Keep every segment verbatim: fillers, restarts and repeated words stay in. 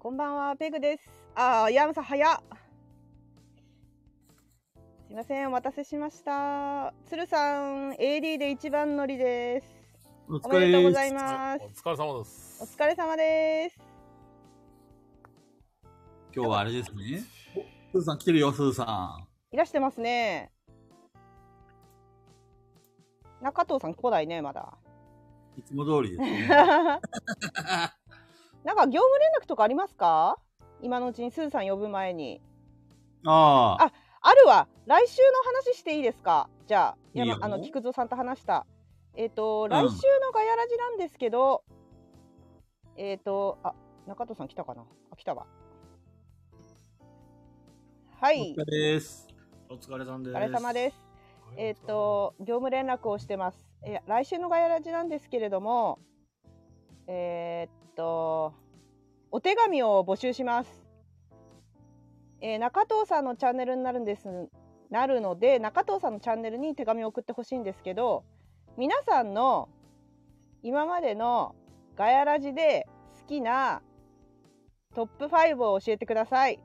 こんばんは、ペグです。あー、ヤムさん早っ。すいません、お待たせしました。鶴さん、エーディー で一番乗りです。 おおめでとうございます。 お疲れ様です。 お疲れ様です。 今日はあれですね。お、スーさん来てるよ、スーさいらしてますね。中藤さん来ないね、まだ。 ん。いつも通りですね。 なんか業務連絡とかありますか？今のうちにスーさん呼ぶ前に。 ああ。 あ、あるわ。来週の話していいですか？じゃあ、 いいよあの菊蔵さんと話した。えっ、ー、と、 うん、 来週のガヤラジなんですけど、えっ、ー、と、あ、中藤さん来たかな？あ、来たわ。はい。 お疲れです。 お疲れさんです。 お疲れ様です。えっ、ー、と、業務連絡をしてます。え、来週のガヤラジなんですけれども、えっと、お手紙を募集します。えー、中藤さんのチャンネルになるんです、なるので、中藤さんのチャンネルに手紙を送ってほしいんですけど、皆さんの今までのガヤラジで好きなトップファイブを教えてください。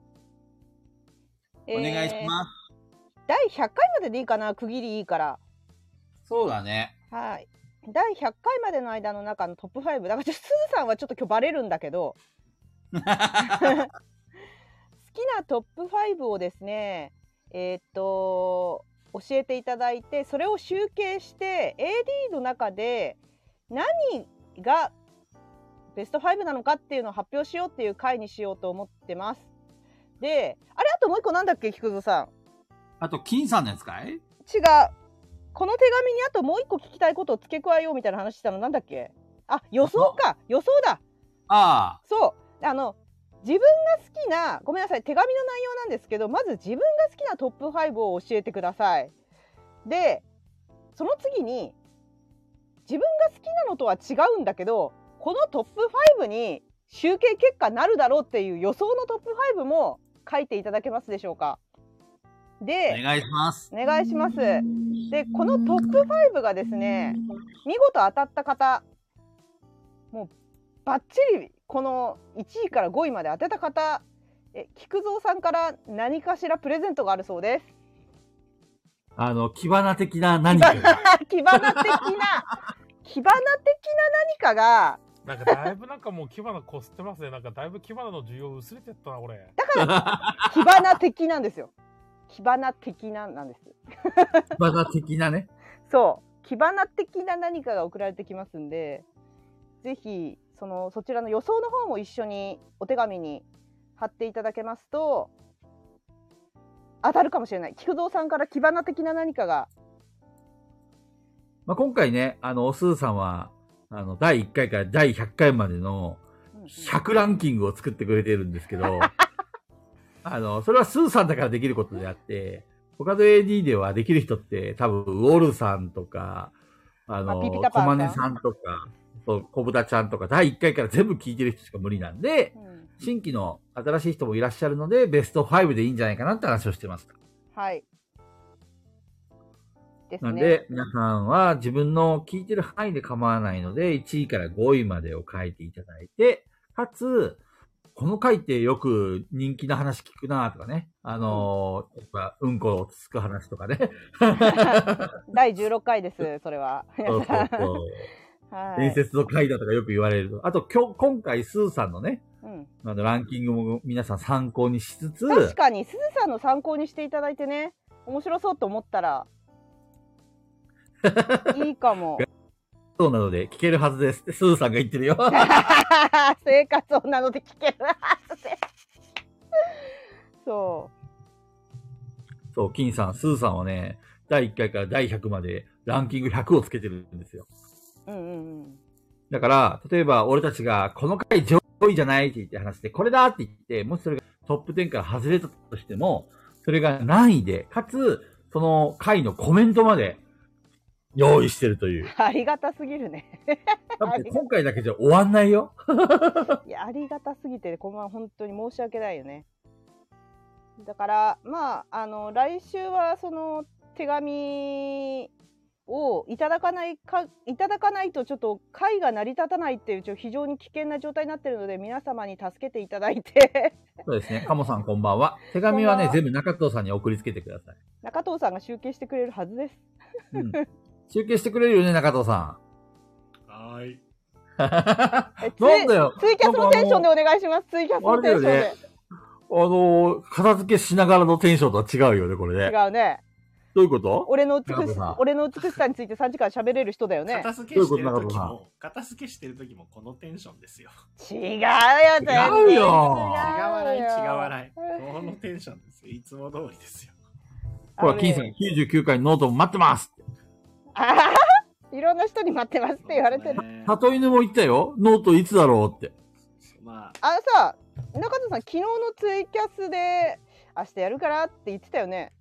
お願いします。 だいひゃっかいまででいいかな、区切りいいから。 そうだね。 はい。だいひゃっかいまでの間の中のトップファイブ。だから、スーさんはちょっと今日バレるんだけど、好きなトップファイブをですね、えー、っと、教えていただいて、それを集計して、エーディー の中で何がベストファイブなのかっていうのを発表しようっていう回にしようと思ってます。で、あれ、あともう一個なんだっけ、菊蔵さん。 あと、金さんのやつかい？違う。 この手紙にあともう一個聞きたいことを付け加えようみたいな話したのなんだっけ？あ、予想か。予想だ。 ああ。 そう。あの、自分が好きな、ごめんなさい、手紙の内容なんですけど、まず自分が好きなトップファイブを教えてください。で、その次に、自分が好きなのとは違うんだけど、このトップファイブに集計結果なるだろうっていう予想のトップファイブも書いていただけますでしょうか。で、 お願いします。 お願いします。で、このトップファイブがですね、見事当たった方、もうバッチリこのいちいからごいまで当てた方、え、菊蔵さんから何かしらプレゼントがあるそうです。 あの、キバナ的な何かが。 キバナ的な、キバナ的な何かが、 なんかだいぶなんかもうキバナこすってますね。なんかだいぶキバナの需要薄れてったな、これ。 だから、キバナ的なんですよ。キバナ的ななんです。 キバナ的なね。 そう。キバナ的な何かが送られてきますんで、ぜひ、その、そちらの予想の方も一緒にお手紙に貼っていただけますと、当たるかもしれない。菊蔵さんからキバナ的な何かが。 まあ、今回ね、あの、おすーさんは、あの、だいいっかいからだいひゃっかいまでのひゃくランキングを作ってくれてるんですけど、あの、それはスーさんだからできることであって、他の エーディー ではできる人って多分、ウォルさんとか、あの、コマネさんとか、小豚ちゃんとか、だいいっかいから全部聞いてる人しか無理なんで、うん、新規の新しい人もいらっしゃるので、ベストファイブでいいんじゃないかなって話をしてます。 はい。 ですね。なんで、皆さんは自分の聞いてる範囲で構わないので、いちいからごいまでを書いていただいて、かつ、この回ってよく人気な話聞くなとかね。あのー、やっぱ、うんこをつく話とかね。 だいじゅうろっかいです、それは。 そうそうそう。はい、伝説の回だとかよく言われる。あと、今日、今回、スーさんのね、うん、あのランキングも皆さん参考にしつつ。 確かに、スーさんの参考にしていただいてね、面白そうと思ったら、いいかも。 そうなので聞けるはずですってスーさんが言ってるよ。 生活音なので聞けるはずです。そう。 そう、金さん、スーさんはね、だいいっかいからだいひゃくまでランキングひゃくをつけてるんですよ。 うんうんうん。 だから、例えば俺たちがこの回上位じゃないって言って話して、これだって言って、もしそれがトップじゅうから外れたとしても、それが何位で、かつ、その回のコメントまで、用意してるという。 ありがたすぎるね。 だって今回だけじゃ終わんないよ。 いや、ありがたすぎて、このまま本当に申し訳ないよね。だから、まあ、あの、来週はその手紙をいただかないか、いただかないとちょっと会が成り立たないっていうちょ非常に危険な状態になっているので、皆様に助けていただいてそうですね。カモさんこんばんは。手紙はね、全部中藤さんに送りつけてください。 中藤さんが集計してくれるはずです。 うん、集計してくれるよね、中藤さん。はーい。 なんだよ。 ツイキャスのテンションでお願いします。ツイキャスのテンションで。 あの、片付けしながらのテンションとは違うよね、これね。 違うね。 どういうこと？ 俺の美しさ、俺の美しさについてさんじかん喋れる人だよね。 片付けしてる時も、片付けしてる時もこのテンションですよ。 違うよ、全然。違うよ。 違わない、違わない。このテンションですよ。いつも通りですよ。 ほら、金さん、きゅうじゅうきゅうかいのノートも待ってますって。 ああ、いろんな人に待ってますって言われてる。 里犬も言ったよ。ノートいつだろうって。 まあ、 あのさ、中田さん、昨日のツイキャスで、明日やるからって言ってたよね。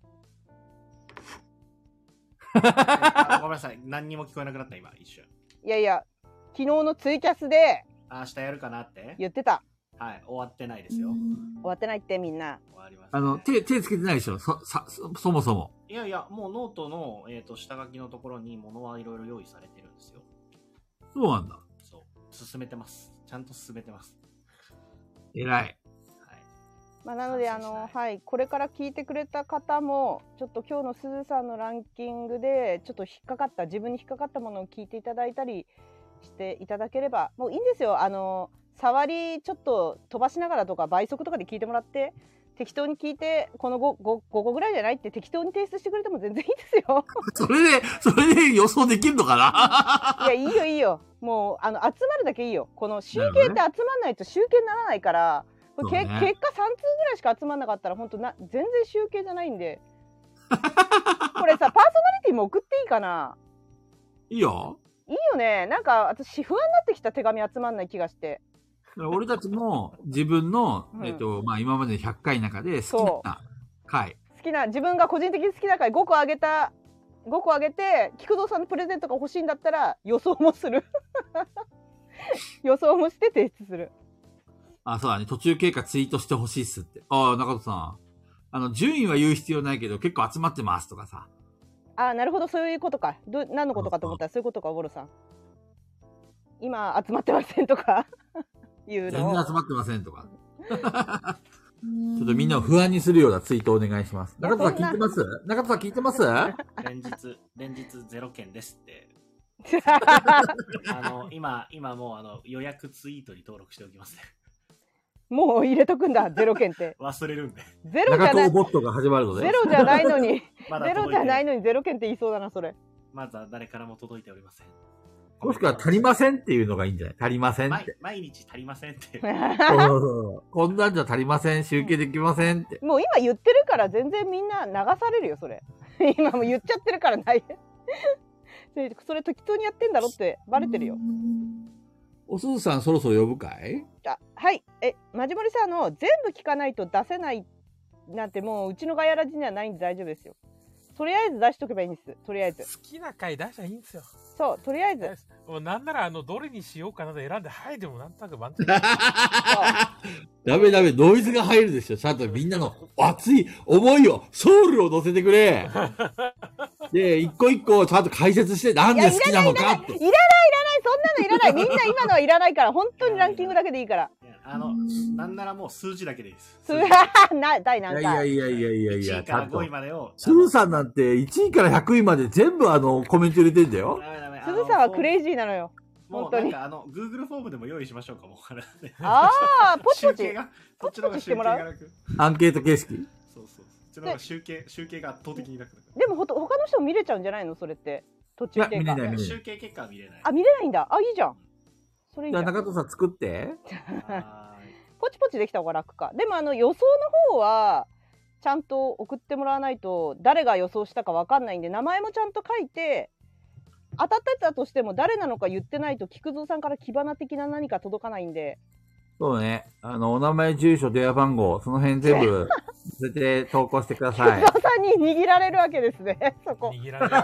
ごめんなさい。何にも聞こえなくなった、今、一瞬。 いやいや、昨日のツイキャスで、 明日やるかなって言ってた。 はい、終わってないですよ。 終わってないって、みんな。 終わります、ね。 あの、手、手つけてないでしょそ、さ、そもそも。 いやいや、もうノートの、えっと、下書きのところに物はいろいろ用意されてるんですよ。 そうなんだ。 そう。進めてます。ちゃんと進めてます。 偉い。 まあ、なのであの、はい、これから聞いてくれた方もちょっと今日のすずさんのランキングでちょっと引っかかった自分に引っかかったものを聞いていただいたりしていただければもういいんですよ。あの触りちょっと飛ばしながらとか倍速とかで聞いてもらって適当に聞いてこの 5, 5, 5個ぐらいじゃないって適当に提出してくれても全然いいですよ。 それでそれで予想できるのかな。 いやいいよいいよ。もうあの集まるだけいいよ。この集計って集まらないと集計にならないから。これ、ね、結果さん通ぐらいしか集まんなかったら本当な全然集計じゃないんでこれさパーソナリティも送っていいかな。 いいよいいよね。なんか私不安になってきた。手紙集まんない気がして。 俺たちも自分の、うん、えっとまあ、今までひゃっかいの中で好きな回好きな自分が個人的に好きな回ごこあげたごこあげて菊蔵さんのプレゼントが欲しいんだったら予想もする予想もして提出する。 あ、そうだね。途中経過ツイートしてほしいっすって。ああ、中戸さん。あの、順位は言う必要ないけど、結構集まってますとかさ。 ああ、なるほど。そういうことか。ど、何のことかと思ったら、そういうことか、おぼろさん。今、集まってませんとか言うの。 全然集まってませんとか。ちょっとみんなを不安にするようなツイートをお願いします。中戸さん聞いてます？中戸さん聞いてます？ 連日、連日ゼロ件ですって。あの、今、今もうあの予約ツイートに登録しておきますね。 もう入れとくんだ、ゼロ件って。 忘れるんで。 ゼロじゃない。 ボットが始まるので。 ゼロじゃないのに、ゼロじゃないのにゼロ件って言いそうだな、それ。 まずは誰からも届いておりません。 もしくは足りませんっていうのがいいんじゃない？足りませんって。 毎日足りませんって。 そうそうこんなんじゃ足りません、集計できませんって。 もう今言ってるから全然みんな流されるよ、それ。今もう言っちゃってるからない。それ適当にやってんだろってバレてるよ。 おすずさんそろそろ呼ぶかい？ あ、はい。え、まじもりさんの全部聞かないと出せないなんてもううちのガヤラジにはないんで大丈夫ですよ。とりあえず出しとけばいいんです。とりあえず。 好きな回出しゃいいんですよ。 そう、とりあえず。 もうなんならあのどれにしようかなで選んで、はいでもなんとなく満足。 ダメダメ、ノイズが入るでしょ。ちゃんとみんなの熱い思いを、ソウルを乗せてくれ。で、一個一個ちゃんと解説して、なんで好きなのかって。 いらないいらない、そんなのいらない。みんな今のはいらないから、本当にランキングだけでいいから。 あの、なんならもう数字だけでいいです。 数字な、第何回いやいやいやいやいや、 いちいからごいまでを。 すずさんなんていちいからひゃくいまで全部あの、コメント入れてんだよ。 すずさんはクレイジーなのよ。 本当に。なんかあの、Google フォームでも用意しましょうか、もう。 ああ、ポチポチ。 ポチポチしてもらう。 アンケート形式。 そうそう。その方が集計、集計が圧倒的に楽だから。 でもほと他の人も見れちゃうんじゃないのそれって。途中経過。 集計結果は見れない。 あ、見れないんだ。あ、いいじゃん。それいいじゃん。 中戸さん作って。 ポチポチできた方が楽か。でもあの予想の方はちゃんと送ってもらわないと誰が予想したかわかんないんで、名前もちゃんと書いて、当たってたとしても誰なのか言ってないと菊蔵さんから火花的な何か届かないんで。 そうね。あの、お名前、住所、電話番号、その辺全部、載せて投稿してください。 菊蔵さんに握られるわけですね、そこ。 握られる。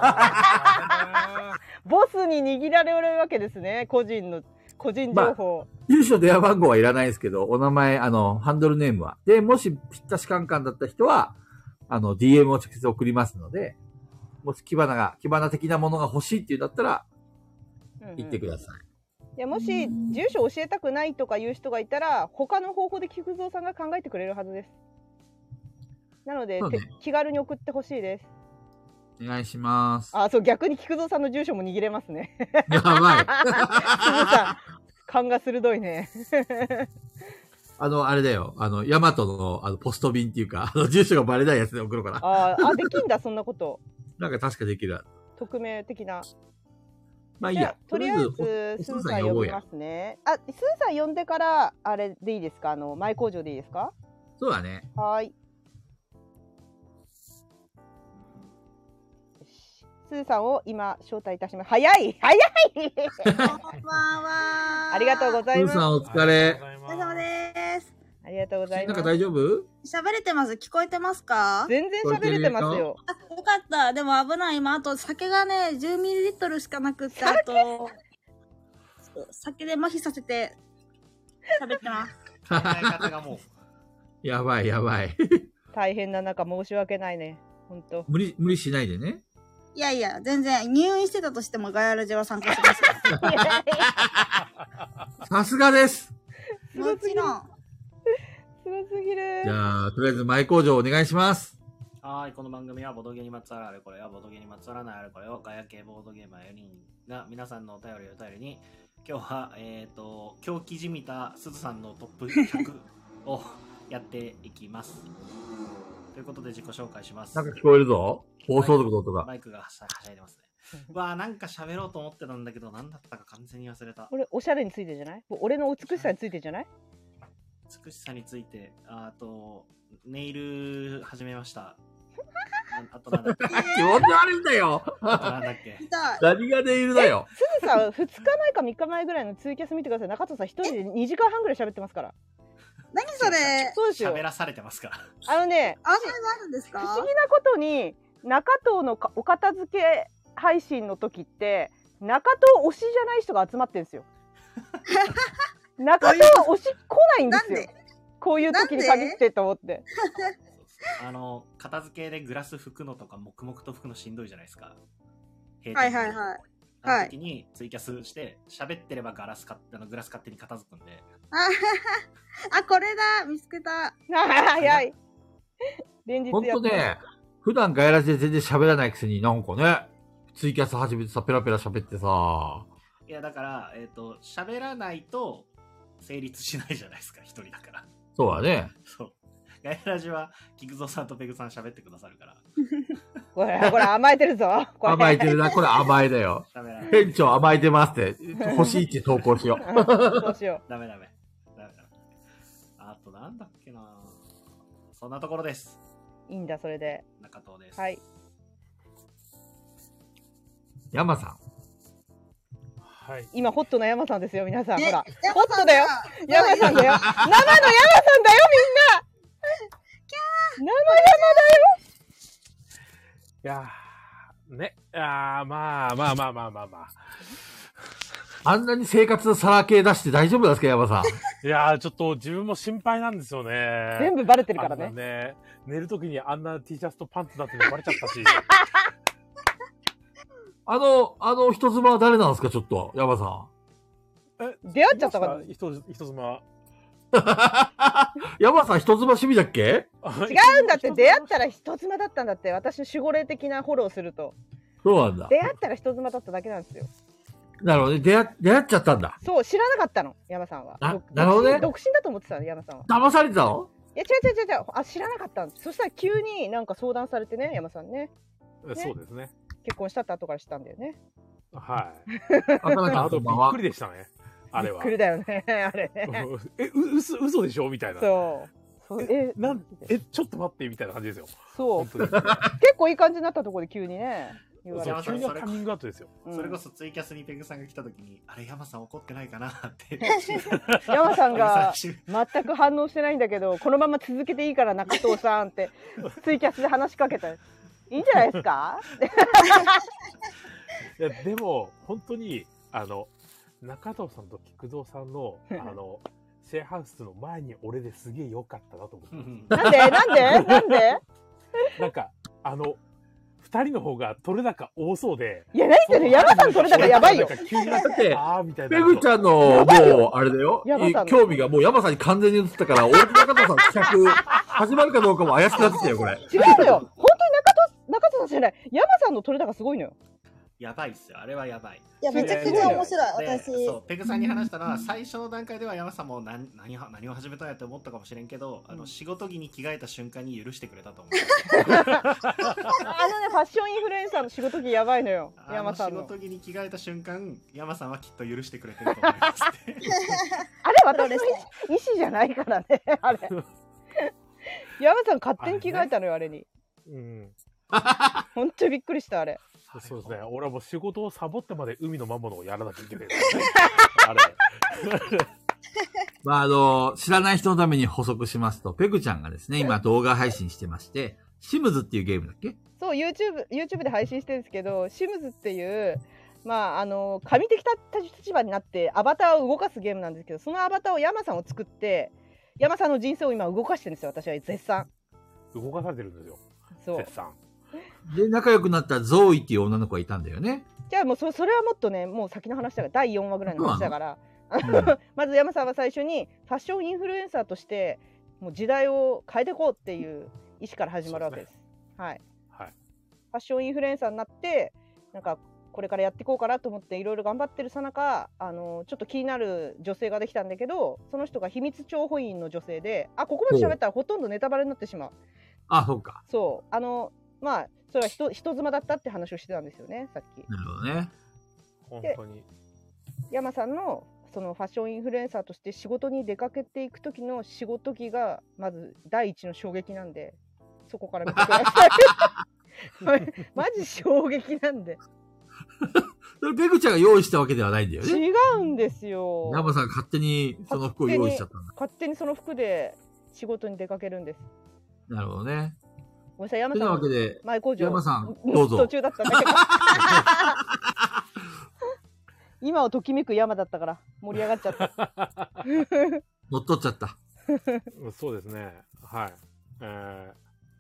ボスに握られるわけですね、個人の、個人情報。 まあ、住所、電話番号はいらないですけど、お名前、あの、ハンドルネームは。で、もし、ぴったしカンカンだった人は、あの、ディーエム を直接送りますので、 もし火花が、火花的なものが欲しいっていうんだったら、 うんうん、 言ってください。 いや、もし住所教えたくないとかいう人がいたら、他の方法で菊蔵さんが考えてくれるはずです。なので、 そうね、 気軽に送ってほしいです。 お願いします。 あ、そう、逆に菊蔵さんの住所も握れますね。 やばい。 すずさん、勘が鋭いね。 あの、あれだよ。あの、ヤマトの、あの、ポスト便っていうか、あの、住所がバレないやつで送ろうかな。 ああ、できんだ、そんなこと。 なんか確かできる。 匿名的な。 まあいいや。 とりあえず、スーさん呼びますね。あ、スーさん呼んでから、あれでいいですか？あの、前工場でいいですか？ そうだね。 はい。スーさんを今招待いたします。早い早いこんばんは。 ありがとうございます。 スーさんお疲れ。 お疲れ様です。 ありがとうございます。 なんか大丈夫？ 喋れてます？聞こえてますか？ 全然喋れてますよ。 あ、よかった。でも危ない。今、あと酒がね、じゅうミリリットルしかなくって、あと、酒で麻痺させて喋ってます。 考え方がもう。やばいやばい。 大変な中申し訳ないね。本当。 無理、無理しないでね。 いやいや、全然入院してたとしてもガヤラジは参加しますから。 さすがです。 もちろん。 すごすぎる。 じゃあ、とりあえず前工場お願いします。 はい、この番組はボドゲにまつわるあれこれはボドゲにまつわらないあれこれをガヤ系ボードゲーマーよにんが皆さんのお便りを頼りに、今日は、えっ、ー、と、狂気じみたすずさんのトップひゃくをやっていきます。ということで自己紹介します。 なんか聞こえるぞ。放送のことが。 マイクがはしゃいでますね。うわー、なんか喋ろうと思ってたんだけど、何だったか完全に忘れた。 俺、おしゃれについてじゃない？俺の美しさについてじゃない？ 美しさについて、あと、ネイル始めました。あとなんだっけ？ 気持ち悪いんだよ。 あとなんだっけ？ 何がネイルだよ。 すずさん、ふつかまえかみっかまえぐらいのツイキャス見てください。中藤さん一人でにじかんはんぐらい喋ってますから。 何それ？ そうですよ。 喋らされてますから。 あのね、 あ、それあるんですか？ 不思議なことに、中藤のお片付け配信の時って、中藤推しじゃない人が集まってるんですよ。中藤推し来ないんですよ。こういう時に限ってと思って。 あの、片付けでグラス拭くのとか黙々と拭くのしんどいじゃないですか。 はいはいはい。 あの時にツイキャスして喋ってればガラスかあのグラス勝手に片付くんで。 あ、これだ、見つけた。 早い。連日やって。 ほんとね、普段ガヤラジで全然喋らないくせになんかね、ツイキャス始めてさ、ペラペラ喋ってさ。 いやだから、えっと、喋らないと成立しないじゃないですか、一人だから。 そうだね。 そう。ガヤラジは、菊蔵さんとペグさん喋ってくださるから。 これ、これ甘えてるぞ。これ甘えてるな、これ甘えだよ。店長甘えてますって、星いち投稿しよう。 そうしよう。ダメダメ。ダメダメ。あとなんだっけな、そんなところです。 いいんだ、それで。 中藤です。 はい。 山さん。 はい。 今、ホットな山さんですよ、皆さん。ほら。 ホットだよ。山さんだよ。生の山さんだよ、みんな。生山だよ。 いやー、ね。あー、まあまあまあまあまあまあ。 あんなに生活さらけ出して大丈夫ですか、山さん。いやー、ちょっと自分も心配なんですよね。 全部バレてるからね。 ね、寝るときにあんな T シャツとパンツだってのバレちゃったし。あの、あの人妻は誰なんですか、ちょっと、山さん。え、 出会っちゃったから人、人妻。 山さん人妻趣味だっけ？ 違うんだって、出会ったら人妻だったんだって。私の守護霊的なフォローすると。 そうなんだ。 出会ったら人妻だっただけなんですよ。 なるほどね。出会、出会っちゃったんだ。 そう、知らなかったの、山さんは。 な、なるほどね。 独身だと思ってたの、山さんは。 騙されてたの？ いや、違う違う違う違う。あ、知らなかったんです。そしたら急になんか相談されてね、山さんね。 ね、そうですね。 結婚したって後から知ったんだよね。 はい。 あとびっくりでしたね。あれは。 びっくりだよね、あれね。 え、う、嘘、嘘でしょみたいな。 そう。 え、なん、え、ちょっと待って、みたいな感じですよ。 そう。結構いい感じになったところで急にね。 急にカミングアウトですよ。 それこそツイキャスにペグさんが来た時に、あれ、山さん怒ってないかなって。 山さんが全く反応してないんだけど、このまま続けていいから中藤さんってツイキャスで話しかけた。いいんじゃないですか？ いや、でも、本当に、あの、中藤さんと菊蔵さんの、あの、シェアハウスの前に俺ですげえ良かったなと思って。 なんでなんでなんでなんか、あの、 二人の方が取れ高多そうで。 いや、何言ってんの？山さん取れ高やばいよ。 急になってあーみたいな。 ペグちゃんの、もう、あれだよ。興味がもう山さんに完全に移ったから、俺と中田さん企画、始まるかどうかも怪しくなってきたよ、これ。 違うのよ。本当に中戸、中戸さんじゃない。山さんの取れ高すごいのよ。 やばいっすよ。あれはやばい。 いや、めちゃくちゃ面白い、私。 そう、ペグさんに話したのは、最初の段階では山さんも何、何、何を始めたんやって思ったかもしれんけど、あの、仕事着に着替えた瞬間に許してくれたと思う。 あのね、ファッションインフルエンサーの仕事着やばいのよ。山さんの。 仕事着に着替えた瞬間、山さんはきっと許してくれてると思いますって。 あれ、私の意思じゃないからね、あれ。山さん勝手に着替えたのよ、あれに。うん。本当にびっくりした、あれ。 そうですね。俺はもう仕事をサボってまで海の魔物をやらなきゃいけない、ね。あれ。 まあ、あの、知らない人のために補足しますと、ペグちゃんがですね、今動画配信してまして、シムズっていうゲームだっけ？ そう、YouTube、YouTube で配信してるんですけど、シムズっていう、まあ、あの、神的立場になってアバターを動かすゲームなんですけど、そのアバターを山さんを作って、山さんの人生を今動かしてるんですよ、私は絶賛。 動かされてるんですよ。 そう。 絶賛。 で、仲良くなったゾーイっていう女の子がいたんだよね。 じゃあもう そ, それはもっとね、もう先の話だから、だいよんわぐらいの話だから、うん、まず山さんは最初にファッションインフルエンサーとして、もう時代を変えていこうっていう意思から始まるわけです。ですね、はい。はい。ファッションインフルエンサーになって、なんかこれからやっていこうかなと思っていろいろ頑張ってるさなか、あのちょっと気になる女性ができたんだけど、その人が秘密諜報員の女性で、あ、ここまで喋ったらほとんどネタバレになってしまう。 あ、そうか。 そう。あの、まあ、それは人人妻だったって話をしてたんですよね、さっき。 なるほどね。 本当に。 山さんのそのファッションインフルエンサーとして仕事に出かけていく時の仕事着がまず第一の衝撃なんで、そこから見てください。マジ衝撃なんで。 それペグちゃんが用意したわけではないんだよね。 違うんですよ。 山さんが勝手にその服を用意しちゃったんだ。 勝手にその服で仕事に出かけるんです。 なるほどね。 ごめんなさい、山さん。 というわけで、 前工場山さん、どうぞ。 途中だったんだけど。今をときめく山だったから盛り上がっちゃった。 乗っ取っちゃった。 そうですね。はい。え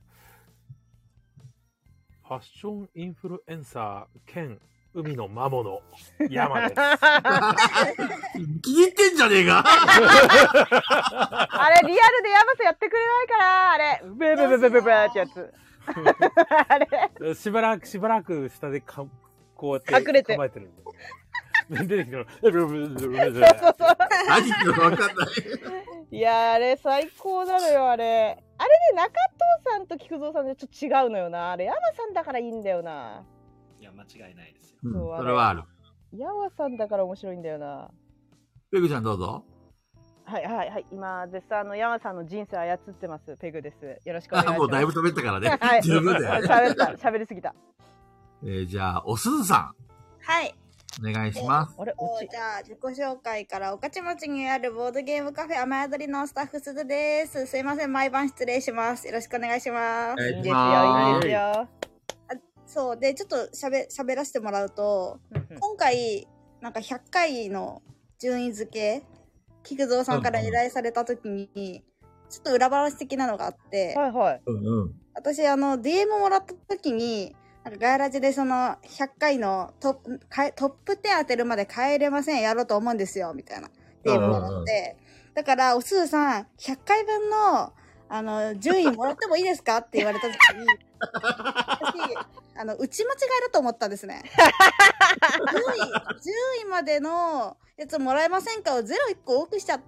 ー、ファッションインフルエンサー兼海の魔物山です。 気に入ってんじゃねえか。 あれリアルで山さんやってくれないから、あれブブブブブブってやつ。 あれしばらくしばらく下でかこうやって隠れて構えてるんで。出てきたら、何言ってるか分かんない。 いや、あれ最高なのよ、あれ。あれね、中藤さんと菊蔵さんでちょっと違うのよな。あれ、山さんだからいいんだよな。 いや、間違いないですよ。 うん、それはある。 山さんだから面白いんだよな。 ペグちゃんどうぞ。 はいはいはい。今、絶賛の山さんの人生操ってます、ペグです。よろしくお願いします。 もうだいぶ喋ったからね。 はい。 十分だよね。 喋った、喋りすぎた。 えー、じゃあ、おすずさん。 はい。 お願いします。 あれ、じゃあ、自己紹介から、御徒町にあるボードゲームカフェ雨宿りのスタッフすずです。すいません、毎晩失礼します。よろしくお願いします。 いいですよ、いいですよ。あ、 そう、で、ちょっとしゃべ、喋らせてもらうと、今回、なんかひゃっかいの順位付け、菊蔵さんから依頼された時に、ちょっと裏話的なのがあって、 はいはい。 うんうん、私、 あの、ディーエム もらった時に、なんかガヤラジでそのひゃっかいのトップ、トップじゅう当てるまで帰れません、やろうと思うんですよ、みたいな。ディーエム もらって。だから、おすずさん、ひゃっかいぶんの、あの、順位もらってもいいですかって言われた時に、私、あの、打ち間違いだと思ったんですね。じゅうい、じゅういまでのやつもらえませんかをゼロいっこ多くしちゃって、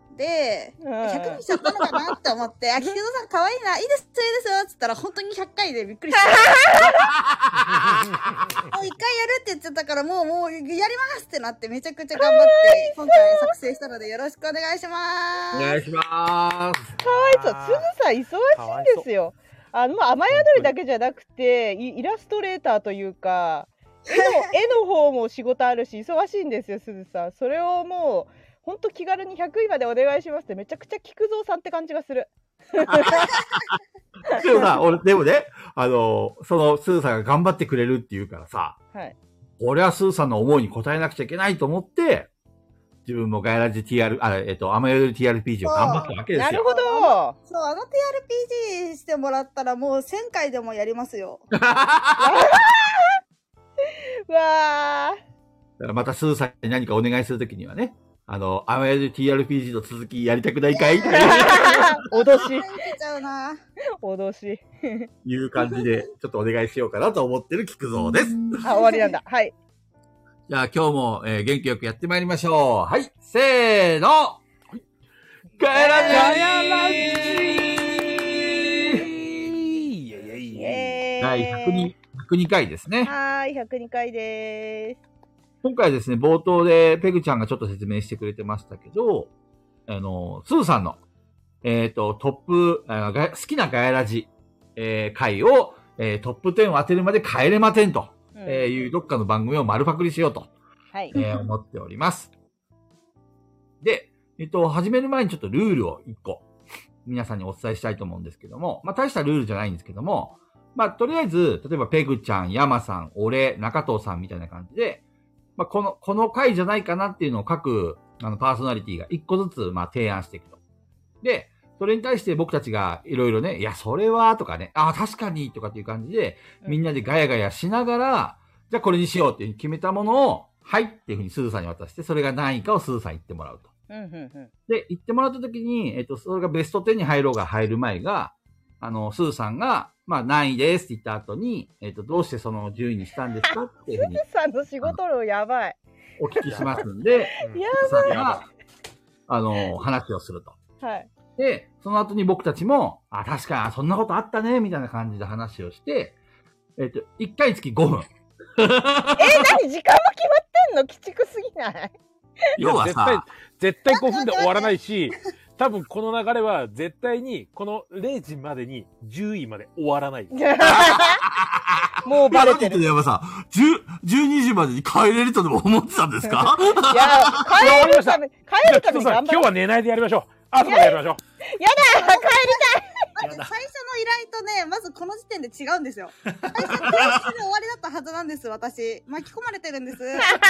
ひゃくにしちゃったのかなって思って、あ、菊蔵さん可愛いな、いいです、いいですよ、つったら本当にひゃっかいでびっくりした。もう一回やるって言ってたから、もう、もう、やりますってなって、めちゃくちゃ頑張って、今回作成したので、よろしくお願いします。 お願いします。 かわいそう。すずさん、忙しいんですよ。あの、まあ、雨宿りだけじゃなくて、イラストレーターというか、絵の、絵の方も仕事あるし、忙しいんですよ、すずさん。それをもう、ほんと気軽にひゃくいまでお願いしますって、めちゃくちゃ菊蔵さんって感じがする。 でもさ、俺、でもね、あの、その、すずさんが頑張ってくれるって言うからさ、 はい。 俺はすずさんの思いに応えなくちゃいけないと思って、 自分もガヤラジ ティーアール、あ、えっと、アマヨル ティーアールピージー を頑張ったわけですよ。 なるほど。 そう、あの ティーアールピージー してもらったらもうせんかいでもやりますよ。 わー。 だからまたスーさんに何かお願いするときにはね、あの、アマヨル ティーアールピージー の続きやりたくないかいとか脅し。 いけちゃうな。 脅し。 いう感じで、ちょっとお願いしようかなと思ってる菊蔵です。 あ、終わりなんだ。はい。 じゃあ今日も、えー元気よくやってまいりましょう。はい、せーの、はい、ガヤラジガヤラジイエーイ。 だいひゃくに、ひゃくにかいですね。 はーい、ひゃくにかいでーす。 今回ですね、冒頭でペグちゃんがちょっと説明してくれてましたけど、あの、スーさんの、えっ、と、トップ、あのが好きなガヤラジ、えー回を、えートップじゅうを当てるまで帰れませんと、 うんえーいうどっかの番組を丸パクリしようと、 はい。 えー思っております。で、えっ、と、始める前にちょっとルールをいっこ、皆さんにお伝えしたいと思うんですけども、まあ、大したルールじゃないんですけども、まあ、とりあえず、例えばペグちゃん、ヤマさん、俺、中藤さんみたいな感じで、まあ、この、この回じゃないかなっていうのを各、あの、パーソナリティが一個ずつ、まあ、提案していくと。で、それに対して僕たちがいろいろね、いや、それは、とかね、ああ、確かに、とかっていう感じで、みんなでガヤガヤしながら、じゃあこれにしようっていう決めたものを、はいっていうふうにスーさんに渡して、それが何位かをスーさん言ってもらうと。 うんうんうん。 で、言ってもらった時に、えっと、それがベストじゅうに入ろうが入る前が、あの、スーさんが、まあ、何位ですって言った後に、えっと、どうしてその順位にしたんですかっていうふうにさんの仕事量やばい。 お聞きしますんで、 うんやスーさんが、あの、話をすると。 はい。 で、その後に僕たちも、あ、確かに、そんなことあったね、みたいな感じで話をして、えっと、いっかいにつきごふん。 え、何時間も決まってんの？鬼畜すぎない？ 要は絶対さ、、 絶対ごふんで終わらないし、多分この流れは絶対にこのれいじまでにじゅういまで終わらない。 もうバレてる。いや、 山さん、じゅう、じゅうにじまでに帰れるとでも思ってたんですか帰るため、帰るためにさん、 頑張る。 今日は寝ないでやりましょう。朝までやりましょう。 やだ、帰りたい。 待って、最初の依頼とね、まずこの時点で違うんですよ。最初、教室で終わりだったはずなんです、私。巻き込まれてるんです。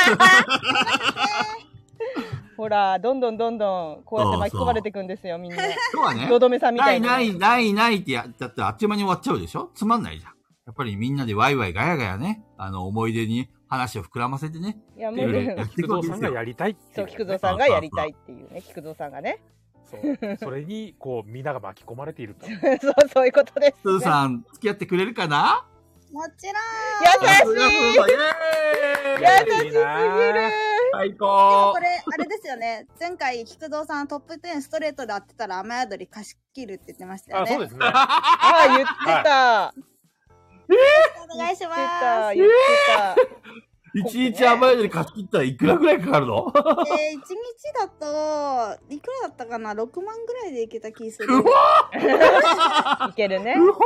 ほら、どんどんどんどん、こうやって巻き込まれていくんですよ、みんな。 今日はね、 よどめさんみたないいに。 ないないないってやったってあっという間に終わっちゃうでしょ？つまんないじゃん。やっぱりみんなでワイワイガヤガヤね、あの、思い出に話を膨らませてね。 いや、もう、 いろいろやってい菊くわけですよ。 蔵さんがやりたいっていそう、 ね菊蔵さんがやりたいっていうね、菊蔵さんがね。 そう。それに、こう、みんなが巻き込まれていると。 そう、そういうことです、 スーさん、付き合ってくれるかな？ もち優しい。 イ優エーイしすぎる。 最ろん。 高これ、あれですよね。前回、菊蔵さんトップじゅうストレートで当てたら雨宿り貸し切るって言ってましたよあ、 ね。 そうですね。 ああ、言ってた。 お願いし言ってまた、言って一日甘いのに貸し切ったらいくらぐらいかかるの？ す。えー、一日だと、いくらだったかな ?ろく 万ぐらいでいけた気する。 うわた。いけるね。 うほ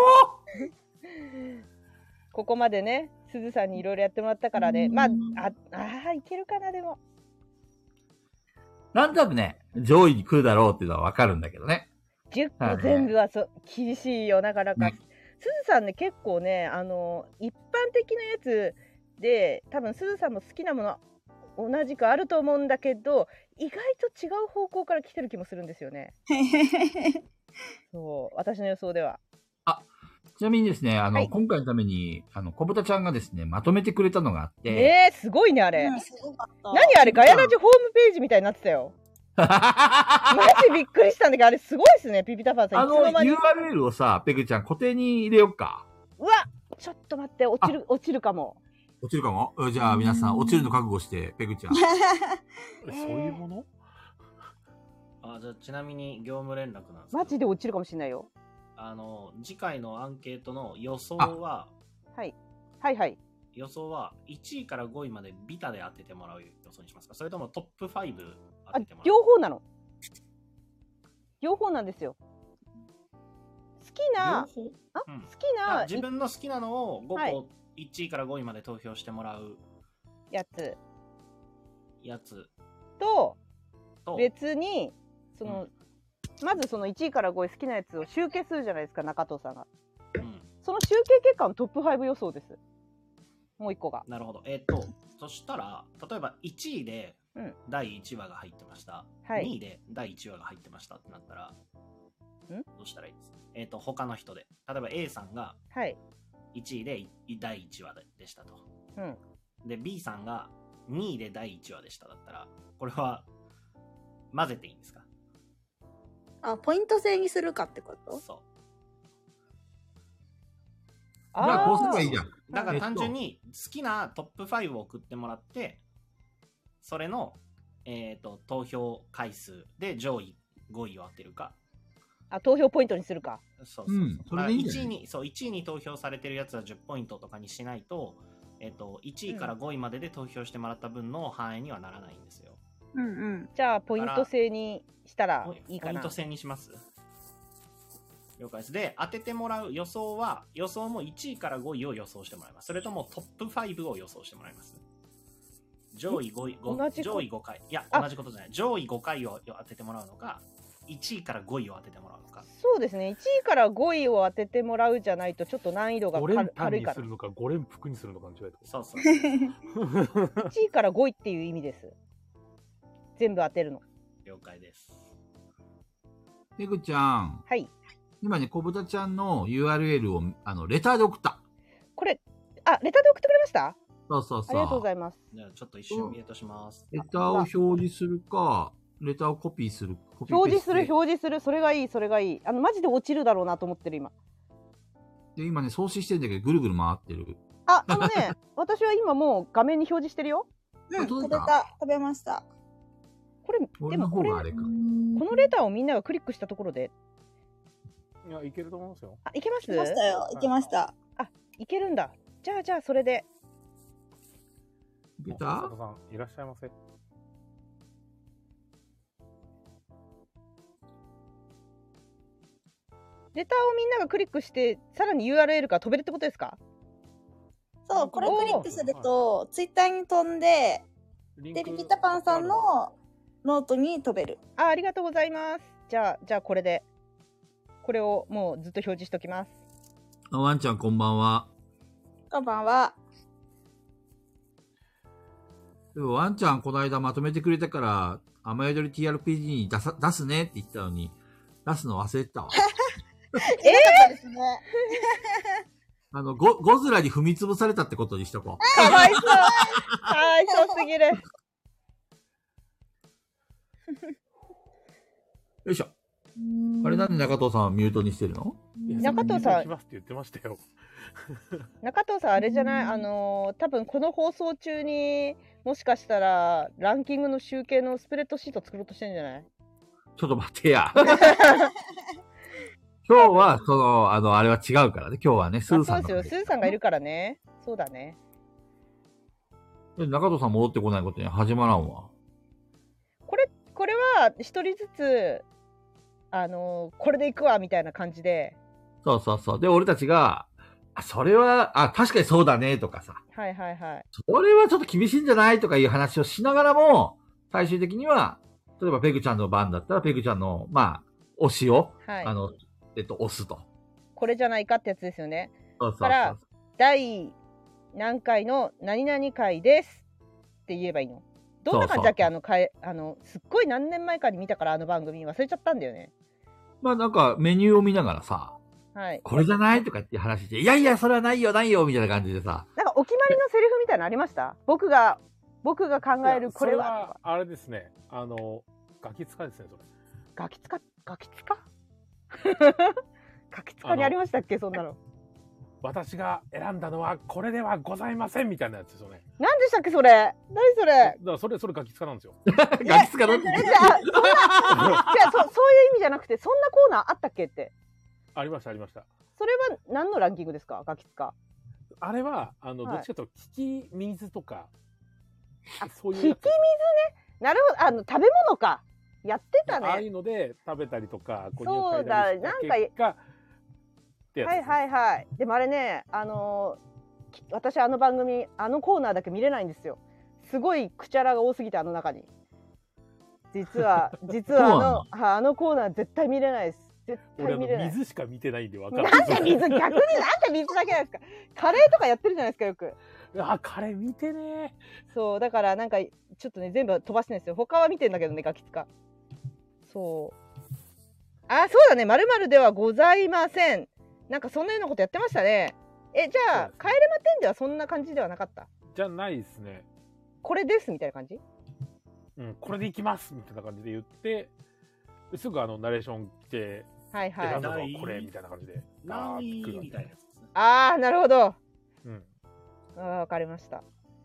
ここまでね、すずさんにいろいろやってもらったからね。まあ、あ、あーいけるかな、でも。 なんとなくね、上位に来るだろうっていうのはわかるんだけどね。 じゅっこ全部はそ厳しいよ、なかなか。 ねすずさんね、結構ね、あの、一般的なやつで、多分すずさんも好きなもの同じくあると思うんだけど、意外と違う方向から来てる気もするんですよね。そう、私の予想では。 ちなみにですね、あの、 はい今回のために、あの、小豚ちゃんがですね、まとめてくれたのがあって、 えー、すごいね、あれ。 うんすごかった。 何あれ、ガヤラジホームページみたいになってたよ。マジびっくりしたんだけど、あれすごいっすね、ピピタパンさん。 あの、 いつの間にユーアールエル をさ、ペグちゃん固定に入れよっか。 うわ、ちょっと待って、落ちる、落ちるかも。 落ちるかも？うんじゃあ皆さん、落ちるの覚悟して、ペグちゃん。 そういうものあ、じゃあちなみに業務連絡なんですけどマジで落ちるかもしれないよ。 あの、次回のアンケートの予想は、 はい。はいはい。 予想はいちいからごいまでビタで当ててもらう予想にしますか？それともトップご当あてても、らう？ 両方なの。両方なんですよ。好きな、 両方あ、 うん好きなあ自分の好きなのをごこ、 はいいちいからごいまで投票してもらうやつやつと、 と、 別に、その、まずそのいちいからごい好きなやつを集計するじゃないですか、中藤さんが。 うん、 その集計結果のトップご予想です。もう一個が。 なるほど。えっ、と、そそしたら、例えばいちいでだいいちわが入ってました。 はい、 にいでだいいちわが入ってましたってなったら、 んどうしたらいいですか？えっ、ー、と、他の人で。例えば A さんがいちいでだいいちわでしたと。 うん、 で、B さんがにいでだいいちわでしただったら、これは混ぜていいんですか？ あ、ポイント制にするかってこと？ そう。 じゃあこうすればいいじゃん。 だから単純に好きなトップごを送ってもらって、それの、えーと、投票回数で上位ごいを当てるか。 あ、投票ポイントにするか。 そうそうそう。うん、それでいいんじゃない？いちいに、そう、いちいに投票されてるやつはじゅっポイントとかにしないと、えっと、いちいからごいまでで投票してもらった分の範囲にはならないんですよ。 うんうん。 じゃあ、ポイント制にしたらいいかな。 ポイント制にします？了解です。で、当ててもらう予想は、予想もいちいからごいを予想してもらいます。それともトップごを予想してもらいます。上位ごい、上位ごかい。いや、同じことじゃない。上位ごかいを当ててもらうのか、いちいからごいを当ててもらうのか。 そうですね。いちいからごいを当ててもらうじゃないと、ちょっと難易度が軽いから。 ご連単にするのか、ご連服にするのかの違いと。 そうそうそう。 いちいからごいっていう意味です。全部当てるの。 了解です。 ペグちゃん。 はい。 今ね、小豚ちゃんの ユーアールエル を、あの、レターで送った。 これ、あ、レターで送ってくれました？ そうそうそう。 ありがとうございます。 じゃあちょっと一瞬ミュートします。 レターを表示するか、レターをコピーする。 表示する、表示する。それがいい、それがいい。あの、マジで落ちるだろうなと思ってる、今。 で、今ね、送信してるんだけど、ぐるぐる回ってる。 あ、あのね、私は今もう画面に表示してるよ。 うん、食べた。食べました。 これ、でもこれ、このレターをみんながクリックしたところで、 いや、いけると思うんですよ。 あ、いけます？ いけましたよ。いけました。 あ、いけるんだ。じゃあ、じゃあ、それで。 いけた？ 佐藤さん、いらっしゃいませ。 レターをみんながクリックして、さらに ユーアールエル から飛べるってことですか？ そう、これクリックすると、ツイッターに飛んで、で、ピピタパンさんのノートに飛べる。 あ、ありがとうございます。じゃあ、じゃあこれで。これをもうずっと表示しときます。 あ、ワンちゃんこんばんは。 こんばんは。 でもワンちゃんこの間まとめてくれたから、雨宿り ティーアールピージー に出さ出すねって言ったのに、出すの忘れてたわ。 えー、ですね。 あの、ご、ゴズラに踏み潰されたってことにしとこう。 かわいそう。かわいそうすぎる。 よいしょ。あれなんで中藤さんはミュートにしてるの？ 中藤さん。 来ますって言ってましたよ。 中藤さんあれじゃない？あのー、多分この放送中にもしかしたらランキングの集計のスプレッドシート作ろうとしてるんじゃない？ ちょっと待ってや。今日は、その、あの、あれは違うからね。今日はね、スーさん。 そうですよ。スーさんがいるからね。そうだね。 中藤さん戻ってこないことに始まらんわ。 これ、これは一人ずつ、あのー、これでいくわ、みたいな感じで。 そうそうそう。で、俺たちが、あ、それは、あ、確かにそうだね、とかさ。 はいはいはい。 それはちょっと厳しいんじゃないとかいう話をしながらも、最終的には、例えばペグちゃんの番だったら、ペグちゃんの、まあ、推しを、はい、あの、えっと、押すと。 これじゃないかってやつですよね。 そうそうそう。 だから、第何回の何々回ですって言えばいいの。どんな感じだっけ？あの、かえ、あの、すっごい何年前かに見たからあの番組忘れちゃったんだよね。 まあなんかメニューを見ながらさ、 はい。 これじゃないとかって話して、いやいや、それはないよ、ないよ、みたいな感じでさ。 なんかお決まりのセリフみたいなのありました？僕が、僕が考えるこれは。 それは、あれですね。あの、ガキ使ですね、それ。 ガキ使ガキ使ガキ使にありましたっけ、そんなの。 私が選んだのはこれではございませんみたいなやつですよね。 何でしたっけそれ？何それ？ だからそれそれガキ使なんですよ。 ガキ使なんて。 じゃあそんな、じゃあそそういう意味じゃなくてそんなコーナーあったっけって。 ありましたありました。 それは何のランキングですか？ガキ使。 あれはあの、はい、どっちかというと聞き水とか。 そういう。聞き水ね。なるほど、あの食べ物か。やってたね。 ああいうので食べたりとか、 そうだ、なんか、はいはいはい。でもあれね、あのー、私あの番組、あのコーナーだけ見れないんですよ。すごいくちゃらが多すぎて、あの中に。実は、実はあの、あのコーナー絶対見れないです。絶対見れない。 水しか見てないんで分かる。 なんで水、逆になんで水だけなんですか。カレーとかやってるじゃないですか、よく。 あ、彼見てね。 そう、だからなんか、ちょっとね、全部飛ばしてるんですよ。他は見てんだけどね、ガキツカ。そう。あ、そうだね、〇〇ではございません。なんかそんなようなことやってましたね。え、じゃあ、帰れま10ではそんな感じではなかった？ じゃないですね。 これですみたいな感じ？ うん、これでいきますみたいな感じで言って、すぐあのナレーション来て、 はいはい。 選んだのはこれみたいな感じで。 なーいみたいなやつですね。 あー、なるほど。 うん。 あー、わかりました。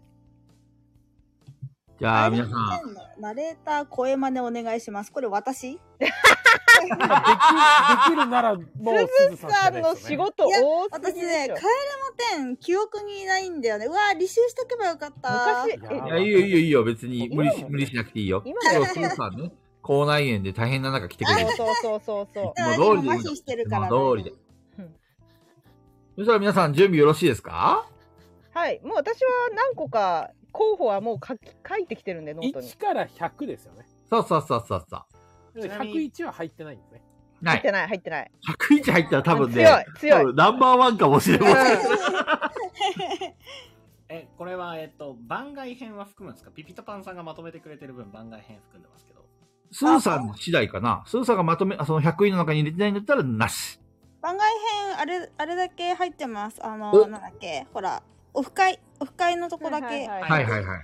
じゃあ、皆さん。 ナレーター声真似お願いします。これ私できできるならもうすずさんの仕事多すぎでしょ。 私ね、帰れま10記憶にないんだよね。うわー、履修しとけばよかった。 昔、 いや、いいよいいよいいよ。別に無理し、無理しなくていいよ。 今今日、スーさんね、口内炎で大変な中来てくれる。 そうそうそうそう。 もう通りでいい。 麻痺してるからね。 通りで。そしたら皆さん準備よろしいですか？ はい、もう私は何個か候補はもう書き書いてきてるんで、ノートに。 いちからひゃくですよね。 そうそうそうそうそう。 ひゃくいちは入ってないんですね。 ない。 入ってない、入ってない。 ひゃくいち入ったら多分ね、 強い、強い。 ナンバーワンかもしれません。 え、これは、えっと、番外編は含むんですか？ピピタパンさんがまとめてくれてる分、番外編含んでますけど。 スーさん次第かな。スーさんがまとめ、そのひゃくいの中に入れてないんだったらなし。 番外編、あれ、あれだけ入ってます。あの、なんだっけ、ほら、オフ会、オフ会のとこだけ。はいはいはい。はいはい、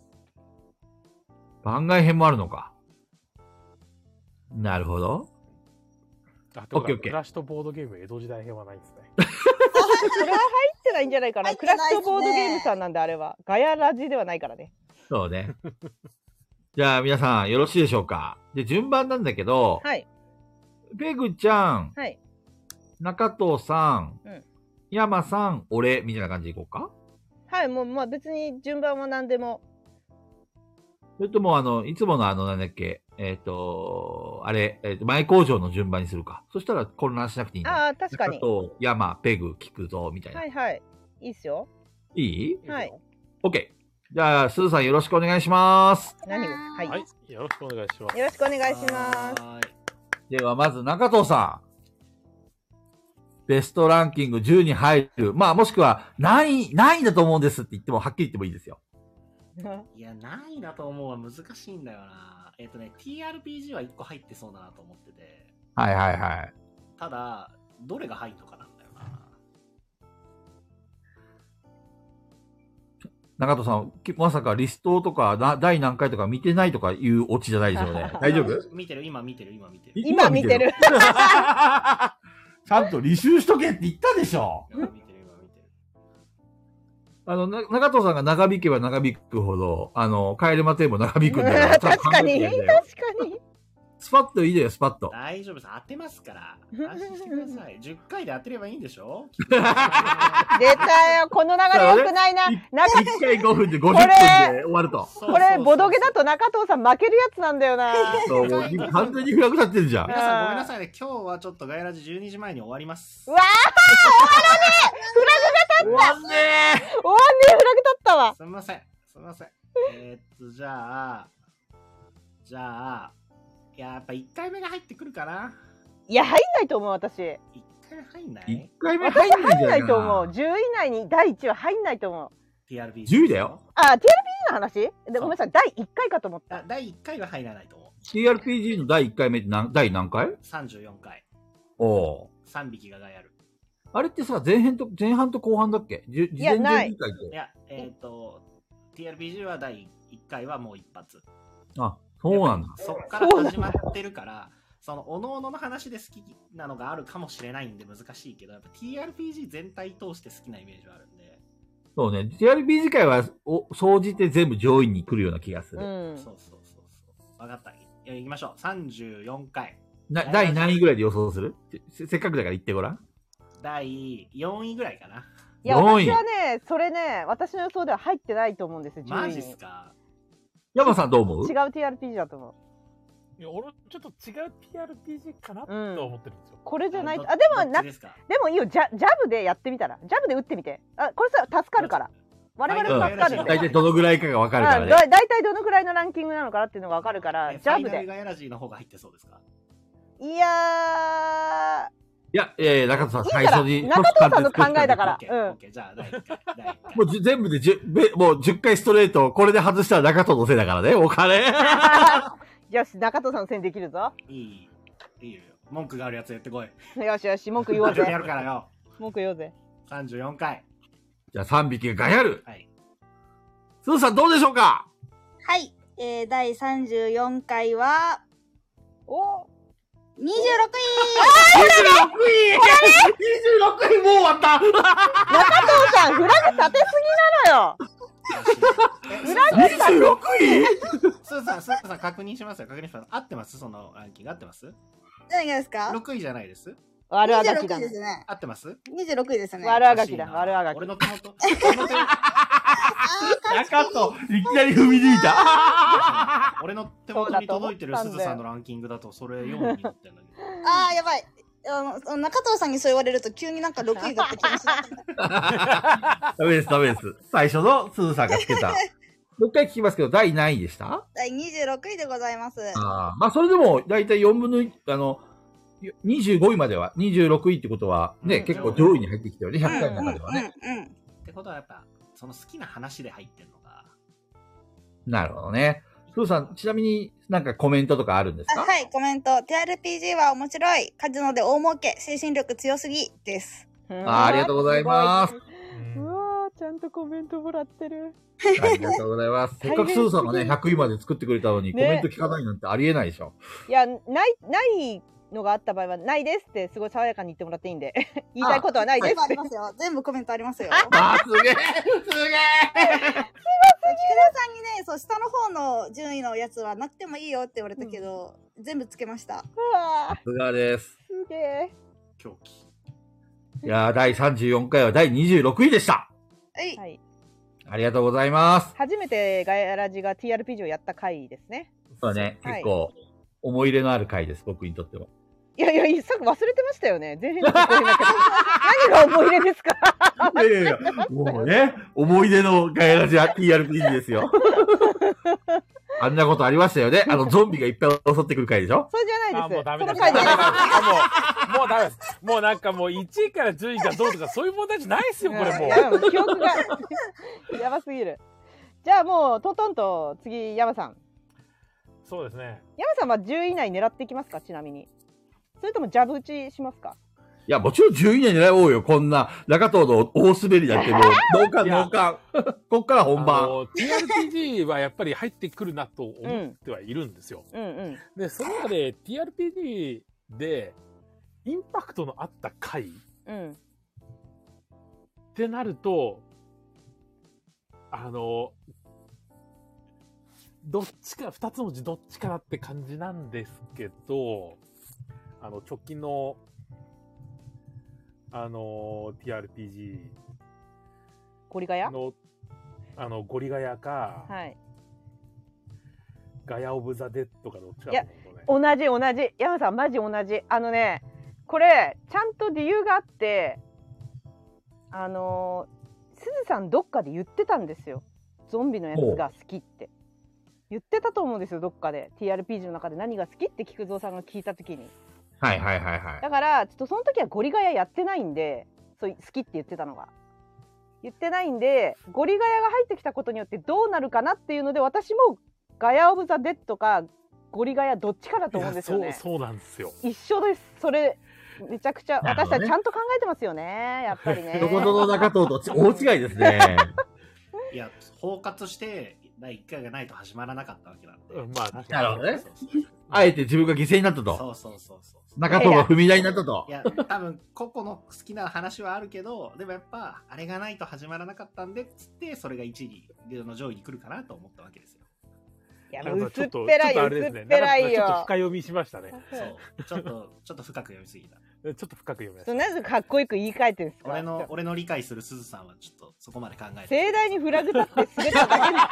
番外編もあるのか。なるほど。 あ、オッケーオッケー。クラッシュとボードゲーム江戸時代編はないんですね。 それは入ってないんじゃないかな。クラッシュとボードゲームさんなんであれは。ガヤラジではないからね。 そうね。じゃあ皆さんよろしいでしょうか。で、順番なんだけど、 はい。 ペグちゃん、 はい。 中藤さん、 うん、 山さん、俺、みたいな感じでいこうか。 はい、もう、まあ別に順番は何でも。 それとも、あの、いつものあの、なんだっけ、えっ、ー、と、あれ、えっ、ー、と、前工場の順番にするか。そしたら混乱しなくていいんだ。 ああ、確かに。 中藤、山、ペグ、聞くぞ、みたいな。 はいはい。いいっすよ。 いい？ はい。 OK。じゃあ、すずさんよろしくお願いします。 何を？はい。 はい。よろしくお願いします。 よろしくお願いします。 では、まず中藤さん。ベストランキングじゅうに入る。まあ、もしくは、何位、何位だと思うんですって言っても、はっきり言ってもいいですよ。 いや、何位だと思うは難しいんだよな。えっ、ー、とね、ティーアールピージー はいっこ入ってそうだなと思ってて。 はいはいはい。 ただ、どれが入るのかなんだよな。 中藤さん、まさかリストとか、な第何回とか見てないとかいうオチじゃないですよね。大丈夫？ 見てる、今見てる、今見てる。 今見てる。 ちゃんと履修しとけって言ったでしょ。 今見てる、今見てる。 あの、な中藤さんが長引けば長引くほど、あの、帰れまても長引くんだから。 確かに、確かに。 スパッといいだよ、スパッと。 大丈夫です。当てますから。安心してください。じゅっかいで当てればいいんでしょ？ 出たよ。この流れ良くないな。 いっかいごふんでごじゅっぷんで終わると。 これ、ボドゲだと中藤さん負けるやつなんだよな。 そう、もう完全にフラグ立ってるじゃん。 皆さんごめんなさいね。今日はちょっとガヤラジじゅうにじまえに終わります。 うわー終わらねえフラグが立った終わんねえ終わんねえフラグ立ったわ。 すみません。すみません。えー、っと、じゃあ、じゃあ、いや、やっぱいっかいめが入ってくるかな。 いや、入んないと思う、私。いっかいめ入んない ? いっかいめ入んないんじゃないかな。 入んないと思う。じゅうい以内にだいいちは入んないと思う。 ティーアールピージー。 じゅういだよ。 あ、ティーアールピージー の話でごめんなさい、だいいっかいかと思った。 だいいっかいは入らないと思う。 ティーアールピージー のだいいっかいめって何第何回 ? さんじゅうよんかい。 おお。 さんびきがガヤる。 あれってさ、前編と、前半と後半だっけ？事前準備会って。 いや、えっ、ー、と、ティーアールピージー はだいいっかいはもう一発。 あ、そうなんだ。 そっから始まってるから、その、おのおのの話で好きなのがあるかもしれないんで難しいけど、やっぱ ティーアールピージー 全体通して好きなイメージはあるんで。 そうね。ティーアールピージー 界は、お、総じて全部上位に来るような気がする。 うん。 そうそうそうそう。わかった。いや、行きましょう。さんじゅうよんかい。 な、だい何位ぐらいで予想する？せ、せっかくだから言ってごらん。 だいよんいぐらいかな。 いや、私はね、それね、私の予想では入ってないと思うんですよ、 マジっすか？ 山さんどう思う？ 違う ティーアールピージー だと思う。 いや、俺ちょっと違う ティーアールピージー かなと思ってるんですよ。 これじゃないと。あ、でもな、でもいいよ、ジャ、ジャブでやってみたら。ジャブで打ってみて。あ、これさ、助かるから。我々も助かるんで。 大体どのぐらいかがわかるからね。 だいたいどのぐらいのランキングなのかなっていうのがわかるから、ジャブで。 ファイナルガヤラジーの方が入ってそうですか？ いやいや、えー、中藤さん、最いいから初に。 中藤さんの考えだからオッケーオッケーじゃあ、だいいっかい。だいいっかいもうじ全部でじゅう、べもうじゅっかいストレート、これで外したら中藤のせいだからね、お金。 よし、中藤さんのせいにできるぞ。 いい、いいよ。文句があるやつ言ってこい。 よしよし、文句言おうぜ。 やるからよ。 文句言おうぜ。 さんじゅうよんかい。 じゃあさんびきがガヤる。 はい。 すずさんどうでしょうか？ はい。えー、だいさんじゅうよんかいは、 おにじゅうろくにじゅうろくい !にじゅうろくいもう終わった中藤さん、フラグ立てすぎなのよ。 にじゅうろくいスーさん、スーさん確認しますよ。確認します。合ってますそのランキング合ってます何がですか？ ?ろく 位じゃないです悪あがにじゅうろくきだな。 いですね。 合ってますにじゅうろくいですね。 悪あがきだ、悪あがき。 俺の手元、俺の手中藤、いきなり踏み抜いた。 俺の手元に届いてるすずさんのランキングだとそれよんいになってんだけど。 あー、やばい。あの中藤さんにそう言われると急になんかろくいだって気がします。 ダメです、ダメです。最初のすずさんがつけた。もう一回聞きますけど、だい何位でした？ だいにじゅうろくいでございます。 ああ、まあそれでも、だいたいよんぶんのいち、あの、にじゅうごいまでは、にじゅうろくいってことは、ね、 うん結構上位に入ってきたよね、ひゃっかいの中ではね。 うんうんうん。 ってことはやっぱ、その好きな話で入ってんのが。 なるほどね。すずさん、ちなみになんかコメントとかあるんですか？ あはい、コメント。ティーアールピージー は面白い。カジノで大儲け。精神力強すぎ。です。 ああありがとうございます。 うわー、ちゃんとコメントもらってる。 ありがとうございます。せっかくすずさんがね、ひゃくいまで作ってくれたのに、コねメント聞かないなんてありえないでしょ。 いや、ない、ないのがあった場合は、ないですってすごい爽やかに言ってもらっていいんで。言いたいことはないですって全部あり。ますよ。全部コメントありますよ。 あー、すげえすげえ菊田さんにね、そう、下の方の順位のやつはなくてもいいよって言われたけど、全部つけました。 うわー、 さすがです。 すげえ。 狂気。 いやー、だいさんじゅうよんかいはだいにじゅうろくいでした。 はい。 はい。 ありがとうございます。 初めてガヤラジが ティーアールピージー をやった回ですね。 そうだね、 はい結構、思い入れのある回です、僕にとっても。 いやいやいや、さっき忘れてましたよね。全然聞こえなかった。何が思い入れですか？ いやいやいや、もうね、思い出のガヤラジは ティーアールピージー ですよ。あんなことありましたよね。あの、ゾンビがいっぱい襲ってくる回でしょ？ それじゃないあ、 です。 もうダメです。 その回じゃないです。 あもう、もうダメです。もうなんかもういちいからじゅういがどうとかそういう問題じゃないですよ、これもう。 いやもう記憶がやばすぎる。じゃあもうトントンと次山さん。 そうですね。 山さんはじゅうい以内狙っていきますか？ちなみに。それともジャブ打ちしますか？ いや、もちろんじゅうい以内狙おうよ。こんな、中藤の大滑りだってもう、脳幹、 いや脳幹。こっから本あ番。 の ティーアールピージー はやっぱり入ってくるなと思ってはいるんですよ。 うんうん。 で、その中で ティーアールピージー でインパクトのあった回っうん。 てなると、あの、どっちか、二つのうちどっちかなって感じなんですけど、あの、直近の、あの、ティーアールピージゴリガヤー？の、あの、ゴリガヤか、 はい。 ガヤオブザ・デッドかどっちかだと思うね。 同じ同じ。山さんマジ同じ。あのね、これちゃんと理由があって、あのー、すずさんどっかで言ってたんですよ。ゾンビのやつが好きって言ってたと思うんですよ、どっかで。 ティーアールピージー の中で何が好きって菊蔵さんが聞いた時に。 はいはいはいはい。 だからちょっとその時はゴリガヤやってないんで、そう好きって言ってたのが言ってないんで、ゴリガヤが入ってきたことによってどうなるかなっていうので、私もガヤオブザ・デッドかゴリガヤどっちかだと思うんですよね。 そう、そうなんですよ。 一緒です。それめちゃくちゃ、 なるほどね私たちちゃんと考えてますよね、やっぱりね。 どことの中藤と大違いですね。 いや、包括してだいいっかいがないと始まらなかったわけなんで。 うんまあ、 なるほどねそうそうあえて自分が犠牲になったと。 そうそうそうそう。 中藤が踏み台になったとい。や、多分個々の好きな話はあるけど、でもやっぱあれがないと始まらなかったんでっつってそれがいちいの上位に来るかなと思ったわけですよ。 いや、 なんか薄っちょっとぺらい、 ちょっとあれですね薄っぺらいなんかちょっとよ深。読みしましたね。 そう、ちょっとちょっと深く読みすぎた。 ちょっと深く読みましそうた。 なぜかっこよく言い換えてるんですか？ 俺の俺の理解するすずさんはちょっとそこまで考えて盛大にフラグ立って滑っただけで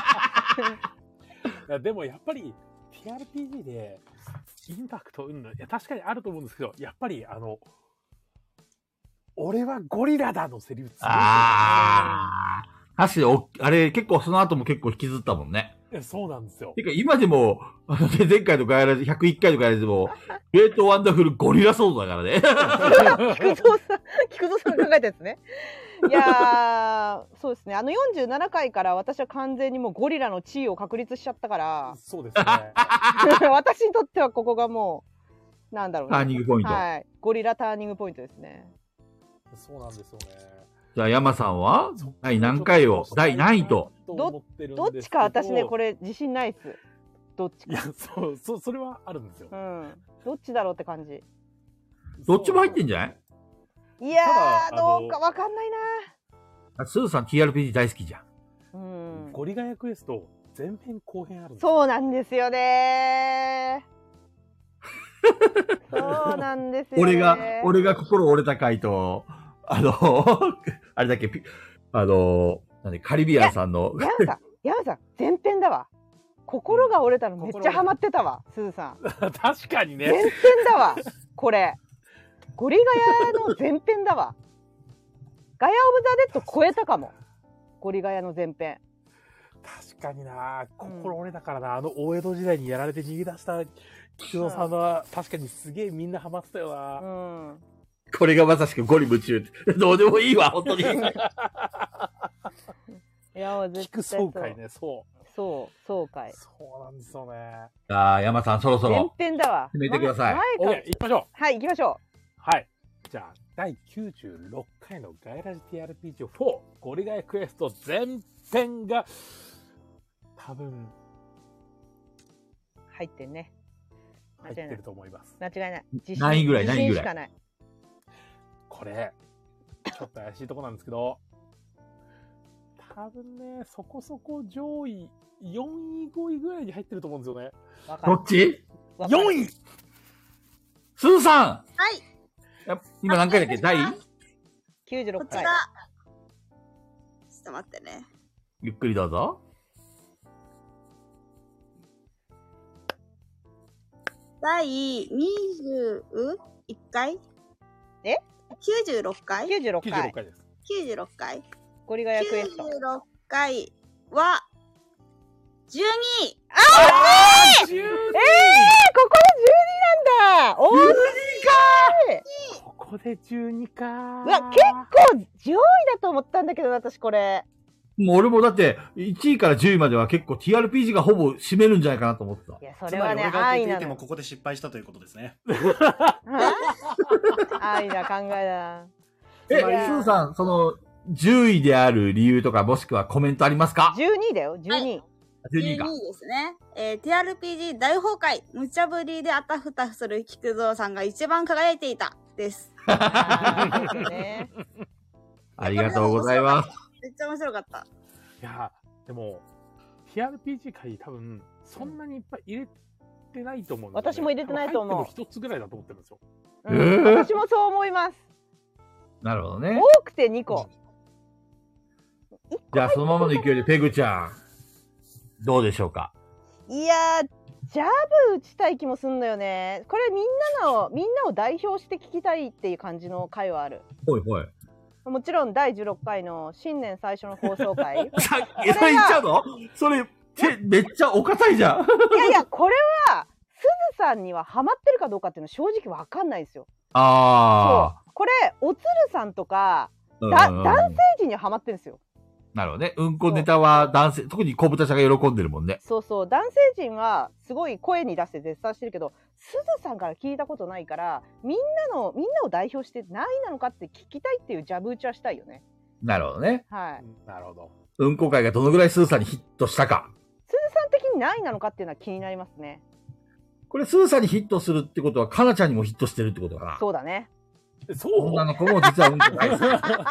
いやでもやっぱり ティーアールピージー でインパクトうんぬん、いや確かにあると思うんですけど、やっぱりあの俺はゴリラだのセリフ強いですよね。 あー。確かにお、あれ結構その後も結構引きずったもんね。 えそうなんですよ。 てか、今でも、あのね、前回のガヤラジ、ひゃくいっかいのガヤラジでも、グレートワンダフルゴリラソードだからね。 菊蔵さん、菊蔵さんが考えたやつね。いやー、そうですね。あのよんじゅうななかいから私は完全にもうゴリラの地位を確立しちゃったから、 そうですね。 私にとってはここがもう、なんだろうね。 ターニングポイント。 はい。ゴリラターニングポイントですね。 そうなんですよね。 じゃあ、山さんは、第何回を、第何位と。 どどっちか私ね、これ自信ないっす。どっちか。 いや、そう、そう、それはあるんですよ。 うん。どっちだろうって感じ。 どっちも入ってんじゃない？ いやー、どうかわかんないな。スーさん ティーアールピージー 大好きじゃん。 うん。 ゴリガヤクエスト、前編後編あるんですそうなんですよねー。そうなんですよねー。 俺が、俺が心折れた回と、あの、あれだっけ、あの、何カリビアンさんの。 ヤンさん、ヤンさん、前編だわ。心が折れたのめっちゃハマってたわ、すずさん。 確かにね。 前編だわ、これ。ゴリガヤの前編だわ。ガヤオブザ・デッド超えたかも。ゴリガヤの前編。 確かにな、心折れたからな、うん、あの大江戸時代にやられて逃げ出した菊野さんは、確かにすげえみんなハマってたよな。うん。 これがまさしくゴリ夢中。どうでもいいわ、本当に。いや、もう絶対そう。 聞く爽快ね、そう。 そう、爽快。 そうなんですよね。 ああ、山さん、そろそろ。 前編だわ。 決めてください。 オッケー、行きましょう。 はい、行きましょう。はい。じゃあ、だいきゅうじゅうろっかいのガイラジ ティーアールピージーフォー ゴリガヤクエスト前編が、多分、 入ってんね。 入ってると思います。 間違いない。 何位ぐらい何位ぐらいしかない。 これ、ちょっと怪しいとこなんですけど、多分ね、そこそこ上位よんい、ごいぐらいに入ってると思うんですよね。 どっち ? よんいスーさんはい。 今何回だっけ第きゅうじゅうろっかい。 こちら。ちょっと待ってね。 ゆっくりどうぞ。 第にじゅういっかいえ ? きゅうじゅうろっかい ?きゅうじゅうろっかい。 きゅうじゅうろっかいです。 きゅうじゅうろっかい。 ゴリガヤクエスト。 きゅうじゅうろっかいは、じゅうにい。 あー、惜しい！えー、ここでじゅうになんだ！おー、じゅうにかここでじゅうにか。 うわ、結構上位だと思ったんだけど、私これ。 もう俺もだって、いちいからじゅういまでは結構 ティーアールピージー がほぼ占めるんじゃないかなと思ってた。 いや、それはね、 つまり俺が愛なの。 出ていてもここで失敗したということですね。 愛な考えだ。 え、スーさん、その、じゅういである理由とか、もしくはコメントありますか？ じゅうにいだよ、じゅうにい。 じゅうにいか。 じゅうにいですね。えー、ティーアールピージー 大崩壊。無茶ぶりであたふたする菊蔵さんが一番輝いていた。です。 あー、そうですね。 ありがとうございます。 めっちゃ面白かった。 いや、でも、ティーアールピージー 回多分、そんなにいっぱい入れてないと思うんですよ、ね。 私も入れてないと思う。 入っても一つぐらいだと思ってるんですよ。 うん、えー、私もそう思います。 なるほどね。 多くてにこ。 じゃあ、そのままの勢いでペグちゃん、どうでしょうか？ いやー、ジャブ打ちたい気もすんのよね。これみんなの、みんなを代表して聞きたいっていう感じの回はある。 ほいほい。 もちろんだいじゅうろっかいの新年最初の放送回。 え、それ言っちゃうの？それ、めっちゃお堅いじゃん。 いやいや、これは、すずさんにはハマってるかどうかっていうのは正直わかんないですよ。 ああ。 そう。これ、おつるさんとか、だ男性陣にはハマってるんですよ。 なるほどね。うんこネタは男性、特に小豚ちゃんが喜んでるもんね。 そうそう。男性陣はすごい声に出して絶賛してるけど、すずさんから聞いたことないから、みんなの、みんなを代表して何位なのかって聞きたいっていうジャブ打ちはしたいよね。 なるほどね。 はい。 なるほど。 うんこ会がどのぐらいスーさんにヒットしたか。 すずさん的に何位なのかっていうのは気になりますね。 これスーさんにヒットするってことは、かなちゃんにもヒットしてるってことかな。 そうだね。 そう？ 女の子も実はうんこ大好き。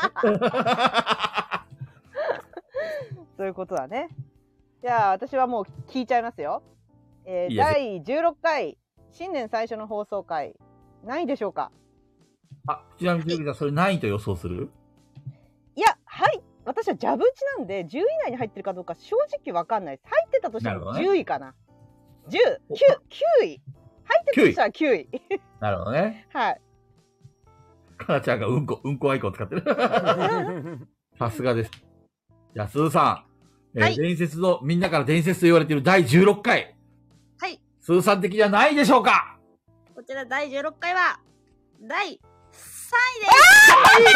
そういうことだね。じゃあ私はもう聞いちゃいますよ。えー、 いいですよ。 だいじゅうろっかい新年最初の放送回何位でしょうか？ あ、ちなみにペグちゃんそれ何位と予想する？ いや、はい。私はジャブ打ちなんでじゅうい以内に入ってるかどうか正直わかんないです。入ってたとしたらじゅういかな。じゅう、きゅう、きゅうい。入ってたとしたらきゅうい。 なるほどね。 はい。 かなちゃんがうんこ、うんこアイコン使ってる。さすがです。じゃあ、スーさん。 えーはい伝説の、みんなから伝説と言われているだいじゅうろっかい。 はい。 スーさん的には何位でしょうか？ こちらだいじゅうろっかいは、だいさんいです。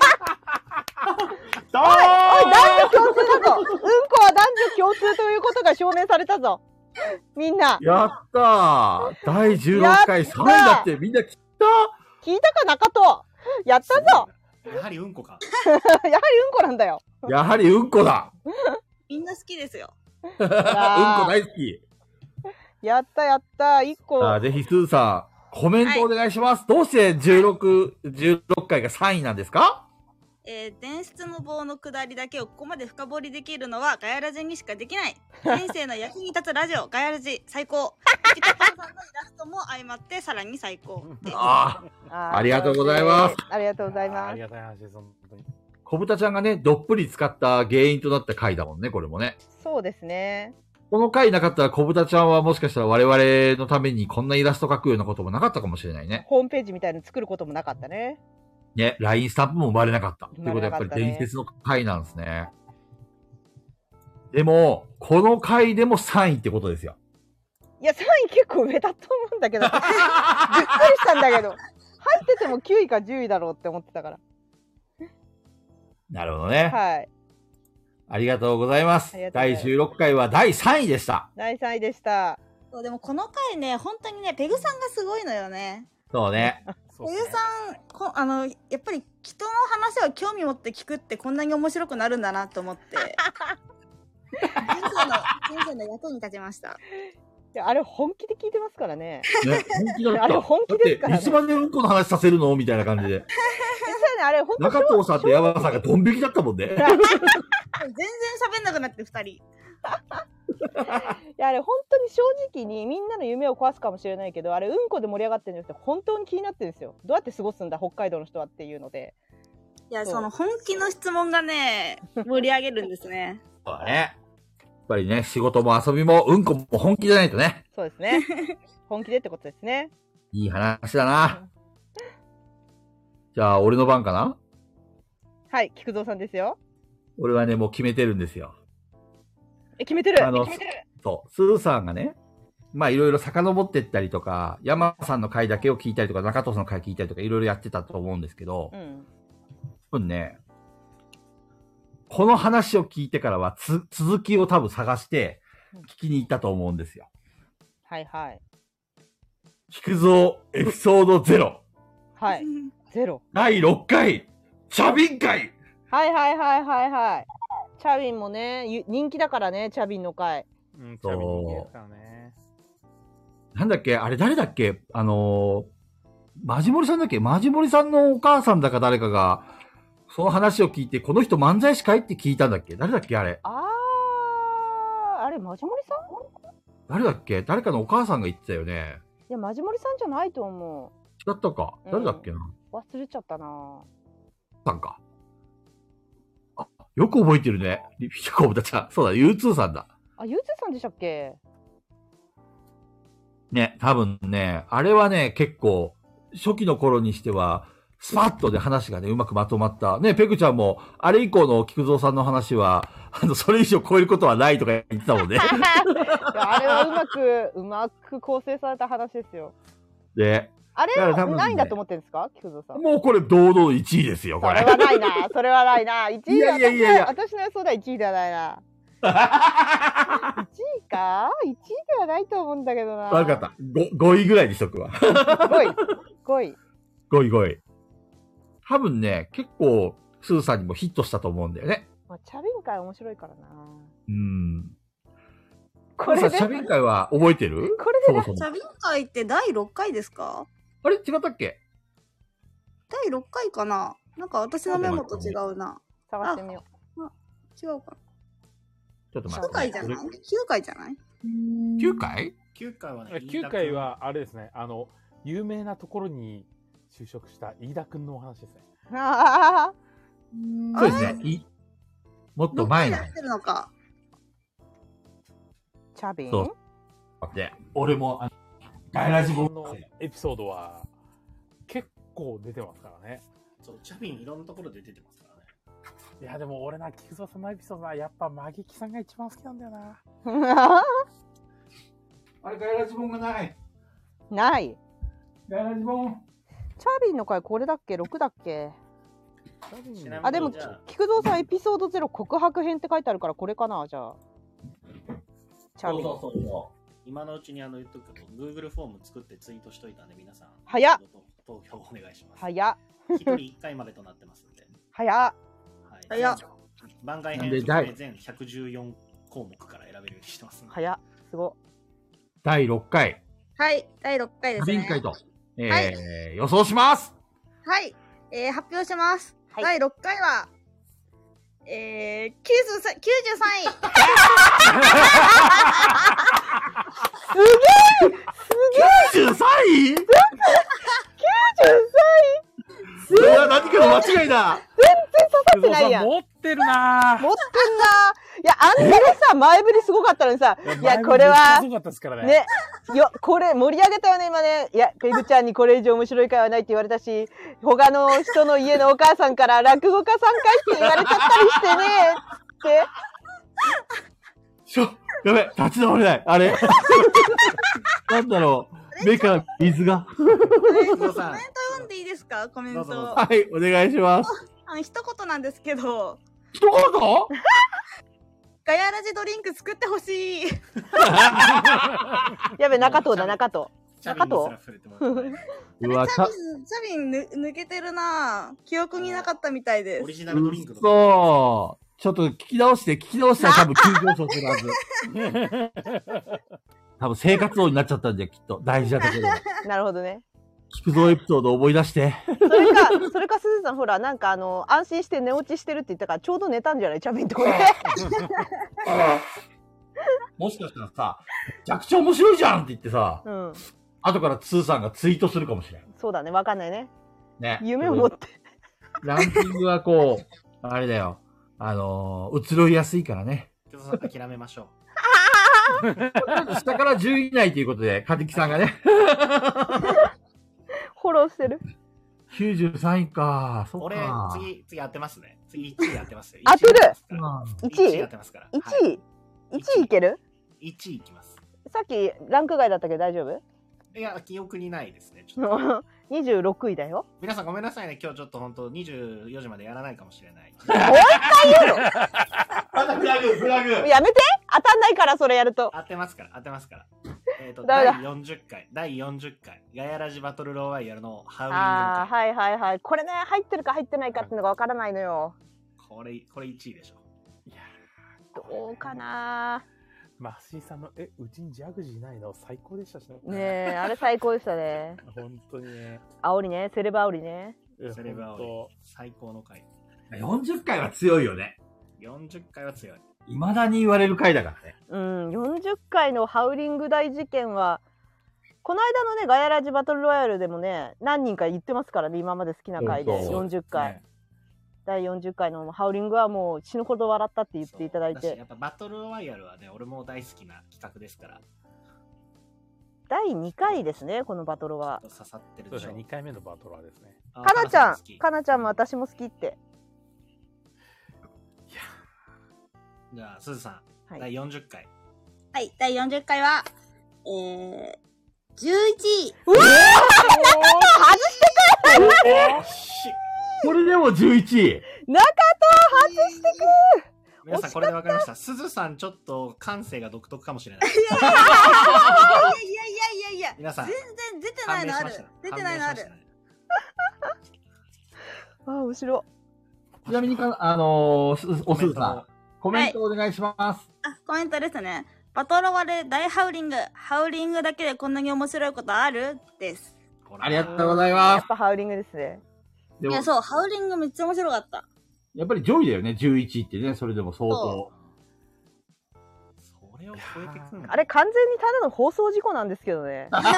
どうおい、男女共通だぞ。うんこは男女共通ということが証明されたぞ。みんな。 やったーだいじゅうろっかいさんいだってみんな聞いた聞いたか中戸。やったぞ。 やはりうんこか。 やはりうんこなんだよ。 やはりうんこだみんな好きですよ。 うんこ大好き。 やったやった。一個。 さあ、ぜひスーさん、コメントお願いします。どうしてじゅうろく、じゅうろっかいがさんいなんですか？ えー、伝説の棒の下りだけをここまで深掘りできるのはガヤラジにしかできない。人生の役に立つラジオ、ガヤラジ最高。ピタパンさんのイラストも相まってさらに最高です。 ああ、 あーありがとうございます。 ありがとうございますあり。がたい話です、本当に。 小豚ちゃんがね、どっぷり使った原因となった回だもんね、これもね。 そうですね。 この回なかったら小豚ちゃんはもしかしたら我々のためにこんなイラスト描くようなこともなかったかもしれないね。 ホームページみたいの作ることもなかったね。 ね、ライン スタンプも生まれなかった。ということはやっぱり生まれなかったね伝説の回なんですね。でも、この回でもさんいってことですよ。 いや、さんい結構上だと思うんだけど。びっくりしたんだけど。入っててもきゅういかじゅういだろうって思ってたから。 なるほどね。 はい。 ありがとうございます。 ありがとうございますだいじゅうろっかいはだいさんいでした。 だいさんいでした。 そうでもこの回ね、本当にね、ペグさんがすごいのよね。 そうね。 ペグそうっすねさんこ、あの、やっぱり人の話を興味持って聞くってこんなに面白くなるんだなと思って。人生の、人生の役に立ちました。 いや、あれ本気で聞いてますからね。 ね、本気だった。 あれ本気ですからねだって、いつまでうんこの話させるのみたいな感じで。 実際ね、あれ本当中藤さんと山田さんがドン引きだったもんね。 全然喋んなくなって二人。 いや、あれ本当に正直にみんなの夢を壊すかもしれないけど、あれうんこで盛り上がってるんじゃなくて本当に気になってるんですよ。どうやって過ごすんだ北海道の人はっていうので。 いや、 そうその本気の質問がね、盛り上げるんですね。 そうだね。やっぱりね、仕事も遊びもうんこも本気じゃないとね。 そうですね。本気でってことですね。 いい話だな。じゃあ、俺の番かな？ はい、菊蔵さんですよ。 俺はね、もう決めてるんですよ。 え、決めてる。 あの決めてる。 そう、スーさんがね、まあいろいろ遡ってったりとか、山さんの回だけを聞いたりとか、中藤さんの回聞いたりとか、いろいろやってたと思うんですけど、 うん。 多分ね、この話を聞いてからはつ、続きを多分探して、聞きに行ったと思うんですよ。 はいはい。 菊蔵エピソードゼロ、 はい。ゼロ。 だいろっかい、チャビン会。 はいはいはいはいはい。チャビンもね、ゆ人気だからね、チャビンの回。 うん、ちなみにですからね。 なんだっけあれ誰だっけあのー、マジモリさんだっけマジモリさんのお母さんだか誰かが、その話を聞いて、この人漫才師かいって聞いたんだっけ誰だっけあれ。 あー、あれ、マジモリさん？ 誰だっけ誰かのお母さんが言ってたよね。 いや、マジモリさんじゃないと思違ったかうん誰だっけな、 う。忘れちゃったなさんか。あ、よく覚えてるね。リピコブタちゃん。そうだ、ユーツー さんだ。 あ、ゆうつーさんでしたっけ？ ね、多分ね、あれはね、結構、初期の頃にしては、スパッとで話がね、うまくまとまった。ね、ペグちゃんも、あれ以降の菊蔵さんの話は、あの、それ以上超えることはないとか言ってたもんね。 いやあれはうまく、うまく構成された話ですよ。 で、 あれはだから多分ねないんだと思ってるんですか菊蔵さん。 もうこれ堂々いちいですよ、これ。 それはないな。それはないな。いちいはいやいやいやいや私の予想ではいちいではないな。いちいか ?いち 位ではないと思うんだけどな。 わかった。ごいぐらいにしとくわ。 ごい。ごい。 ごいごい。多分ね、結構、スーさんにもヒットしたと思うんだよね。 まあ、チャビン会面白いからな。 うん。 これで、 さ、シャビン会は覚えてるこれでそもそもチ。ャビン会ってだいろっかいですか？ あれ違ったっけだいろっかいかな？なんか私のメモと違うな。 探してみよ違うかな。 ちょっと待きゅうって。 かいじゃない ?きゅう 回じゃない？ きゅうかいきゅうかいはね、 きゅうかいは、あれですね、あの、有名なところに就職した飯田くんのお話ですね。 う。あそうですね。いもっと前のや。ってるのか。 ーチャビンそう待って、俺も、あの、ガイラジボのエピソードは結構出てますからね。 そう、チャビンいろんなところで出てますからね。 いや、でも俺な、菊蔵さんのエピソードは、やっぱ、マギキさんが一番好きなんだよな。 あれ、ガヤラジボンがない。 ない。 ガヤラジボン。 チャービンの回これだっけろくだっけ。 ちなみにあ、でもじゃあ菊蔵さんエピソードゼロ告白編って書いてあるからこれかな。じゃあチャービン。 そうそうそうそ今のうちにあの言っとくけど、Google フォーム作ってツイートしといたんで、皆さん、 早っ投票お願いします。 早っ一人一回までとなってますんで。 早っはい。 早っ番外編なんで第含め全ひゃくじゅうよん項目から選べるようにしてますんで。 早っすご。 う。だいろっかい。 はい、だいろっかいですね。 旅員会と、えーはい予想します。 はい、えー、発表します。 はいだいろっかいは、えー、きゅうじゅうさん、きゅうじゅうさんい。 きゅうじゅうさんい ?きゅうじゅうさんいそれは何かの間違いだ。 刺さってないやん。持っ持ってるなぁ。 てんな。いや、あんなにさ、前振りすごかったのにさ、いや、これはす、ごかったですからね。 ね、よ、これ盛り上げたよね、今ね。いや、ペグちゃんにこれ以上面白い回はないって言われたし、他の人の家のお母さんから落語家さんかいって言われちゃったりしてね、って。 しょ、やべ、立ち直れない。あれなんだろう。目から水が。 コメント菊蔵さん読んでいいですか？コメント。 どうぞどうぞはい、お願いします。 あの、一言なんですけど、 一言ガヤラジドリンク作ってほしい。 やべ、中藤だ、中藤。 チャビンにすら触れてもらってない。 うわ、たチャビ、ン、チャビンぬ抜けてるなぁ。記憶になかったみたいです。 オリジナルドリンクの。 そう。ちょっと聞き直して、聞き直したら多分急上昇するはず。多分生活音になっちゃったんだよ、きっと。大事なところが。 なるほどね。 聞くぞエピソードを思い出して。 それか、それか、すずさん、ほら、なんかあの、安心して寝落ちしてるって言ったから、ちょうど寝たんじゃないチャビンとこで。 もしかしたらさ、めちゃくちゃ面白いじゃんって言ってさ、 うん。 後からツーさんがツイートするかもしれん。 そうだね、わかんないね。 ね。 夢を持って。 ランキングはこう、あれだよ。あのー、移ろいやすいからね。 菊蔵さん諦めましょ下からじゅうい以内ということで、かてきさんがね。 フォローしてる。 きゅうじゅうさんいか。 う。 そっ俺か。、 次、次当てますね。次いちい当てますよ。 当てるうんいちいいちい当てますから。 ?いちはいい ?いち いいけるいちいいきます。 さっきランク外だったけど大丈夫いや、記憶にないですね。ちょっとにじゅうろくいだよ。 皆さんごめんなさいね。今日ちょっと本当にじゅうよじまでやらないかもしれない。 またフラグ、フラグ。 やめて当たんないから、それやると。 当てますから、当てますから。えっ、と、 ダメだだいよんじゅっかい、だいよんじゅっかい、ガヤラジバトルロワイヤルのハウリングああ、 会。 はいはいはい。これね、入ってるか入ってないかっていうのがわからないのよ。 これ、これいちいでしょ。 いやどうかなー、マッシーさんの、え、うちにジャグジーないの最高でしたしね。 ねえ、あれ最高でしたね。 本当にね。 煽りね、セレブ煽りね。 えセレブアオリ本最高の回。 よんじゅっかいは強いよね。 よんじゅっかいは強い。 未だに言われる回だからね。 うん、よんじゅっかいのハウリング大事件は、この間のね、ガヤラジバトルロワイヤルでもね、何人か言ってますからね、今まで好きな回で、 そうそうよんじゅっかい。 ねだいよんじゅっかいのハウリングはもう死ぬほど笑ったって言っていただいてそうだしや、っぱバトルロワイヤルはね、俺も大好きな企画ですから。 だいにかいですね、このバトルは。 刺さってるそうですね、 でしょ。 にかいめのバトラーですね。 あかなちゃん好き、 かなちゃんも私も好きって。 じゃあ、すずさん、 はいだいよんじゅっかい。 はい、だいよんじゅっかいは、えー、じゅういちい。 うわーしこれでもじゅういちい。 中藤外して皆さん、これで分かりました。すずさん、ちょっと感性が独特かもしれない。 いやいやいやいやいや、 皆さん全然出てないのある。出てないのある。 あー、面白ちなみにか、あのー、すおすずさん、コメントお願いします。 あ、コメントですね。バトロワで大ハウリング。ハウリングだけでこんなに面白いことあるです。 ありがとうございい。やます。 っぱハウリングですね。 でもいや、そう、ハウリングめっちゃ面白かった。 やっぱり上位だよね、じゅういちいってね、それでも相当。 それを超えてくるのあれ完全にただの放送事故なんですけどね。 確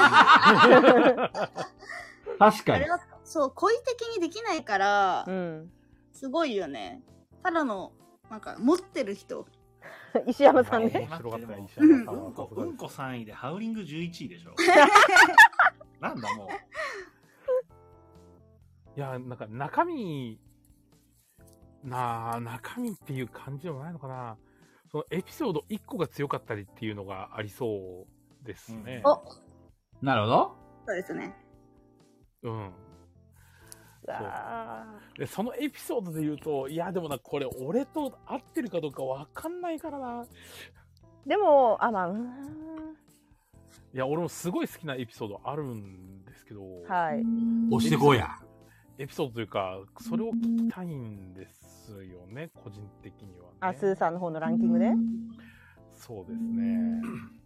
かにあれ。は、そう、故意的にできないからう、ん。 すごいよね。ただの、なんか、持ってる人。 石山さんね。 面白かったね、石うん山さんはうんこ、うんこさんいでハウリングじゅういちいでしょ。なんだもう。 いや、なんか中身、 なあ、中身っていう感じでもないのかな。そのエピソードいっこが強かったりっていうのがありそうですね。 お、 なるほど。 そうですね。 うん。 あで、そのエピソードで言うと、いや、でもな、これ俺と合ってるかどうかわかんないからな。 ーでも、あ、まあ、うーんいや、俺もすごい好きなエピソードあるんですけど、 はい。 押してこうや。 エピソードというか、それを聞きたいんですよね、個人的にはね。 あ、スーさんの方のランキングね。 そうですね。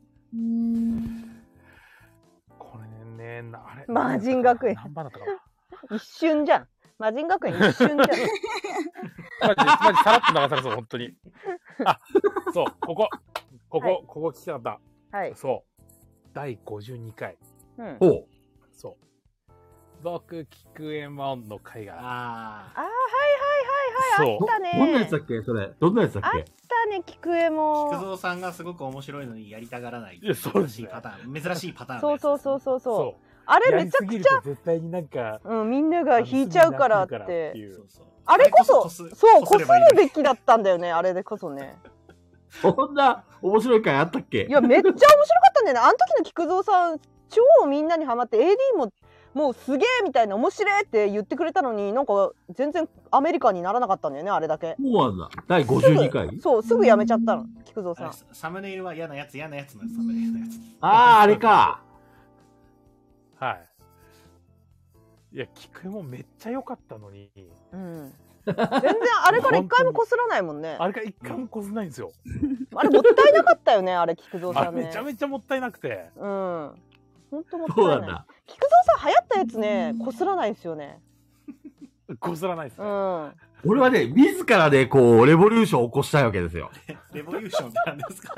これね、なあれ魔人学園何番だったかな。 一瞬じゃん。魔人学園一瞬じゃん。 マジで、マジさらっと流されそう、本当に。あ、そう、ここ、ここ、 はいここ聞きたかっはいた。。そう。だいごじゅうにかい。 うん。 ほう。 そう。僕、菊右衛門の回が。 ああー、 あ。 はいはいはいはい。あそうったね。 どんなやつだっけそれ。どんなやつだっあっけたね、菊江も。 菊蔵さんがすごく面白いのにやりたがらない。 いやそうですね珍しいパターン。珍しいパターンのそうやつそうそうそうそう。 そう。 あれやめちゃくちりすぎると絶対になんか、 ゃ、うん、みんなが引いちゃうからっあのすぐになってるからってて。 いうそうそうあれこそ、そう、こするばいいのにべきだったんだよね、あれでこそね。 そんな面白い回あったっけいや、めっちゃ面白かったんだよね。あの時の菊蔵さん、超みんなにハマって、エーディー も、もうすげえみたいな、面白いって言ってくれたのに、なんか全然アメリカンにならなかったんだよね、あれだけ。 そうなんだ。だいごじゅうにかいそう、すぐやめちゃったの、菊蔵さん。 あれサムネイルは嫌なやつ、嫌なやつのサムネイルのやつ。 ああ、あれか。 はい。いや、菊右衛門めっちゃ良かったのに、 うん。全然あれから一回もこすらないもんね。 あれから一回もこずないんですよ。 あれもったいなかったよね、あれ、菊蔵あさんね。 れめちゃめちゃもったいなくて。 うん。ほんともったいない。 そうなんだ。 菊蔵さん流行ったやつね、こすらないんですよね。 こすらないですね。 うん。 俺はね、自らでこう、レボリューションを起こしたいわけですよ。 レボリューションって何ですか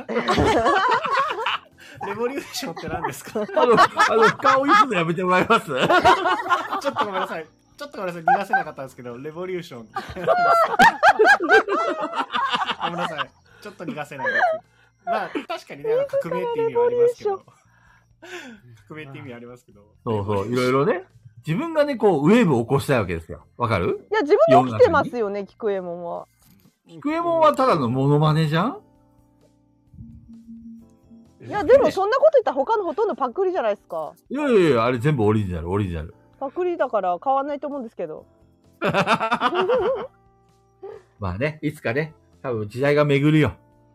レボリューションって何ですかあの、あの、顔言うのやめてもらえますちょっとごめんなさい。ちょっとごめんなさい。逃がせなかったんですけど、レボリューション。ごめんなさい。ちょっと逃がせないです。まあ、確かにね、あの革命って意味はありますけど。革命って意味ありますけど。 そうそう、いろいろね。自分がね、こう、ウェーブを起こしたいわけですよ。わかるいや、自分で起きてますよね、菊右衛門は。 菊右衛門はただのモノマネじゃんいや、でもそんなこと言ったら他のほとんどパクリじゃないですか。 いやいやいや、あれ全部オリジナル、オリジナル。 パクリだから変わんないと思うんですけど。 まあね、いつかね、多分時代が巡るよ。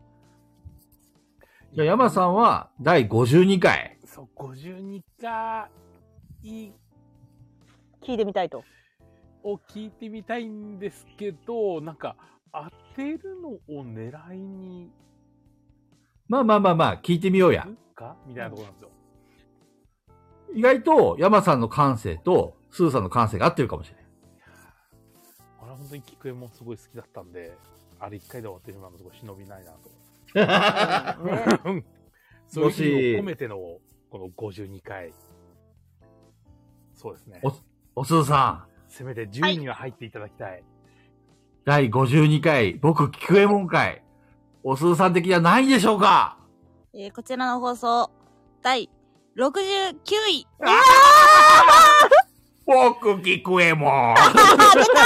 じゃあ、山さんはだいごじゅうにかい。 そう、ごじゅうにかい聞いてみたいと。 を聞いてみたいんですけど、なんか、当てるのを狙いにまあまあまあまあ、聞いてみようや行。くかみたいなところなんですよ。 意外と山さんの感性とスーさんの感性が合ってるかもしれない。 俺は本当に菊右衛門すごい好きだったんで、あれ一回で終わってる今のところ忍びないなと思って。 ね、 そういう意味を込めての、このごじゅうにかい。そうですね。 おすーさん、 せめてじゅういには入っていただきたい。 だいごじゅうにかい、僕、菊右衛門会、おすーさん的には何位でしょうか？ えーこちらの放送、だいろくじゅうきゅうい。 僕、菊右衛門。 出た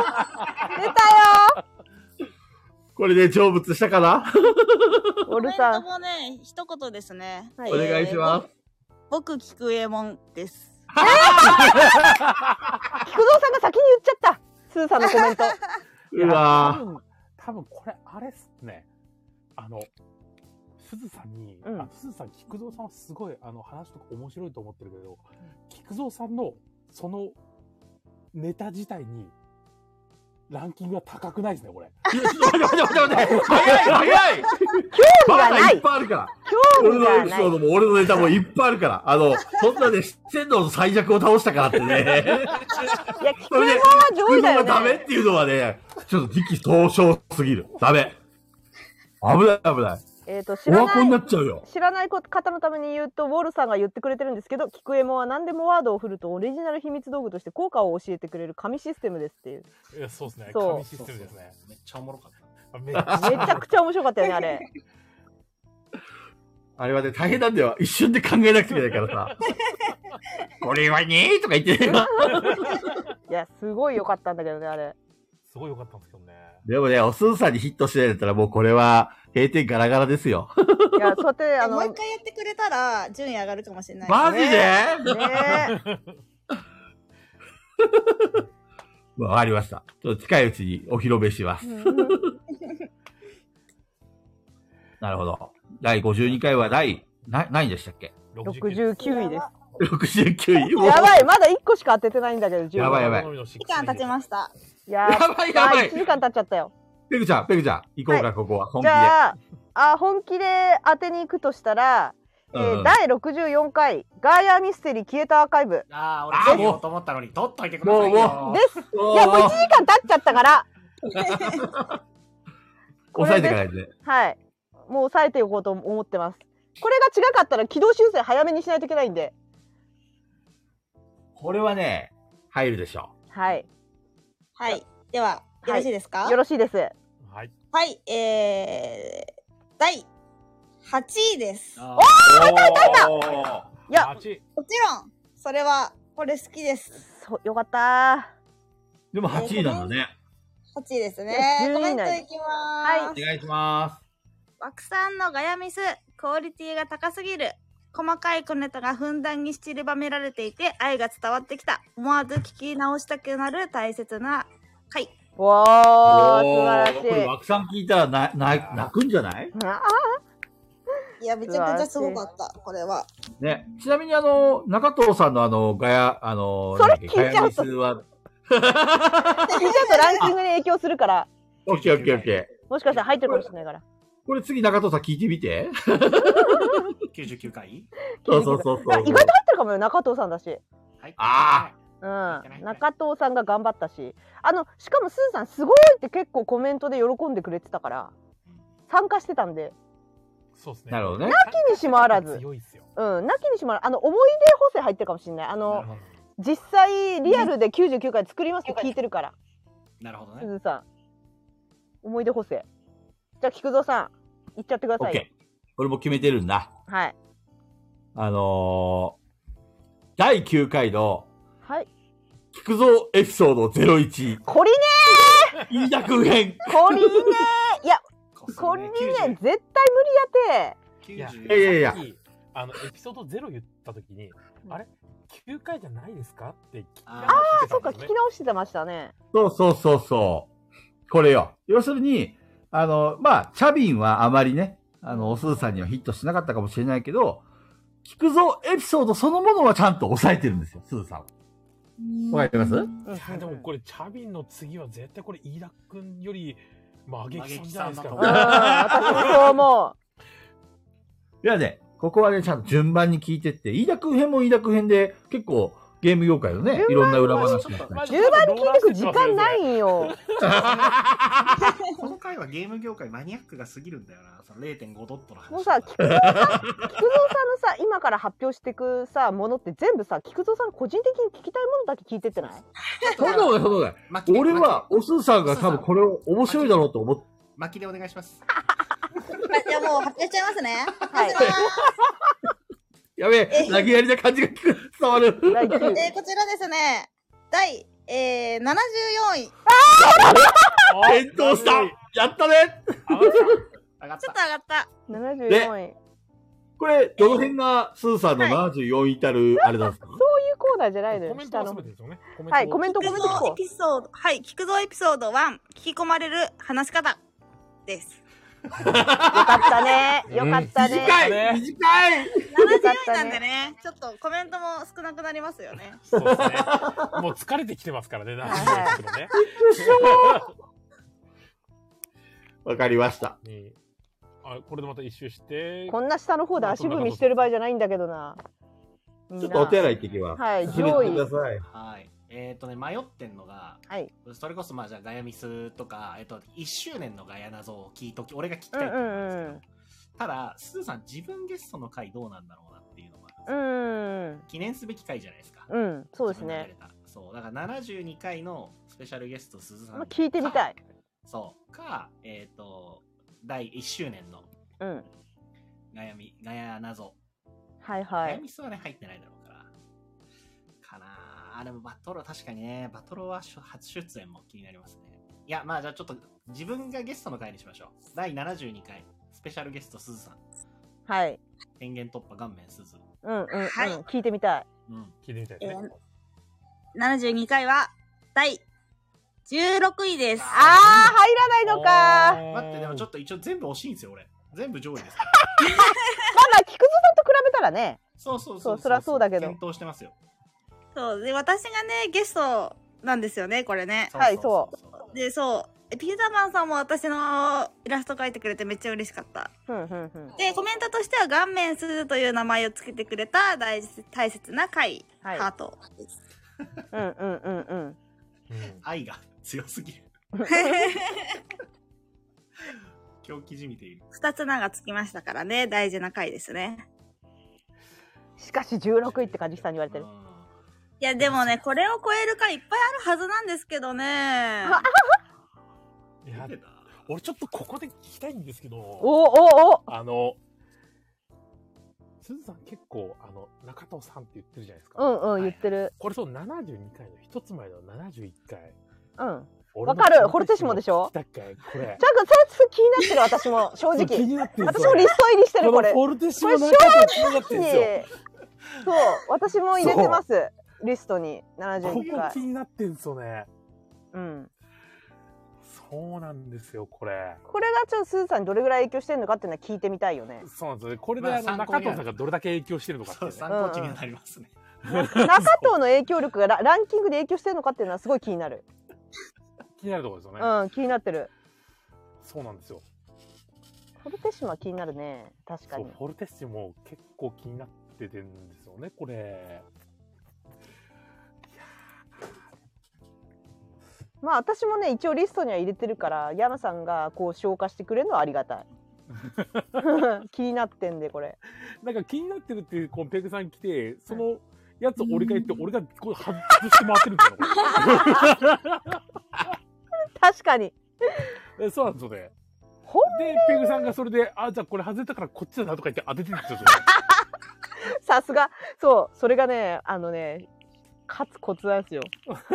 よこれで成仏したかな？ オルコメントさん。 もね、一言ですね。 はいお願いします。 僕、菊右衛門です。 菊蔵さんが先に言っちゃった。スーさんのコメント。 うわ多分、多分これ、あれっすね。あの、すずさんに、 うんあすずさん、菊蔵さんはすごい、あの、話とか面白いと思ってるけど、菊蔵さんの、その、ネタ自体に、ランキングは高くないですね、これ。 ー。待って待って待って待って早い早い興味まだがないいっ。ぱいあるから。 興俺味がない。 のエピソードも俺のネタもいっぱいあるから。あの、そんなね、天皇の最弱を倒したからってね。 いや、菊右衛門は上位だよがダメっね。 ていうのはね、ちょっと時期尚早すぎる。ダメ。危ない危ない。 えっと、知らオワコンにな、 ないっちゃうよ。 知らない方のために言うと、ウォルさんが言ってくれてるんですけど、菊右衛門は何でもワードを振るとオリジナル秘密道具として効果を教えてくれる神システムですっていう。 いや、そうですね。 そう神システムですね。 めっちゃおもろかった。 あめっちゃめちゃくちゃ面白かったよね、あれ。 あれはね、大変なんだよ。一瞬で考えなくちゃいけないからさ。これはねーとか言ってね。 いや、すごい良かったんだけどね、あれ。 すごい良かったんですけどね。 でもね、おすずさんにヒットしてないんだったらもうこれは閉店ガラガラですよ。 いや、そうやって、あの、 もう一回やってくれたら、順位上がるかもしれない。 マジで、 ねわかりました。ちょっと近いうちにお披露目します。なるほど。だいごじゅうにかいは第、な、何でしたっけ？ ろくじゅうきゅういです。 ろくじゅうきゅうい。 やばい、まだいっこしか当ててないんだけど、 やばいやばい。 時間経ちました。 ややばいやばい。 いちじかん経っちゃったよ。 ペグちゃん、ペグちゃん、行こうか、 はい、 ここは。本気で。 じゃあ、あ、本気で当てに行くとしたら、えーうん、 だいろくじゅうよんかい、ガーヤーミステリー消えたアーカイブ。 ああ、俺そう言おうと思ったのに、取っといてくださいよ。 もうもです。いや、もういちじかん経っちゃったから。 抑えていかないで。 はい。もう抑えておこうと思ってます。これが違かったら軌道修正早めにしないといけないんで。 これはね、入るでしょう。はい。 はい。では、よろしいですか？ よろしいです。 はい。 はい、えー、だいはちいです。 おー、入った入った入った。いや、 もちろん、それは、これ好きです。 そう、よかったー。でもはちいなんだね。 はちいですね。コメントいきまーす。 はい。お願いします。 枠さんのガヤミス、クオリティが高すぎる。細かい小ネタがふんだんに散りばめられていて、愛が伝わってきた。思わず聞き直したくなる大切な回。 わー、素晴らしい。 これ枠さん聞いたらな、な、泣くんじゃない？ いや、めちゃくちゃすごかった、これは。 ね。ちなみにあの、中藤さんのあの、ガヤ、あの、 それ聞いちゃうと。 ガヤミスは聞いちゃうとランキングに影響するから。 オッケーオッケーオッケー。もしかしたら入ってるかもしれないから。 これ次中藤さん聞いてみて。 きゅうじゅうきゅうかいそうそうそうそう。 意外と入ってるかもよ、中藤さんだし。 ああ。うん。中藤さんが頑張ったし。あの、しかもスーさんすごいって結構コメントで喜んでくれてたから、参加してたんで。 そうですね。 なるほどね。 なきにしもあらず。 強いっすよ。 うん、なきにしもあらず。あの、思い出補正入ってるかもしれない。あの、実際リアルできゅうじゅうきゅうかい作りますって聞いてるから。 なるほどね。 すずさん。思い出補正。じゃあ、菊蔵さん、言っちゃってくださいよ。 オッケー。俺も決めてるんだ。 はい。 あのー、だいきゅうかいの、 はい。 菊蔵エピソードゼロいち。 こりねー飯田くん編。 こりねーいや、こりねー絶対無理やて。 いやいやいやいや。 あの、エピソードゼロ言ったときに、あれきゅうかいじゃないですかって聞き直してたんですよね。 ああ、そうか、聞き直してましたね。 そうそうそうそう。これよ。要するに、あの、まあ、チャビンはあまりね、あの、おすずさんにはヒットしなかったかもしれないけど、聞くぞエピソードそのものはちゃんと抑えてるんですよ、すずさんは。わかります？ いや、でもこれ、チャビンの次は絶対これ、飯田くんより、まあ、あげきさんじゃないですか。 私もそう思う。 いやね、ここはね、ちゃんと順番に聞いてって、飯田くん編も飯田くん編で、結構、ゲーム業界のね、いろんな裏話がしたり。 順番に聞いてく時間ないんよ。 この回はゲーム業界マニアックが過ぎるんだよな。その れいてんご ドットの話。 もうさ、菊蔵さん、菊蔵さんのさ、今から発表していくさ、ものって全部さ、菊蔵さん個人的に聞きたいものだけ聞いてってない？ そうだよ、そうだよ。俺は、おすずさんが多分これを面白いだろうと思って。 巻きでお願いします。 じゃあもう発表しちゃいますね。 はい。 やべえ、投げやりな感じが伝わる。 えー、こちらですね、だい、えー、ななじゅうよんい。 あー転倒したやったね上がった。 ちょっと上がった。 ななじゅうよんい。 これ、どの辺がスーさんのななじゅうよんいたる、あれなんですか？ そういうコーナーじゃないのよ。 コメントは全てですよね。 はい、コメント、コメント聞こう。 エピソード、はい、聞くぞエピソードいち、聞き込まれる話し方です。 よかったね。よかったね。 短い短いななじゅうよんいなんでね、ちょっとコメントも少なくなりますよね。 そうですね。もう疲れてきてますからね、ななじゅうよんいね。 わかりました。 あ、これでまた一周して。 こんな下の方で足踏みしてる場合じゃないんだけどな。 ちょっとお手洗い行ってきます。 はい、 上位。 はい。えっとね、迷ってんのが、 はい、 それこそまあじゃあガヤミスとか、えっと、いっしゅうねんのガヤ謎を聞いとき、俺が聞きたいと思うんですけど、うんうんうん、ただ、すずさん自分ゲストの回どうなんだろうなっていうのが、うん、記念すべき回じゃないですか。 うん、そうですね。 そう、だからななじゅうにかいのスペシャルゲストすずさん。 聞いてみたい。 そう。か、えっと、だいいっしゅうねんの、うん。ガヤミ、ガヤ謎。 はいはい。 ガヤミスはね、入ってないだろうから。かなあ、でもバトロ確かにね、バトロは初出演も気になりますね。 いや、まあじゃあちょっと自分がゲストの回にしましょう。だいななじゅうにかい、スペシャルゲストすずさん。 はい。 変幻突破顔面すず。 うんうん、うん、 はい聞いてみたい。 うん。 聞いてみたいですね。 えー、ななじゅうにかいは、だいじゅうろくいです。 あー、入らないのかー。 待って、でもちょっと一応全部惜しいんですよ、俺。全部上位です。 まあまあ、菊蔵さんと比べたらね。 そうそうそう。 そう、そりゃそうだけど。 検討してますよ。 そう。で、私がね、ゲストなんですよね、これね。 はい、そう。 で、そう。ピーターマンさんも私のイラスト描いてくれてめっちゃ嬉しかった。 ふんふんふん。 で、コメントとしては、顔面すずという名前をつけてくれた大大切な回、はい、ハートです。 うんうんうんうん。 愛が強すぎる。狂気じみている。 二つ名がつきましたからね、大事な回ですね。 しかしじゅうろくいって梶木さんに言われてる。 いや、でもね、これを超える回いっぱいあるはずなんですけどね。 いや、俺ちょっとここで聞きたいんですけど、 おおおあの、すずさん結構、あの、中藤さんって言ってるじゃないですか。 うんうん、言ってる。 これそう、ななじゅうにかいの一つ前のななじゅういっかい。 うん。わかる、ホルテシモでしょ。 だっけ、これ。 ちょっとそれ気になってる、私も正直。 気になってる。 私もリスト入りしてる、これ。 ホルテシモこれ正直。そう、私も入れてます。リストにななじゅうにかい。 ここ気になってんすよね。 うん。 そうなんですよ、これ。 これがちょっとすずさんにどれぐらい影響してるのかっていうのは聞いてみたいよね。 そうなんですよね。これで、あの、中藤さんがどれだけ影響してるのかっていうね。 参考値になりますね。 中藤の影響力がラランキングで影響してるのかっていうのはすごい気になる。 気になるところですよね。 うん、気になってる。 そうなんですよ。 フォルテッシモは気になるね。確かに。 フォルテッシモも結構気になっててるんですよね、これ。 まあ私もね一応リストには入れてるから山さんがこう消化してくれるのはありがたい。気になってんでこれ。 なんか気になってるっていうこのペグさん来てそのやつ俺が言って俺がこう外して回ってるんだよ。 確かに。 そうなんですよね。でペグさんがそれであじゃあこれ外れたからこっちだなとか言って当ててるんですよ。 さすがそうそれがねあのね。勝つコツなんですよ。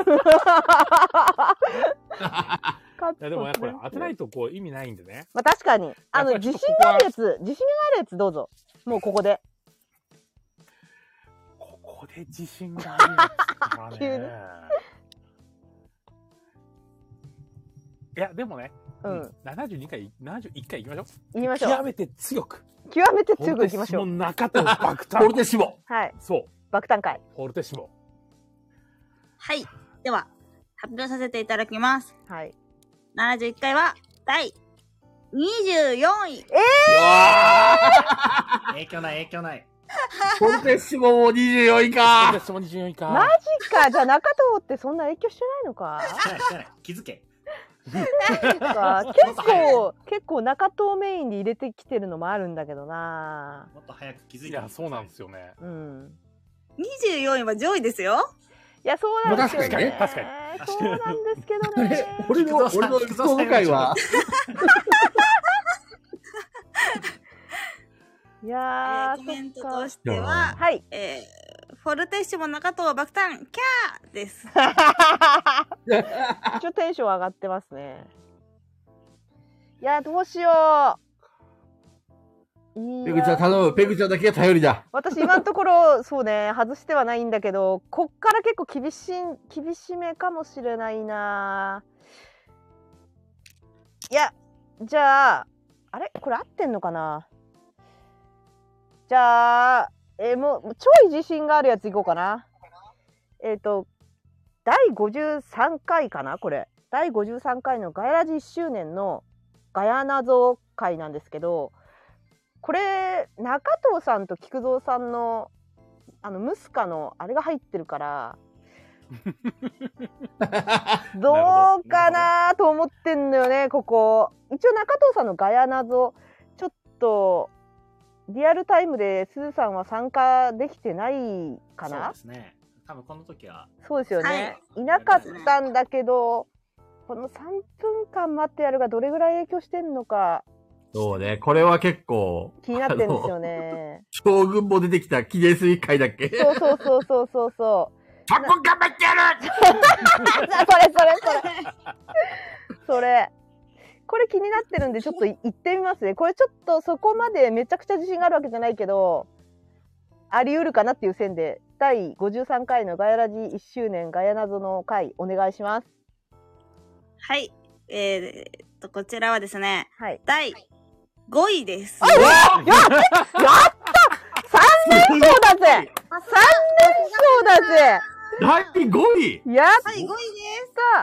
いやでもねこれ当てないとこう意味ないんでね。 まあ確かにあの自信があるやつ自信があるやつどうぞもうここで。 ここで自信があるやつからね。いやでもね、うん、ななじゅうにかいななじゅういっかいいきましょう。 言いましょう。 極めて強く。 極めて強くいきましょう。 フォルテシモ中と爆誕。 フォルテシモ。 はい。 そう。 爆誕会。 フォルテシモ。 はい。では、発表させていただきます。 はい。 ななじゅういっかいは、だいにじゅうよんい。えー影響ない、影響ない。 フォルテシモもにじゅうよんいか。 フォルテシモにじゅうよんいか。 マジか。じゃあ中藤ってそんな影響してないのか。 してない、してない。気づけ。 結構、結構中藤メインで入れてきてるのもあるんだけどな。 もっと早く気づいて。 いや、そうなんですよね。 うん。 にじゅうよんいは上位ですよ。 いや、そうなんですよね。 確かに、確かに。 そうなんですけどね。 俺の、俺の理想深いは。 いやー、 えー、コメントとしては、 はい。 えー、フォルテッシモ中藤爆誕、キャーです。 一応テンション上がってますね。いや、どうしよう。 ペグちゃん頼む。ペグちゃんだけが頼りだ。 私今のところそうね外してはないんだけどこっから結構厳しい厳しめかもしれないな。いやじゃああれこれ合ってんのかな。じゃあえー、もうちょい自信があるやついこうかな。えっ、ー、とだいごじゅうさんかいかなこれ。だいごじゅうさんかいのガヤラジいっしゅうねんのガヤ謎会なんですけど。これ中藤さんと菊蔵さんのあのムスカのあれが入ってるからどうかなと思ってんのよねここ。一応中藤さんのガヤ謎ちょっとリアルタイムですずさんは参加できてないかな。 そうですね。多分この時はそうですよね、はい、いなかったんだけどこのさんぷんかん待ってやるがどれぐらい影響してんのか。 そうね、これは結構気になってんですよね。 将軍も出てきた記念すべき回だっけ。 そうそうそうそうそうそう。 そこ頑張ってやる。 それそれそれ。 それ。これ気になってるんでちょっと行ってみますね。これちょっとそこまでめちゃくちゃ自信があるわけじゃないけど、あり得るかなっていう線で、だいごじゅうさんかいのガヤラジいっしゅうねんガヤ謎の回お願いします。 はい。えー、っと、こちらはですね、 はい。 だいごいです。 あ、やったやった !さん 連勝だぜ !さん 連勝だぜだいごいやったはい、ごいです。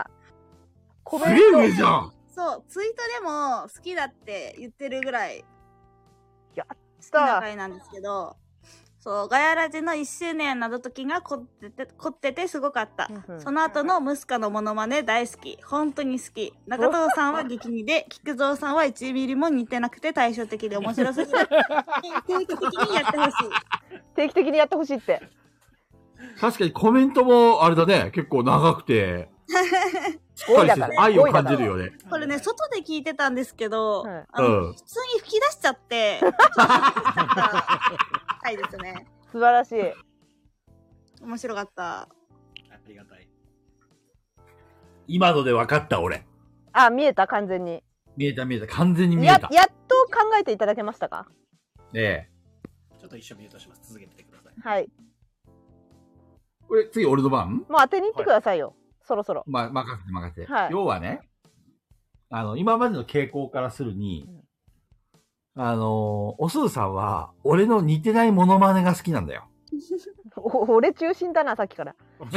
コすげえメント。 上じゃん。 そう、ツイートでも好きだって言ってるぐらいやっ好きなた。 回なんですけど、そう、ガヤラジのいっしゅうねんなど時が凝ってて、凝っててすごかった。 うんうんその後のムスカのモノマネ大好き。本当に好き。中藤さんは激似で、菊蔵さんはいちミリも似てなくて対照的で面白すぎる。定期的にやってほしい。 定期的にやってほしいって。 確かにコメントも、あれだね、結構長くて、しっかりしてて愛を感じるよね。 これね、外で聞いてたんですけど、 はいあのうん普通に吹き出しちゃって、はいですね。 素晴らしい。 面白かった。 ありがたい。 今ので分かった俺。 あ、見えた完全に。 見えた見えた。完全に見えや、 た。 やっと考えていただけましたか？ ええ。 ちょっと一緒ミュートします。続けてください。 はい。 これ次俺の番もう当てに行ってくださいよ。そろそろ。 ま、任せて任せて。 はい要はね、あの、今までの傾向からするに、あの、おすずさんは、俺の似てないモノマネが好きなんだよ。 お俺中心だな、さっきから。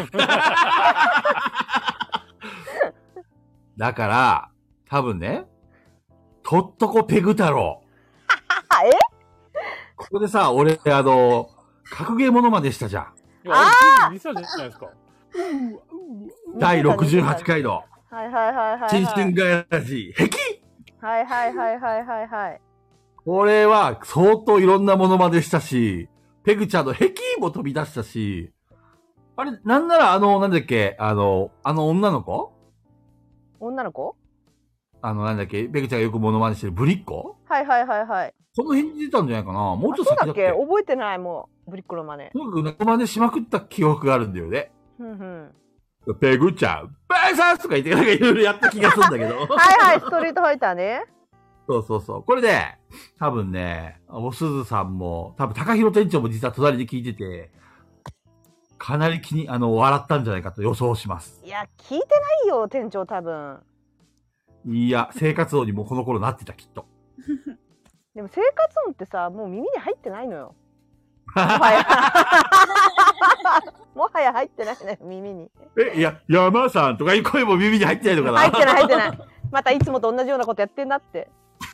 だから、多分ね、とっとこペグ太郎。 あ、えここでさ、俺、あの、格ゲーモノマネしたじゃん。 いや、あれ、ミサじゃないですか。 だいろくじゅうはちかいの、 はいはいはいはい。 新春ガヤラジ、壁はいはいはいはいはいはい。 これは、相当いろんなモノマネしたし、ペグちゃんの壁も飛び出したし、あれ、なんならあの、なんだっけ、あの、あの女の子女の子？ あの、なんだっけ、ペグちゃんがよくモノマネしてるブリッコはいはいはいはい。 この辺に出たんじゃないかな。もうちょっとあそうだっ先だっけ。 け？覚えてないもう。ブリッコの真似。 とにかくモノマネしまくった記憶があるんだよね。 うんうん。 ペグちゃん、バイサーとか言って、なんかいろいろやった気がするんだけど。 はいはい、ストリートファイターね。 そうそうそう。これで、多分ね、おすずさんも、多分高弘店長も実は隣で聞いてて、かなり気に、あの、笑ったんじゃないかと予想します。 いや、聞いてないよ、店長多分。 いや、生活音にもこの頃なってた、きっと。 でも生活音ってさ、もう耳に入ってないのよ。もはや。もはや入ってないのよ、耳に。 え、いや、山さんとかいう声も耳に入ってないのかな。 入ってない入ってない。またいつもと同じようなことやってんなって。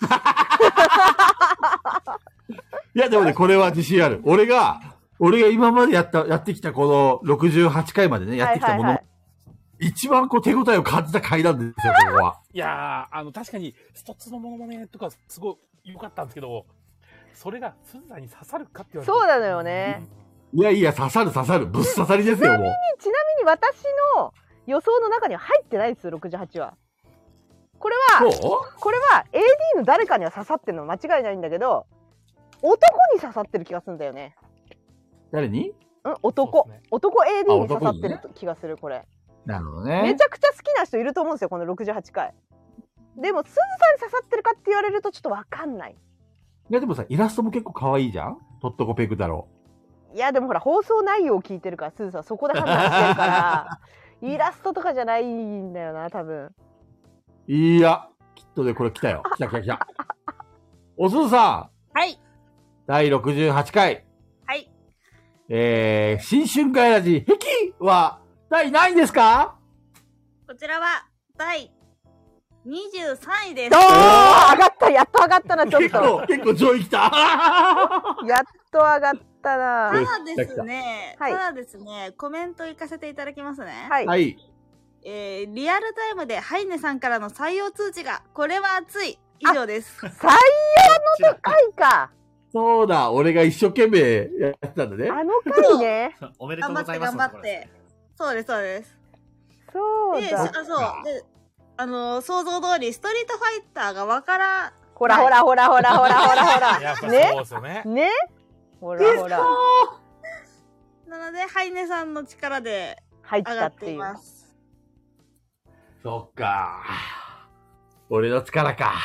いや、でもね、これは自信ある。俺が、俺が今までやった、やってきたこのろくじゅうはちかいまでね、やってきたもの、 はいはいはい一番こう手応えを感じた回なんですよ、ここは。 いやー、あの、確かに、ストツのモノマネとか、すごい良かったんですけど、それが、スズさんに刺さるかって言われて。 そうなのよね。 いやいや、刺さる刺さる。ぶっ刺さりですよ、もう。 ちなみに私の予想の中には入ってないですよ、ろくじゅうはちは。これは、 そうこれは エーディー の誰かには刺さってるのは間違いないんだけど、男に刺さってる気がするんだよね。 誰にうん、男。 そうですね男 エーディー に刺さってあ男る気がする、これ。 なるほどね。 めちゃくちゃ好きな人いると思うんですよ、このろくじゅうはちかい。でも、すずさんに刺さってるかって言われるとちょっとわかんない。 いや、でもさ、イラストも結構可愛いじゃんとっとこペグ太郎。 いや、でもほら、放送内容を聞いてるから、すずさんそこで判断してるから、イラストとかじゃないんだよな、多分。 いや、きっとね、これ来たよ。来た来た来た。おすずさん、 はい。 だいろくじゅうはちかい。 はい。 えー、新春ガヤラジ、壁は、第何位ですかこちらは、だいにじゅうさんいです。 おー上がったやっと上がったな、ちょっ結と。 構、結構上位来た。 やっと上がったたな。 だですね、 はいただですね、コメント行かせていただきますね。 はい。 はい。 えー、リアルタイムでハイネさんからの採用通知が、これは熱い。以上です。 採こちら回か。 そうだ、俺が一生懸命やってたんだね。 あの回ね。 おめでと頑張ってうございます。 頑張って。そうです、そうです。で、 そうだ。 あ、そう。で、あのー、想像通り、ストリートファイターがわからん。 ほらほらほらほらほらほらほやっぱそうら。ねですよね。 ねほらほら。 なので、ハイネさんの力で入っ上がっていたっていう。 ます。 そっか。 俺の力か。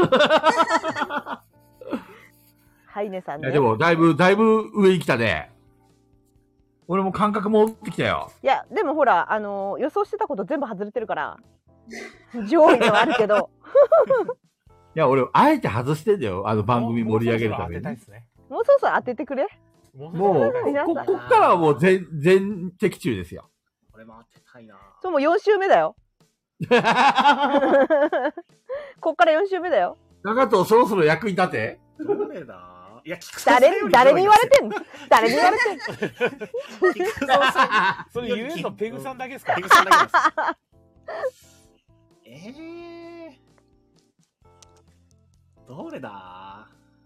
ハイネさんね。 いや、でも、だいぶ、だいぶ上に来たね。俺も感覚戻ってきたよ。 いや、でもほら、あのー予想してたこと全部外れてるから、上位ではあるけど。 いや、俺、あえて外してんだよ。あの番組盛り上げるために。 もうそろそろ当てたいですね。 もうそろそろ当ててくれ。 ももう、 皆さんこ、こっからはもう全、全的中ですよ。 俺も当てたいな。 そう、もうよん週目だよ。こっからよん週目だよ。 中藤そろそろ役に立て。 どれだいや、菊蔵さん誰より誰に言われてんんの誰に言われてんの菊蔵さん。 それ言えるのペグさんだけですか？ ペグさんだけです。えー。どれだ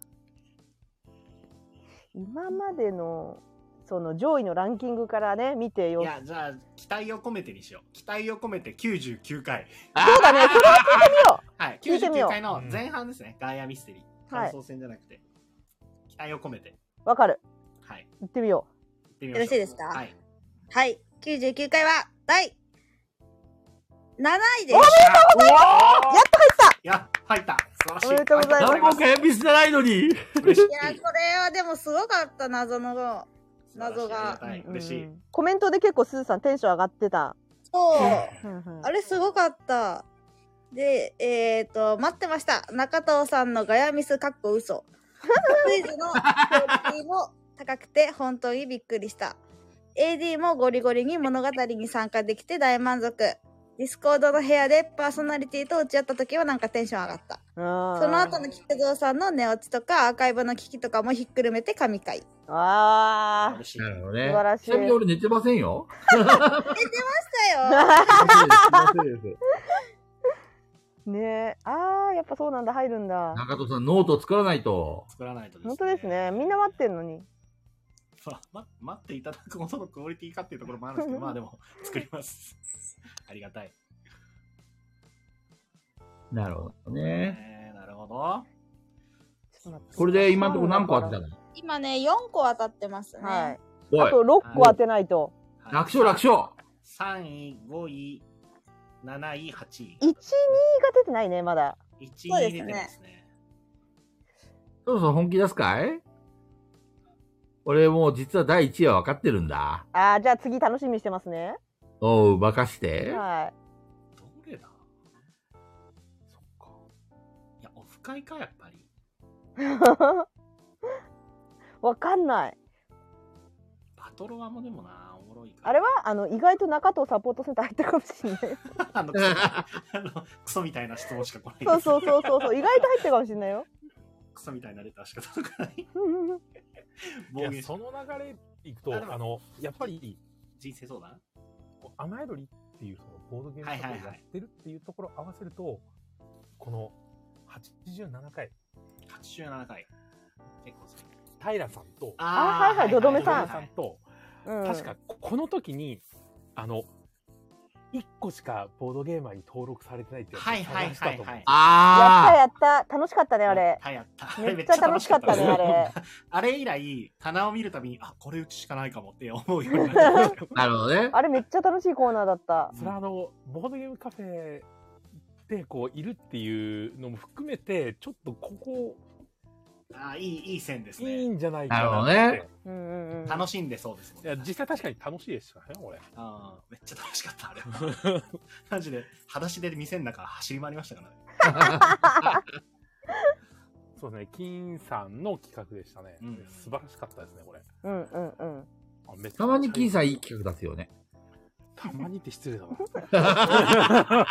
今までのその上位のランキングからね見てよ。 いや、じゃあ、期待を込めてにしよう。期待を込めてきゅうじゅうきゅうかい。 そうだね、それは聞いてみよはい、 聞いてみようきゅうじゅうきゅうかいの前半ですね。ガイアミステリー。 はい感想戦じゃなくて。期待を込めて。 う。わかる。 はい。 行ってみよ行ってみましょう。 よろしいですかはい。 はい。きゅうじゅうきゅうかいは第なないです。 おめでとうございます。やっと入った。 いや、入った。素晴らしい。 おめでとうございます何本か鉛筆じゃないのに。 嬉しい。 いや、これはでもすごかった、謎の謎が。 はい、嬉しい。 うんコメントで結構すずさんテンション上がってた。 そう。 うんうんあれすごかった。で、えっ、ー、と、待ってました。中藤さんのガヤミスかっこ嘘。クイズのクオリティも高くて本当にびっくりした。エーディー もゴリゴリに物語に参加できて大満足。ディスコードの部屋でパーソナリティと打ち合った時はなんかテンション上がった。 あーその後の菊蔵さんの寝落ちとかアーカイブの聞きとかもひっくるめて神回。 あ嬉しい。 なるほどね。 素晴らしいちなみに俺寝てませんよ。 だよ。 ーねえ、あーやっぱそうなんだ、入るんだ。 中戸さん、ノート作らないと。 作らないとですね。 本当ですね。みんな待ってんのに。 まま、待っていただくほどのクオリティかっていうところもあるんですけど、まあでも、作ります。ありがたい。 なるほどね。 えー、なるほど。 ちょっと待ってこれで今のところ何個当てたの？ 今ね、よんこ当たってますね。 はい。 おいあとろっこ当てないと。 はい楽勝楽勝。 さんい、ごい、なない、はちい。 いち、にが出てないね、まだ。 いち、に出てますね。 そろそろ本気出すかい？俺もう実はだいいちいは分かってるんだ。 あーじゃあ次楽しみにしてますね。 おう、任して。 はい。 どれだそっか。いや、オフ会か、やっぱり。 わかんない。 バトロワもでもな、おもろいから。 あれはあの意外と中藤サポートセンター入ってるかもしれない。 あの、クソあのクソみたいな質問しか来ない。 そうそうそうそうそう、意外と入ってるかもしれないよ。 クソみたいなレターしか届かない。 い暴言や、その流れいくと、 あでもあの、やっぱり、 人生相談雨宿りっていうそのボードゲームカフェをやってるっていうところを合わせると、このはちじゅうななかい、 はちじゅうななかい。結構好き。 平さんと、 あはいはいどどめさんドドメさんと、 うん、 確かここの時に、あの、いっこしかボードゲーマーに登録されてないってやつをはいはい探したと思う。 はいはいやったあやった楽しかったねあれ。 やったやった。 めっちゃ楽しかったねあれ。 あれ以来、棚を見るたびに、あ、これうちしかないかもって思うようになってー。なるほどね。 あれめっちゃ楽しいコーナーだった。 それはあの、ボードゲームカフェでこういるっていうのも含めて、ちょっとここ、 あ、いい、いい線ですいいね。 んじゃないかなって。 なるほどねうんうんうん。 楽しんでそうですもんいや、実際確かに楽しいでしたね、俺。 あーめっちゃ楽しかった、あれは。マジで、裸足で店の中走り回りましたからね。 そうですね、金さんの企画でしたね。 うん素晴らしかったですね、これ。 うんうんうん。 あめっちゃたまに金さんいい企画出すよね。 たまにって失礼だな。い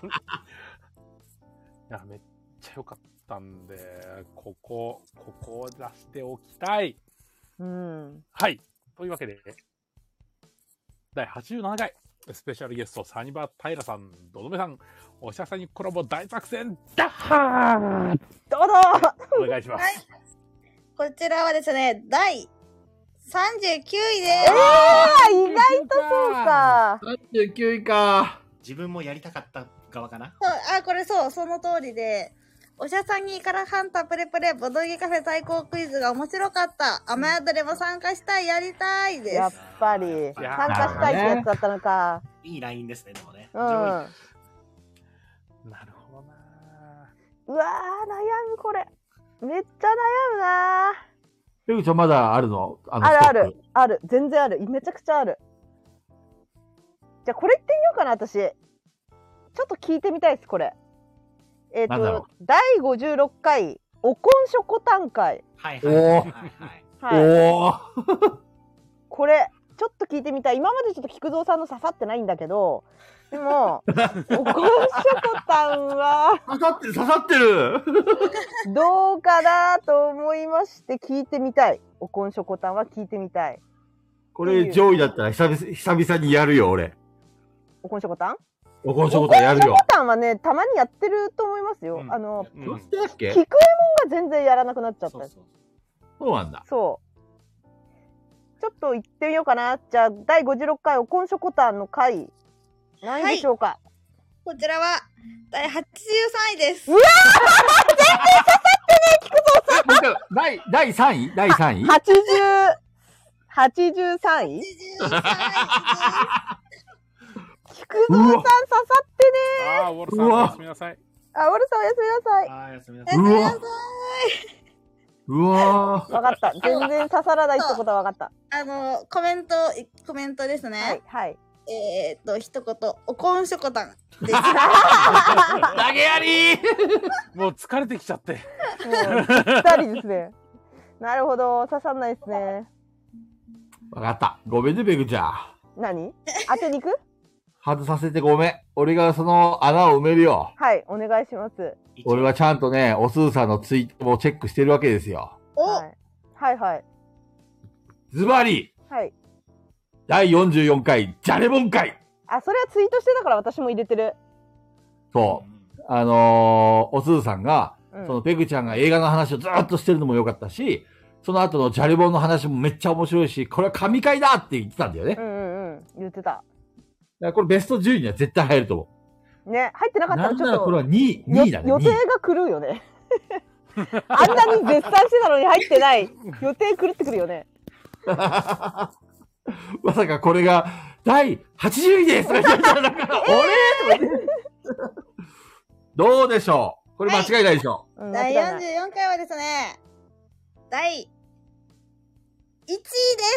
や、めっちゃ良かったんで、ここ、ここを出しておきたい。 うん。 はい。というわけで、だいはちじゅうななかい、スペシャルゲスト、サニバタイラさん、ドドメさん、おしゃさんにコラボ大作戦、ダッハーどうぞ。 お願いします。 はいこちらはですね、だいさんじゅうきゅういでえす。 ー、意外とそうか。 さんじゅうきゅういか。 自分もやりたかった側かな。 そうあ、これそう、その通りで、おしゃさんにからハンタプレプレボドゲカフェ対抗クイズが面白かった。雨宿りも参加したい、やりたいです。 やっぱり参や加したいってやつだったのか。 いいラインですね、でもね。 うん。 上位なるほどなうわー、悩む、これ。めっちゃ悩むなペグちゃんまだあるの？あのあるあるストック。 ある。全然ある。めちゃくちゃある。じゃあ、これ言ってみようかな、私。ちょっと聞いてみたいです、これ。えっ、 なんだろと、だいごじゅうろっかい、おこんしょこ短会。 はいはいはいはいはい。 はい。 おー。 これ、ちょっと聞いてみたい。今までちょっと菊蔵さんの刺さってないんだけど、でも、おこんしょこたんは、 刺さってる、刺さってる。 どうかなと思いまして聞いてみたい。おこんしょこたんは聞いてみたい。 これ上位だったら久々、久々にやるよ、俺。 おこんしょこたんおこんしょこたんやるよおこんしょこ。たんはね、たまにやってると思いますよ。 うんあの、 うんどうしてだっけ？ 菊右衛門が全然やらなくなっちゃったそう。そう。 そうなんだ。 そう。ちょっと行ってみようかな。じゃあ、だいごじゅうろっかいおこんしょこたんの回、何でしょうか。 こちらは、だいはちじゅうさんいです。 もう一回第、だいさんいだいさんいはちじゅう、はちじゅうさんいはちじゅうさんいです。 菊蔵さん刺さってねああ、ウォルさん、 うわおやすみなさい。 ー。あ、オルさんおやすみなさい。 あー、休みなおさい。 やすみなさい。 うわわかった。全然刺さらないってことはわかった。 あの、コメント、コメントですね。 はい、はい。 えー、っと、一言、おこんしょこたんです。 ー。投げやりー。 もう疲れてきちゃって。 もう、ぴったりですね。なるほど。刺さんないですね。 わかった。ごめんね、ペグちゃん。 何当てに行く？ 外させてごめん。俺がその穴を埋めるよ。 はい、お願いします。 俺はちゃんとね、おすーさんのツイートもチェックしてるわけですよ。 お、 はい、はい、はい。 ズバリはい。 だいよんじゅうよんかい、ジャレボン会。 あ、それはツイートしてたから私も入れてる。 そう。あのー、おすーさんが、 うん、 そのペグちゃんが映画の話をずーっとしてるのも良かったし、その後のジャレボンの話もめっちゃ面白いし、これは神回だって言ってたんだよね。 うんうんうん。言ってた。 だからこれベストじゅうには絶対入ると思ね、入ってなかう。 ったらちょっと。 なんならこれはにい、にいだね。 予定が狂うよね。あんなに絶賛してたのに入ってない。予定狂ってくるよね。 まさかこれが、だいはちじゅういですとか言っちゃったら、なんか、俺どうでしょうこれ間違いないでしょうん、 だい間違いないよんじゅうよんかいはですね、だいいちいです。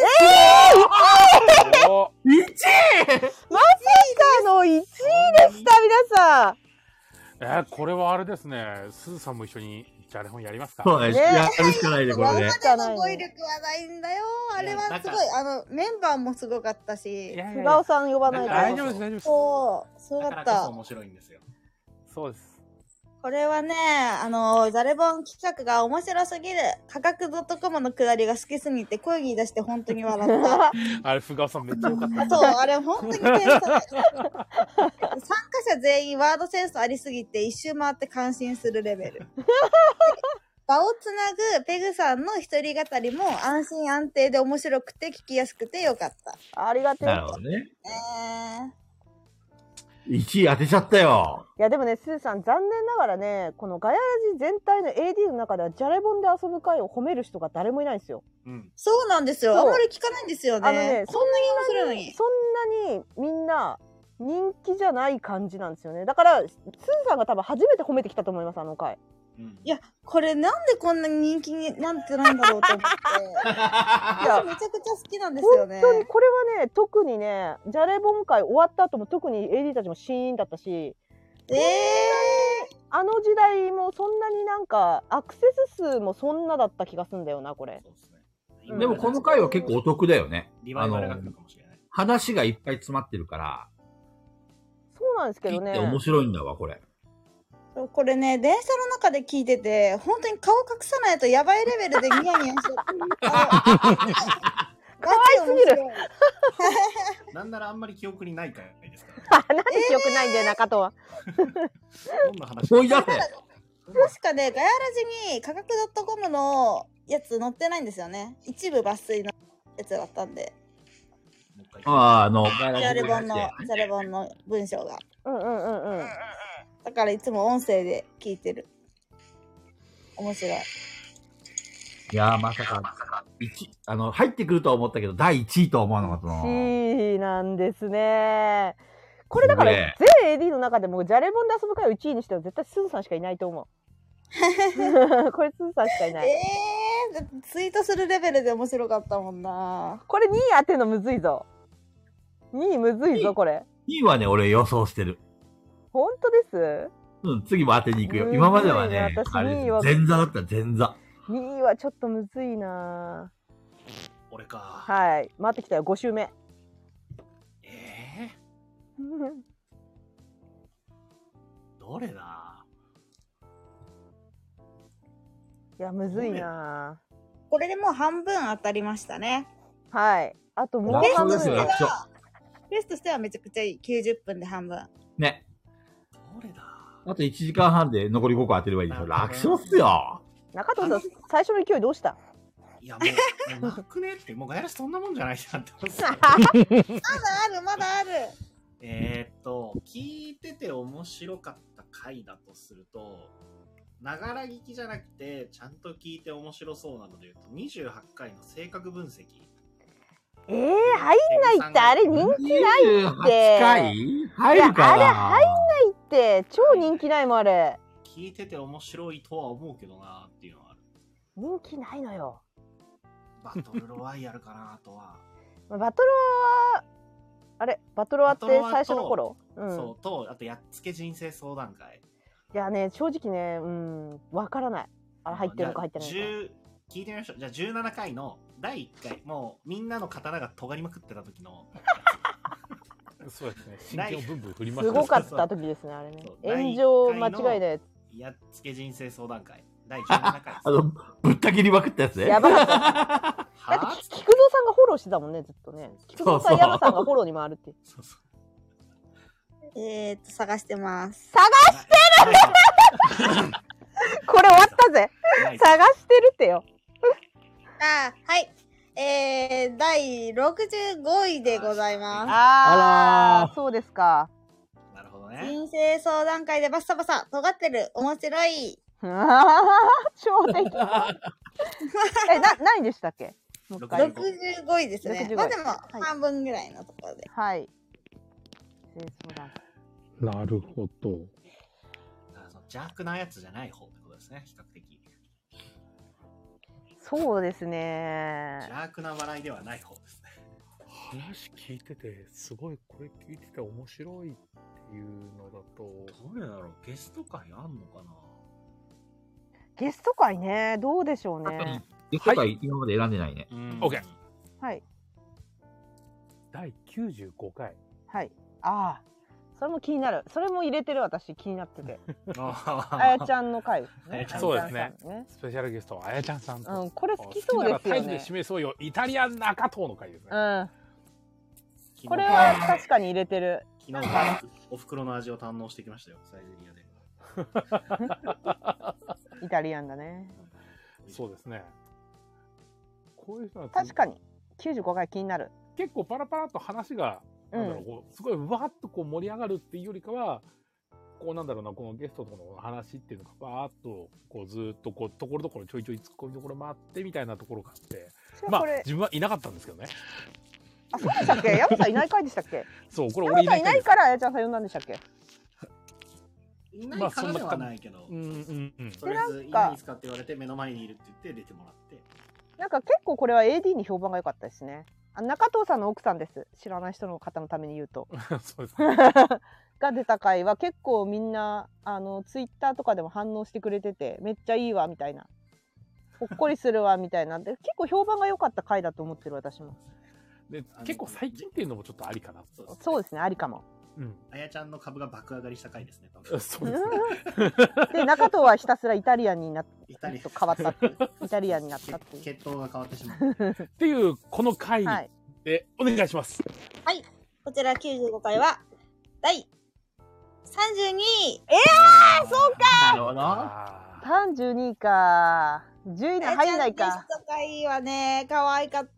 おいちいまさかのいちいでした、皆さん。 えー、これはあれですね。すずさんも一緒にジャレ本やりますか？ そうね。 ねやるしかないね、こ今まれね。 での語彙力はないんだよ。あれはすごい、あの、メンバーもすごかったいし、 やいやい菅や尾さん呼ばないと。 大丈夫です、大丈夫です。 そう、すごだかった。 からこそ面白いんですよ。 そうです。 これはね、あの、ザレボン企画が面白すぎる。価格 .com のくだりが好きすぎて声に出して本当に笑った。 あれ、ふがおさんめっちゃ良かった。 そう、あれ本当に天才。参加者全員ワードセンスありすぎて一周回って感心するレベル。場をつなぐペグさんの一人語りも安心安定で面白くて聞きやすくてよかった。 ありがてえ。 なるほどね。 えいちい当てちゃったよ。 いやでもね、スーさん、残念ながらね、このガヤラジ全体の エーディー の中では、ジャレボンで遊ぶ会を褒める人が誰もいないんですよ。 うん。 そうなんですよ。 そうあんまり聞かないんですよね。 あのね、 こんなに面白いのに。 そんなにみんな人気じゃない感じなんですよね。だから、スーさんが多分初めて褒めてきたと思います、あの回。 うんいや、これなんでこんなに人気になってないんだろうと思って。 いやめちゃくちゃ好きなんですよね。 本当にこれはね、特にね、ジャレボン会終わった後も特に エーディー たちもシーンだったし、 ええあの時代もそんなになんかアクセス数もそんなだった気がするんだよな、これ。 そうですね。 うんでもこの回は結構お得だよね。 リバイバルが来るかもしれない。 話がいっぱい詰まってるから、 そうなんですけどね。 聞いて面白いんだわ、これ。 ー、これね、電車の中で聞いてて、本当に顔隠さないとやばいレベルでニヤニヤしちゃって。 かわいすぎる。 なんならあんまり記憶にない回ですから。 なんで記憶ないんだよ、中藤は。 どんな話思い出せ。 確かね、ガヤラジに価格 .com のやつ載ってないんですよね。一部抜粋のやつだったんで。 もう一回ああ、あの、 ジャレボンの、ジャレボンの文章が。 うんうんうんうん。 だからいつも音声で聞いてる。面白い。 いやー、まさか、一、あの、入ってくるとは思ったけど、だいいちいとは思わなかったな。 いちいなんですね。これだからすげえ全 エーディー の中でもジャレボンで遊ぶ会をいちいにしては絶対スズさんしかいないと思う。 これスーさんしかいない。 えー、ツイートするレベルで面白かったもんな。 これにい当てるのむずいぞ。にいむずいぞ、これ。 にいはね、俺予想してる。 本当です？ うん、次も当てに行くよ。 むずいな今まではね、 私あれにいは前座だった、前座。 にいはちょっとむずいな。 俺か。 はい。回ってきたよ、ご周目。 えー、どれだ？ いや、むずいな。 これでもう半分当たりましたね。 はい。あともうベス半分トとして楽勝は、ベストとしてはめちゃくちゃいい。きゅうじゅっぷんで半分。 ね。 どれだ？ あといちじかんはんで残りごこ当てればいいでしょ。楽勝っすよ。 中藤さん、最初の勢いどうした？ いやもう、もうなくねって、もうガヤラスそんなもんじゃないじゃんって思って。 まだある、まだある。 えーっと、聞いてて面白かった回だとすると、ながら聞きじゃなくて、ちゃんと聞いて面白そうなので言うと、にじゅうはちかいの性格分析。 えー、入んないって、あれ人気ないって。 にじゅうはちかい入るかな。 いやあれ入んないって、超人気ないもん、あれ。 聞いてて面白いとは思うけどなっていうのはある。 人気ないのよ。 バトルロワイヤルかなとは。 バトロは、あれバトロワって最初の頃、うん、 そうと、あとやっつけ人生相談会。 いやね、正直ね、うん、わからない。あれ入ってるのか入ってないのか。 聞いてみましょう。じゃあじゅうななかいのだいいっかい、もうみんなの刀が尖りまくってた時の。 そうですね。真剣をブンブン振りました。すごかった時ですね、あれね。炎上間違いないやつ。 やっつけ人生相談会。だいじゅうななかいです。 あの、ぶった切りまくったやつね。 やばかった。だって、菊蔵さんがフォローしてたもんね、ずっとね。菊蔵さん、山さんがフォローに回るって。そうそう。 えーっと、探してます。 探してるこれ終わったぜ。探してるってよ。 あー、はい。えー、だいろくじゅうごいでございます。 あー、あそうですか。 なるほどね。 人生相談会でバッサバサ、尖ってる、面白い。 超的。え、な、何でしたっけ？ ろくじゅうごいですね。まあでも、半分ぐらいのところで。 はい。 なるほど。 邪悪なやつじゃない方ってことですね、比較的。 そうですね。 邪悪な笑いではない方ですね。 話聞いてて、すごいこれ聞いてて面白いっていうのだと。 どれだろう、ゲスト会あんのかな。 ゲスト会ね、どうでしょうね。 ゲスト会今まで選んでないね。 オッケー。 はい。 だいきゅうじゅうごかい。 はい。ああ。それも気になる。それも入れてる私気になってて。あやちゃんの回ですね。 そうですね。スペシャルゲストあやちゃんさん。 うん、これ好きそうですよね。 タイムで示そうよ。イタリアン中藤の回ですね。 うん。これは確かに入れてる。 昨日はお袋の味を堪能してきましたよ、サイゼリアで。イタリアンだね。 そうですね。こういう人は確かにきゅうじゅうごかい気になる。 結構パラパラと話が。なんだろう、こうすごいうわーっとこう盛り上がるっていうよりかは、こうなんだろうな、このゲストとの話っていうのがバーっとこうずっとこうところどころちょいちょい突っ込みどころもあってみたいなところがあって、まあ自分はいなかったんですけどね。 あ、そうでしたっけ？ヤマさんいない回でしたっけ？ そう、これ俺いない回です。ヤマさんいないからあやちゃんさん呼んだんでしたっけ？ いないからではないけど、 うんうんうん。 とりあえずいないですかって言われて目の前にいるって言って出てもらって。 なんか結構これは エーディー に評判が良かったですね。中藤さんの奥さんです。知らない人の方のために言うと。 そうですね。 が出た回は結構みんなあのツイッターとかでも反応してくれてて、めっちゃいいわみたいな、ほっこりするわみたいなで、結構評判が良かった回だと思ってる私も。 で結構最近っていうのもちょっとありかな。 そうですね、ありかも。 うん、 あやちゃんの株が爆上がりした回ですね。 そうですね。 で中藤はひたすらイタリアンになって変わったっていう、イタリアンになったっていう。 血統が変わってしまう。 っていうこの回でお願いします。 はい、こちらきゅうじゅうごかいはだいさんじゅうにい。 えー、そうか。 なるほど。 さんじゅうにいか。じゅういに入んないか。 ゲスト会はね、可愛かった。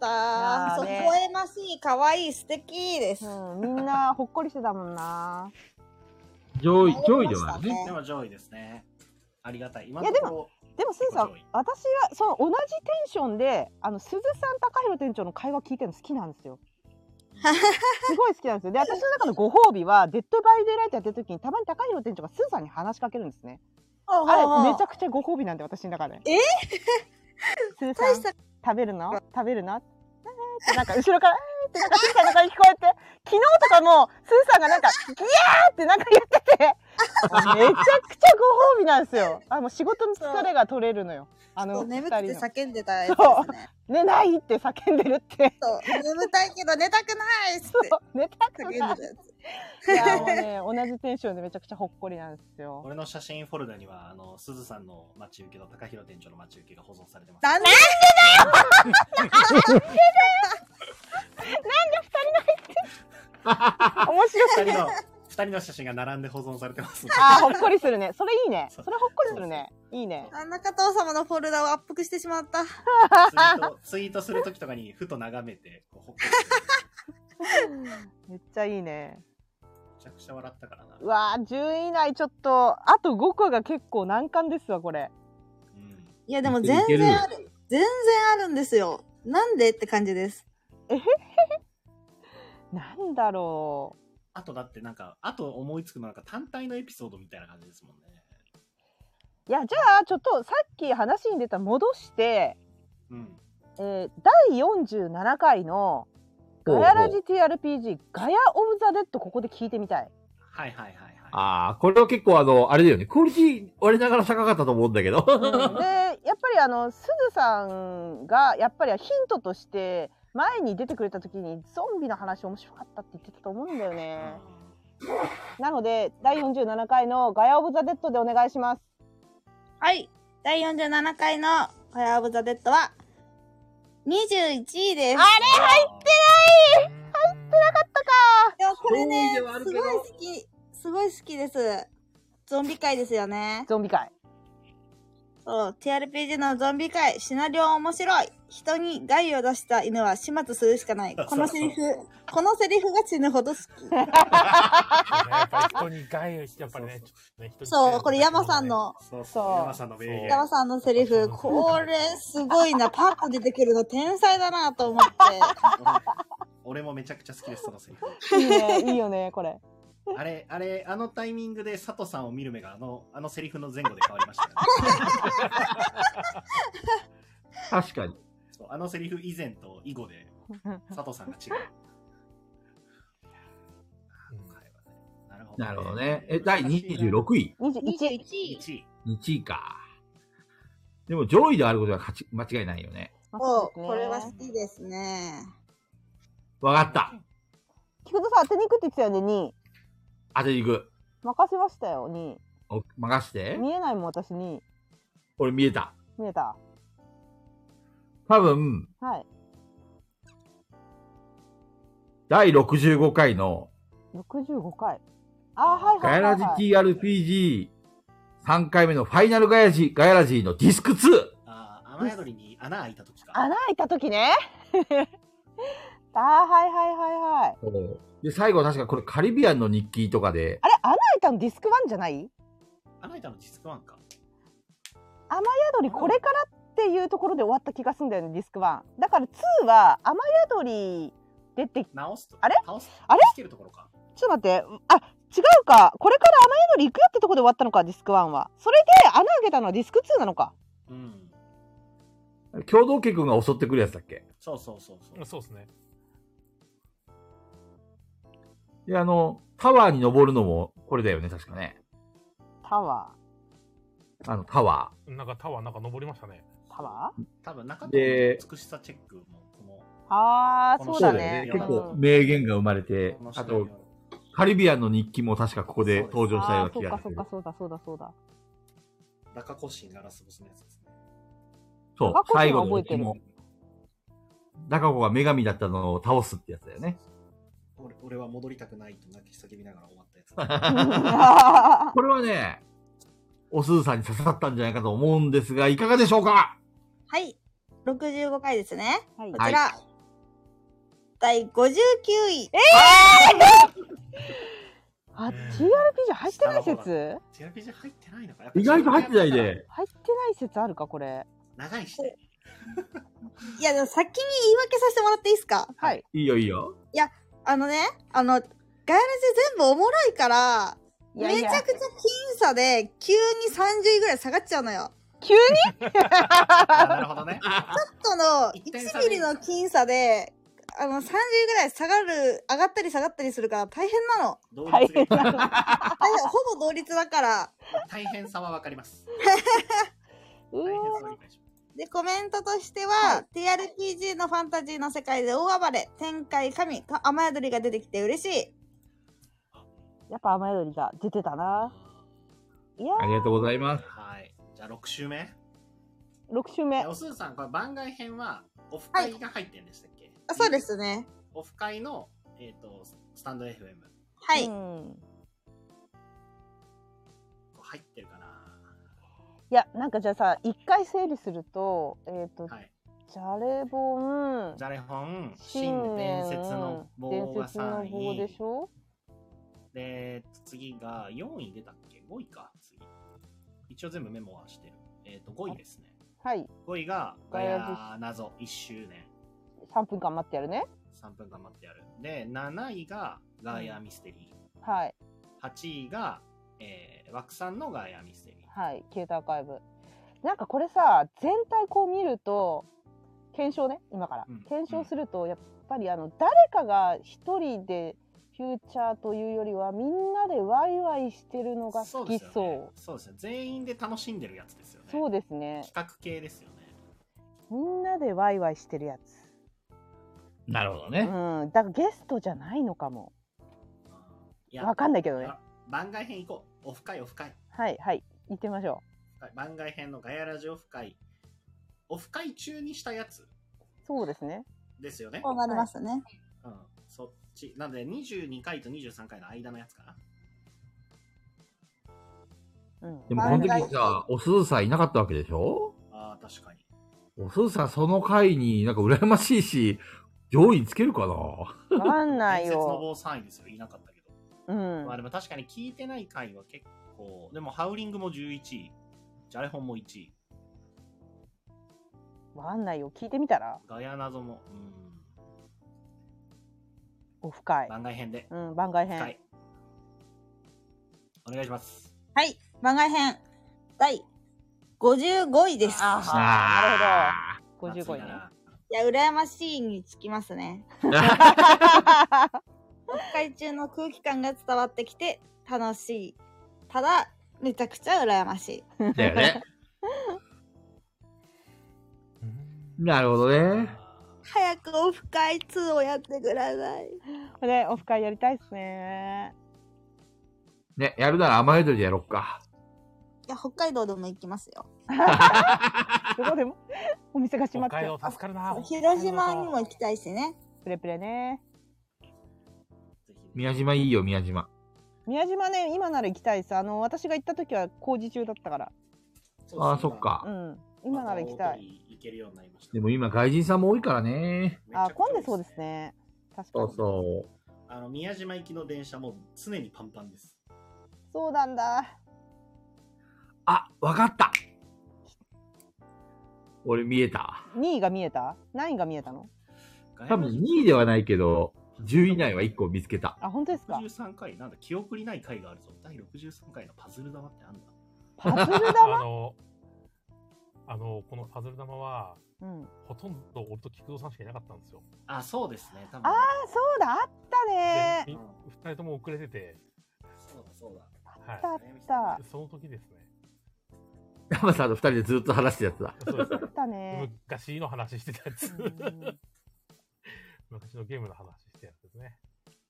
そう、微笑ましい、可愛い、素敵です。 うん、みんなほっこりしてたもんな。 上位、上位ではあるね。 でも上位ですね。ありがたい。今いやでも、でもすずさん、私はその同じテンションで、あの鈴さん、高弘店長の会話聞いてるの好きなんですよ。すごい好きなんですよ。で、私の中のご褒美はデッドバイデイライトやってる時にたまに高弘店長がすずさんに話しかけるんですね。 あれめちゃくちゃご褒美なんで、私の中で。 えすずさん食べるの食べるのってなんか後ろからえーってなんかすずさんの声聞こえて、昨日とかもすずさんがなんかギャーってなんか言ってて、めちゃくちゃご褒美なんですよ。あ、もう仕事の疲れが取れるのよ。あの眠くて叫んでたやつそうですね。 寝ないって叫んでるって。 そう眠たいけど寝たくないっつって寝たく叫んない。 でたやつ。 いやもうね、同じテンションでめちゃくちゃほっこりなんですよ。 俺の写真フォルダには、あの、すずさんの待ち受けと高弘店長の待ち受けが保存されてます。 なんでなんでだよなんで二人の入って面白い。 二人の、二人の写真が並んで保存されてます。 あー、ほっこりするね。それいいね。それほっこりするね。いいね。 あんな加藤様のフォルダを圧迫してしまった。 ツイート、ツイートするときとかにふと眺めて、こうほっこりする。 めっちゃいいね。 めちゃくちゃ笑ったからな。 うわー、じゅうい以内ちょっと、あとごこが結構難関ですわ、これ。 うん。 いやでも全然ある。全然あるんですよ。なんでって感じです。 えへへなんだろう。 あとだってなんか、あと思いつくのなんか単体のエピソードみたいな感じですもんね。 いや、じゃあ、ちょっとさっき話に出た戻して、 うん。 えー、だいよんじゅうななかいのガヤラジ ティーアールピージー ガヤオブザデッドここで聞いてみたい。 はいはいはいはい。 ああ、これは結構あの、あれだよね。クオリティ我ながら高かったと思うんだけど。 うん、で、やっぱりあの、すずさんが、やっぱりヒントとして、前に出てくれた時にゾンビの話面白かったって言ってたと思うんだよね。なので、だいよんじゅうななかいのガヤオブザデッドでお願いします。 はい。だいよんじゅうななかいのガヤオブザデッドは、にじゅういちいです。 あれ入ってない入ってなかったか。 いや、これね、 上位ではあるすけどごい好き、すごい好きです。ゾンビ界ですよね。 ゾンビ界。 そう、ティーアールピージー のゾンビ界、シナリオ面白い。人に害を出した犬は始末するしかない。このセリフ、このセリフが死ぬほど好き。 やっぱり人に害をやっぱりね、ちょっとね、人にそう、これ山さんの、 そうそそうう。山さんの名言。 山さんのセリフ、これすごいな、パッと出てくるの天才だなと思って。 俺もめちゃくちゃ好きです、そのセリフ。 いいね、いいよね、これ。 あれ、あれ、あのタイミングで佐藤さんを見る目があの、あのセリフの前後で変わりましたよね。 確かに。 そう、あのセリフ以前と以後で佐藤さんが違う。なるほど、 なるほどね。え、だいにじゅうろくい。 にじゅういち。 いちい。 いちい。 いちいか。でも上位であることは勝ち間違いないよね。 そう、これは好きですね。 わかった。 菊田さん当てに行くって言ってたよね、に。 当てに行く。 任せましたよ、に。 お、任して。 見えないもん、私に。 俺見えた。 見えた。 多分、 はい。 だいろくじゅうごかいのろくじゅうごかい。あー、はいガヤはいはい、はい。 ラジ ティーアールピージーさんかいめのファイナルガヤジ、ガヤラジのディスクツー。 ああ、雨宿りに穴開いた時か。 穴開いた時ね。あー、はいはいはいはい。 で、最後確かこれカリビアンの日記とかで、 あれ、穴開いたのディスクワンじゃない？ 穴開いたのディスクワンか。 雨宿りこれからっていうところで終わった気がするんだよね、ディスクワン。だからツーは雨宿り出て、 直すと。 あれ倒すあれつけるところか。 ちょっと待って、あ、違うか。これから雨宿り行くよってところで終わったのか、ディスクワンは。それで穴開けたのはディスクツーなのか。 うん。 共同家君が襲ってくるやつだっけ？ そうそうそうそう。 そうですね。 で、あの、タワーに登るのもこれだよね、確かね。 タワあの、タワなんかタワーなんか登りましたね。 ータワー多分中でと美しさチェックもこのあー、 このそうだね。 結構うん名言が生まれてこの、 あシナリオと、カリビアンの日記も確かここで登場したようなあー、そ気がするっかそっか。そうだそうだそうだ。 ダカコシンがラスボスのやつですね。 そうダカ、コシン最後は覚えてるの日記も、ダカ子が女神だったのを倒すってやつだよね。 俺俺は戻りたくないと泣き叫びながら終わったやつ。 これはね、おすずさんに刺さったんじゃないかと思うんですが、いかがでしょうか？ はい。ろくじゅうごかいですね。 はいこちら。だいごじゅうきゅうい。 あ、ティーアールピージー 入ってない説？ ティーアールピージー 入ってないのか。やっぱ意外と入ってないで。 入ってない説あるか、これ。 長いしね。 いや、でも先に言い訳させてもらっていいですか？ はい。 いいよいいよ。 あのね、あの、ガヤラジ全部おもろいから、 いやいやめちゃくちゃ僅差で、急にさんじゅういぐらい下がっちゃうのよ。 急にあなるほどね。 ちょっとの一点いち差でミリの僅差で、あの、さんじゅうぐらい下がる、上がったり下がったりするから大変なの。 同大率が変なの。 大変、ほぼ同率だから。 大変さはわかります。 う大変さわは理解します。 で、コメントとしては、 はいティーアールピージー のファンタジーの世界で大暴れ、天界神、か雨宿りが出てきて嬉しい。 やっぱ雨宿りが出てたな。いやありがとうございます。 はい。じゃあろく週目。 ー、ろく週目え。おすずさん、これ番外編はオフ会が入ってんでしたっけ？ あ、そうですね。 オフ会の、えっ、と、スタンド エフエム。 はい。 うん。 入ってるかな？ いや、なんかじゃあさ、一回整理すると、えっ、と、 はい。 じゃれぼん、 じゃれ本、 新新伝年、 説の棒伝が説のさん棒でい。 しょ。 で、次がよんい出たっけ？ ご 位か、次。一応全部メモはしてる。えっ、と、ごいですね。 はい。 ごいが、ガガヤヤ謎いっしゅうねん。 さんぷんかん待ってやるね。 さんぷん頑張ってやる。で、なないがガヤミステリー。 はい。 はちいが、えー、枠さんのガヤミステリー。 はい。ケータアーカイブ。なんかこれさ、全体こう見ると、検証ね、今から。 うん検証すると、やっぱりあの、誰かが一人でフューチャーというよりは、みんなでワイワイしてるのが好きそう。 そうですよね。そうですね。全員で楽しんでるやつですよね。 そうですね。 企画系ですよね。 みんなでワイワイしてるやつ。うなるほどね。 ん。だからゲストじゃないのかも。 いやわかんないけどね。 あ番外編行こう。オフ会、オフ会。 はい、はい。行ってみましょはい番外編のガヤラジオフ会。オフ会中にしたやつう。そうですね。 ですよね。 そうなりますね。 うん。そっち。なんでにじゅうにかいとにじゅうさんかいの間のやつかな。 うん。 でもこの時さ、おすずさんいなかったわけでしょ？ ああ、確かに。 おすずさんその回になんか羨ましいし、上位につけるかな？ わかんないよ。 伝説の棒さんいですよ。いなかったけど。 うんまあ。でも確かに聞いてない回は結構、でもハウリングもじゅういちい、ジャレホンもいちい、 わかんないよ。聞いてみたら。 ガヤ謎も、 オフ会うん、。番外編で、 うん、番外編。 はい。お願いします。 はい。番外編、第ごじゅうごいです。 ああ、なるほど。ごじゅうごいね。 いや、羨ましいにつきますね。オフ会中の空気感が伝わってきて楽しい。ただ、めちゃくちゃ羨ましい。 だよね。なるほどね。 早くオフ会ツーをやってください。 これ、オフ会やりたいっすね。 ね、やるなら雨宿りでやろっか。 いや、北海道でも行きますよ。 どこでもお店が閉まっ北海ちゃう。 道助かるな。 広島にも行きたいしね。 プレプレね。 ぜひ宮島いいよ、宮島。 宮島ね、今なら行きたいです。あの、私が行った時は工事中だったから。 そうですねああ、そっかう。ん。今なら行きたい。 ま大鳥行けるようになりました。 でも今外人さんも多いからね。 あ、 めちゃくちゃ混んでそうですね。確かに。 そうそう。 あの、宮島行きの電車も常にパンパンです。 そうなんだ。 あ、わかった。俺見えた。 にいが見えた？何位が見えたの？ 多分にいではないけど、じゅうい以内はいっこ見つけた。 あ、本当ですかろくじゅうさんかい、なんだ、記憶にない回があるぞ。だいろくじゅうさんかいのパズル玉ってあんだ。 パズルあ玉の、あの、このパズル玉は、 うん。 ほとんど俺と菊蔵さんしかいなかったんですよ。 あ、そうですね。多分ああ、そうだ、あったでねみ二人とも遅れてて、 そうだ、そうだ。 あったあった。 その時ですね。 山さんと二人でずっと話してるやつだ。 そうですねあったね。 昔の話してたやつ。 うん昔のゲームの話してたやつですね。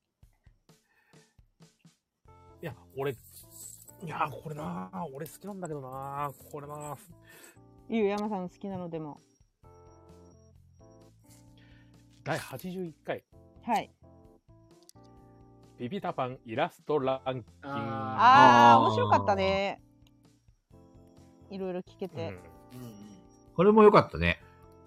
いや、俺、いや、これなぁ、俺好きなんだけどなぁ、これなぁ。 いいよ、山さん好きなのでも。 だいはちじゅういっかい、 はい。 ピピタパンイラストランキング。 あああ、 あー面白かったね。いろいろ聞けうんて。 うんうん。 これも良かったね。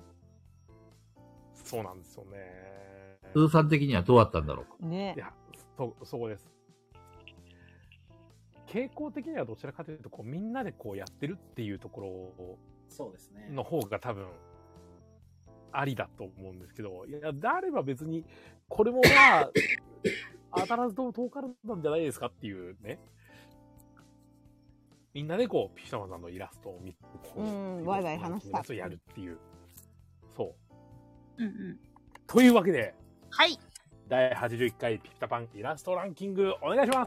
そうなんですよね。 スーさん的にはどうだったんだろう。 ねい。や、そ、そこです。傾向的にはどちらかというと、こう、みんなでこうやってるっていうところそうですね。 の方が多分、ありだと思うんですけど、いや、であれば別に、これもまあ、当たらずと遠からずなんじゃないですかっていうね、 みんなでこう、ピピタパンさんのイラストを見て、 うんワイワイ話したイラストやるっていう。そう。 うんうん。 というわけで、 はい。 だいはちじゅういっかいピピタパンイラストランキングお願いします。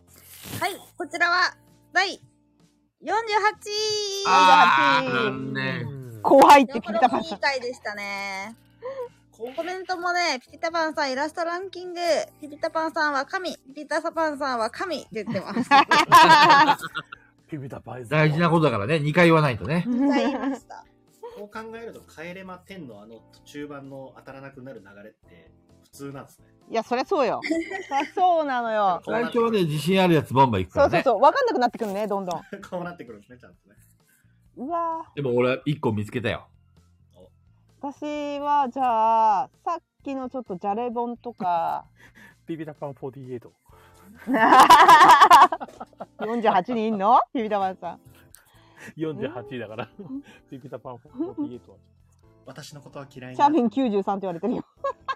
はい、こちらはだいよんじゅうはちい。 あー、残念。 後輩ってピピタパンさん。 いい回でしたね。コメントもね、ピピタパンさんイラストランキング、ピピタパンさんは神、ピピタパンさんは神って言ってます。 ピピタパン大事なことだからね、にかい言わないとね。 にかい言いました。 こう考えると、帰れまてんのあの中盤の当たらなくなる流れって普通なんですね。 いや、そりゃそうよ。そりゃそうなのよ。 最初はね、自信あるやつバンバン行くからね。 そうそうそう。わかんなくなってくるね、どんどん。 こうなってくるんですね、ちゃんとね。 うわでも俺はいっこ見つけたよ。 私は、じゃあ、さっきのちょっとじゃれ本とか。 ピピタパンよんじゅうはち。 よんじゅうはちにんいんのピピタパンさん。 よんじゅうはちいだから。ピピタパンよんじゅうはちは。 私のことは嫌いにチャーミンきゅうじゅうさんって言われてるよ。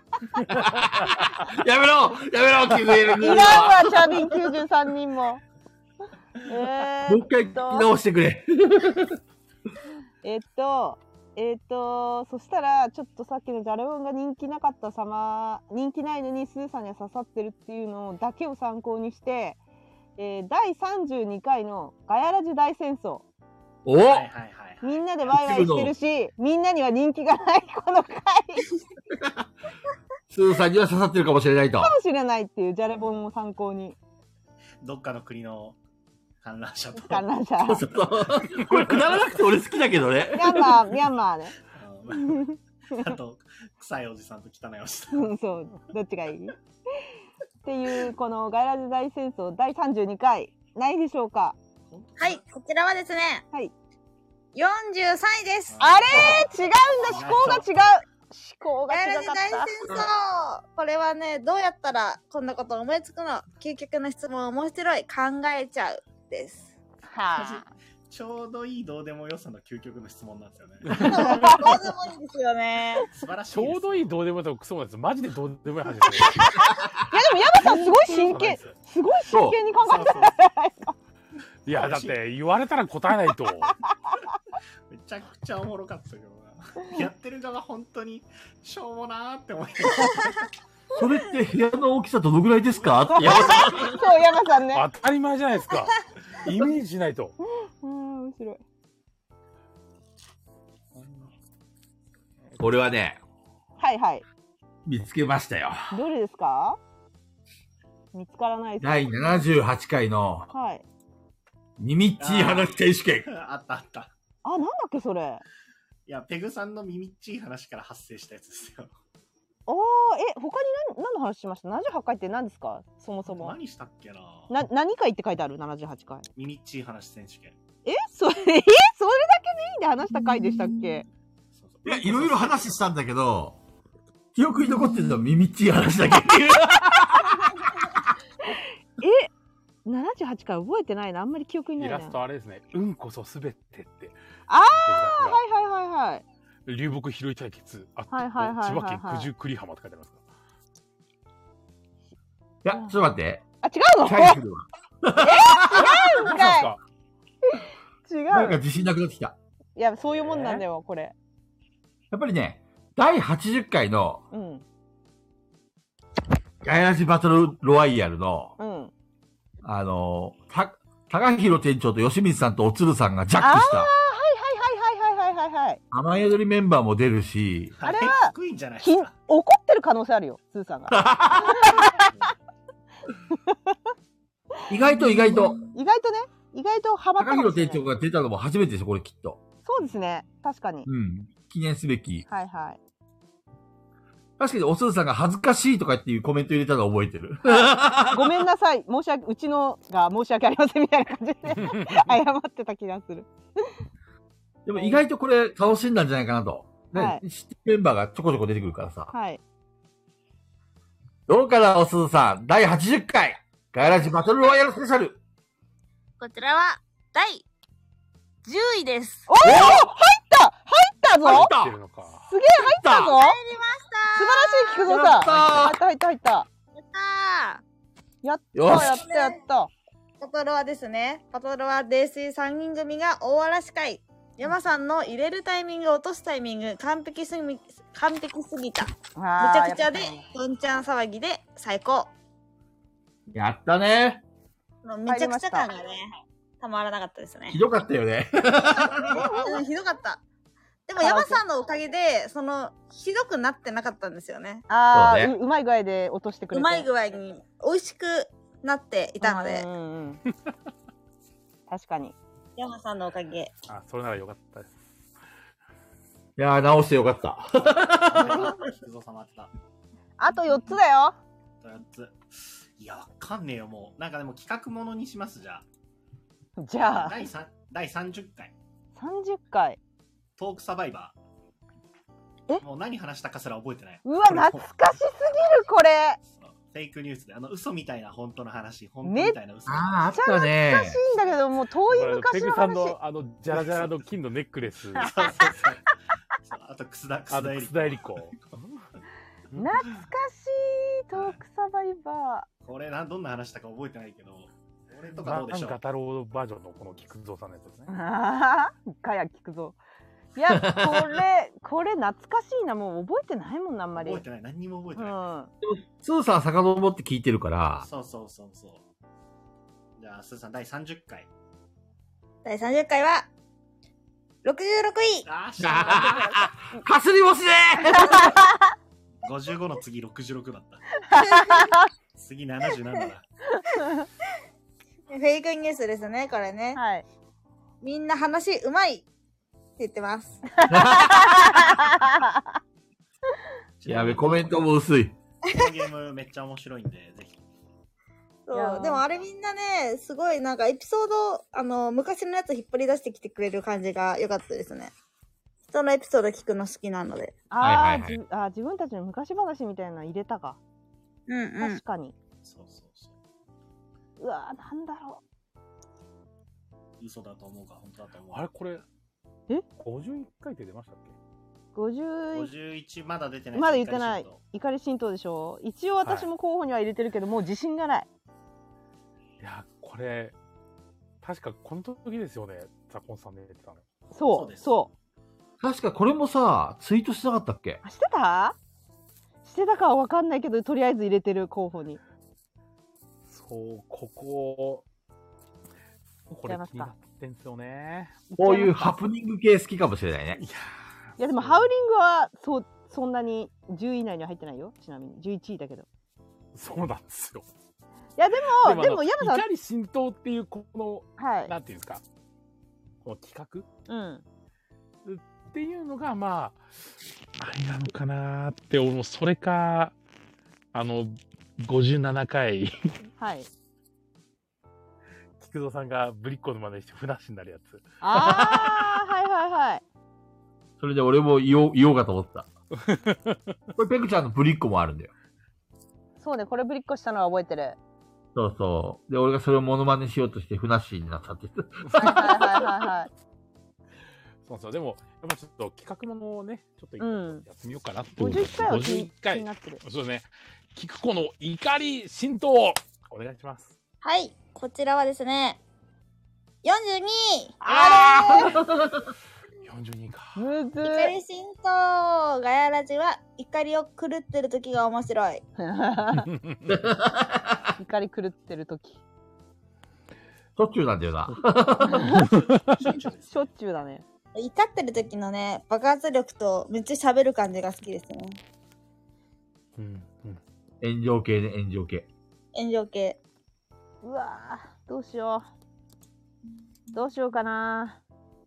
やめろやめろって言える。 いらんわ、チャーミンきゅうじゅうさんにんも。えー、 もう一回聞き直してくれ。 えっと、えっと、そしたら、ちょっとさっきのジャレオンが人気なかった様、人気ないのにスーさんには刺さってるっていうのだけを参考にして、えー、だいさんじゅうにかいのガヤラジ大戦争。 お、 はいはいはいはい、 みんなでワイワイしてるし、みんなには人気がないこの回。 スーさんには刺さってるかもしれないと。 かもしれないっていうジャレ本を参考に。 どっかの国の観覧車と。 観覧車。 そうそうそう。これくだらなくて俺好きだけどね。 ミャンマー、ミャンマーね。 あと、臭いおじさんと汚いおじさん。うん、そう。どっちがいいっていう、このガイラジ大戦争だいさんじゅうにかい、ないでしょうか？ はい、こちらはですね。 はい。 よんじゅうさんいです。 あれー、違うんだ、思考が違う。思考が違かった。 ガイラジ大戦争。これはね、どうやったらこんなこと思いつくの？究極の質問面白い。考えちゃう。です。 はあ。 ちょうどいいどうでもよさの究極の質問なんですよね。 どうでもいいですよね。 素晴らしい。 ちょうどいいどうでもよさのクソなんです。マジでどうでもいい話です。 いやでも山さんすごい真剣、すごい真剣に考えてるじゃないですか。 いやだって言われたら答えないと。 めちゃくちゃおもろかったけどな。やってる側本当にしょうもなーって思い。 それって部屋の大きさどのぐらいですかって山さん。 そう山さんね。 当たり前じゃないですか。イメージしないと。 うん、面白い。 俺はね。 はいはい。 見つけましたよ。 どれですか？見つからないです。 だいななじゅうはちかいの。 はい。 ミミッチー話選手権。 あったあった。 あ、なんだっけそれ。 いや、ペグさんのミミッチー話から発生したやつですよ。 ああ、え、他に何、何の話しました？ななじゅうはちかいって何ですか？そもそも。 何したっけな。 な、何回って書いてある？ななじゅうはちかい。 ミミッチー話選手権。 え、それ、え、それだけメインで話した回でしたっけ？ いや、いろいろ話したんだけど、記憶に残ってるのはミミッチー話だけっていう。 え、ななじゅうはちかい覚えてないな。あんまり記憶にないな。 イラストあれですね。うんこそすべてって。 ああ、はいはいはいはい。 流木拾い対決あって、 はいはいはいはいはい、 千葉県九十九里浜って書いてありますか？ いや、ちょっと待って。 あ、違うの？ え、違うんかい。違う。 なんか自信なくなってきた。 いや、そういうもんなんだよ、これ。 やっぱりね、だいはちじゅっかいの、 うん。 ガイラジバトルロワイヤルの、 うん。 あの、た、高弘店長と吉水さんとおつるさんがジャックした。 ああ、はいはいはいはいはいはいはい。 雨宿りメンバーも出るし、 あれは、 低いんじゃないですか。 怒ってる可能性あるよ、スーさんが。 意外と意外と。 意外とね、意外とハマったか高弘もしれない。 店長が出たのも初めてですよ、これきっと。 そうですね、確かに。 うん。記念すべき。 はいはい。 確かにおすずさんが恥ずかしいとかっていうコメント入れたのを覚えてる。 ごめんなさい、申し訳、うちのが申し訳ありませんみたいな感じで謝ってた気がする。 でも意外とこれ楽しんだんじゃないかなと。ね、 はい、 知ってるメンバーがちょこちょこ出てくるからさ。 はい。 どうかな、おすずさん。だいはちじゅっかい、ガイラジバトルロワイヤルスペシャル。 こちらは、だいじゅういです。 おお、入った入ったぞ、 入ったてるのか。 すげえ入ったぞ、 入りました。 素晴らしい菊蔵さん。入った入った入った。 やったやったよしやったやった。 バトルはですね、バトルは泥酔さんにん組が大嵐会。山さんの入れるタイミング、落とすタイミング、完璧すぎ、完璧すぎた。めあーちゃくちゃでやっぱり、 どんちゃん騒ぎで最高。 やったね。 めちゃくちゃ感がね、たまらなかったですねひ。どかったよね。 うんひどかった。でもカラオケ山さんのおかげで、その、ひどくなってなかったんですよね。 あー、 そうねううまい具合で落としてくれて。 うまい具合に美味しくなっていたのでうん、うんうん確かに。 山さんのおかげ。 あ、それならよかったです。 いやー、直してよかった。 菊蔵さん待ってた。 あとよっつだよ。 よっつ。いや、わかんねえよ、もう。なんかでも企画ものにします、じゃあ。 じゃあ、 第三第さんじゅっかい。 さんじゅっかい。 トークサバイバえー。もう何話したかすら覚えてない。 うわ、懐かしすぎる、これ。 そうフェイクニュースで、あの、嘘みたいな本当の話、本当みたいな嘘のあー、あ話。 ったね。 懐かしいんだけど、もう遠い昔のペグさん話。 のあの、ジャラジャラの金のネックレス。 そうそうそうそうあと、楠田、 あの、 楠田絵楠田絵理子。 懐かしい、トークサバイバこれな、どんな話したか覚えてないけど、俺とかどうでしょうガタロウバージョンのこの菊蔵さんのやつですね。 ー。ああ、かや聞くぞ。いや、これ、これ懐かしいな。もう覚えてないもんな、あんまり。 覚えてない。何にも覚えうてない。 ん。 スーさん遡って聞いてるから、 そうそうそうそう。じゃあ、すーさん、第さんじゅっかい。 だいさんじゅっかいは、ろくじゅうろくい。 あーしあーかすりもしねごじゅうごの次ろくじゅうろくだった。次ななじゅうななだ。 フェイクニュースですね、これね。 はい。 みんな話うまいって言ってます。 やべ、コメントも薄い。 このゲームめっちゃ面白いんで、ぜひ。 そう。 いやーでもあれみんなね、すごいなんかエピソード、あの、昔のやつ引っ張り出してきてくれる感じが良かったですね。人のエピソード聞くの好きなので。 あはいはいはいーじあー、自分たちの昔話みたいなの入れたか。 うんうん確。かに。 そうそうそうわー、なんだろう。嘘だと思うか、本当だと思う。 あれこれ、 え ? ごじゅういっかいって出ましたっけ？ う。ごじゅう、 ごじゅういちまだ出てない。 まだ言ってないしっかりしんと。 怒り神道でしょ。一応私も候補には入れてるけど、もう自信がない。 いや、これ、確かこの時ですよね、ザコンさんで言ってたの。 そ、 そううですそう。 確かこれもさ、ツイートしてなかったっけ？ あしてたしてたかは分かんないけど、とりあえず入れてる候補に。 そう、ここ、これ気になってんすよね。 こういうハプニング系好きかもしれないね。 いやいやでもハウリングはそうそんなにじゅうい以内には入ってないよ。ちなみにじゅういちいだけど。 そうなんですよ。 いやでもでもあの山さん、 怒り浸透っていうこの、 はい。 なんていうんですか、この企画うん。 っていうのが、まあ、ありなのかなーって思う。それか、あの、ごじゅうななかい、 はい。 菊蔵さんがぶりっ子の真似してふなっしになるやつ。 ああはいはいはい。 それで俺も言おう、言おうかと思った。これペグちゃんのぶりっ子もあるんだよ。 そうね、これぶりっこしたのは覚えてる。 そうそう。で、俺がそれをモノマネしようとしてふなっしーになったって言ってはいはいはいはいはい。 そうそう。でも、やっぱちょっと企画ものをね、ちょっとうんやってみようかなって思ごじゅっかいは気 51 に気回になってる。 そうですね。菊子の怒り浸透をお願いします。 はい。こちらはですね、よんじゅうにい。 あよんじゅうにか。 むず怒り浸透ガヤラジは怒りを狂ってる時が面白い。 怒り狂ってる時。 しょっちゅうなんだよな。 しょっちゅうだね。 怒ってる時のね、爆発力とめっちゃ喋る感じが好きですね。 うんうん炎上系ね、炎上系。 炎上系。 うわーどうしよう。どうしようかな。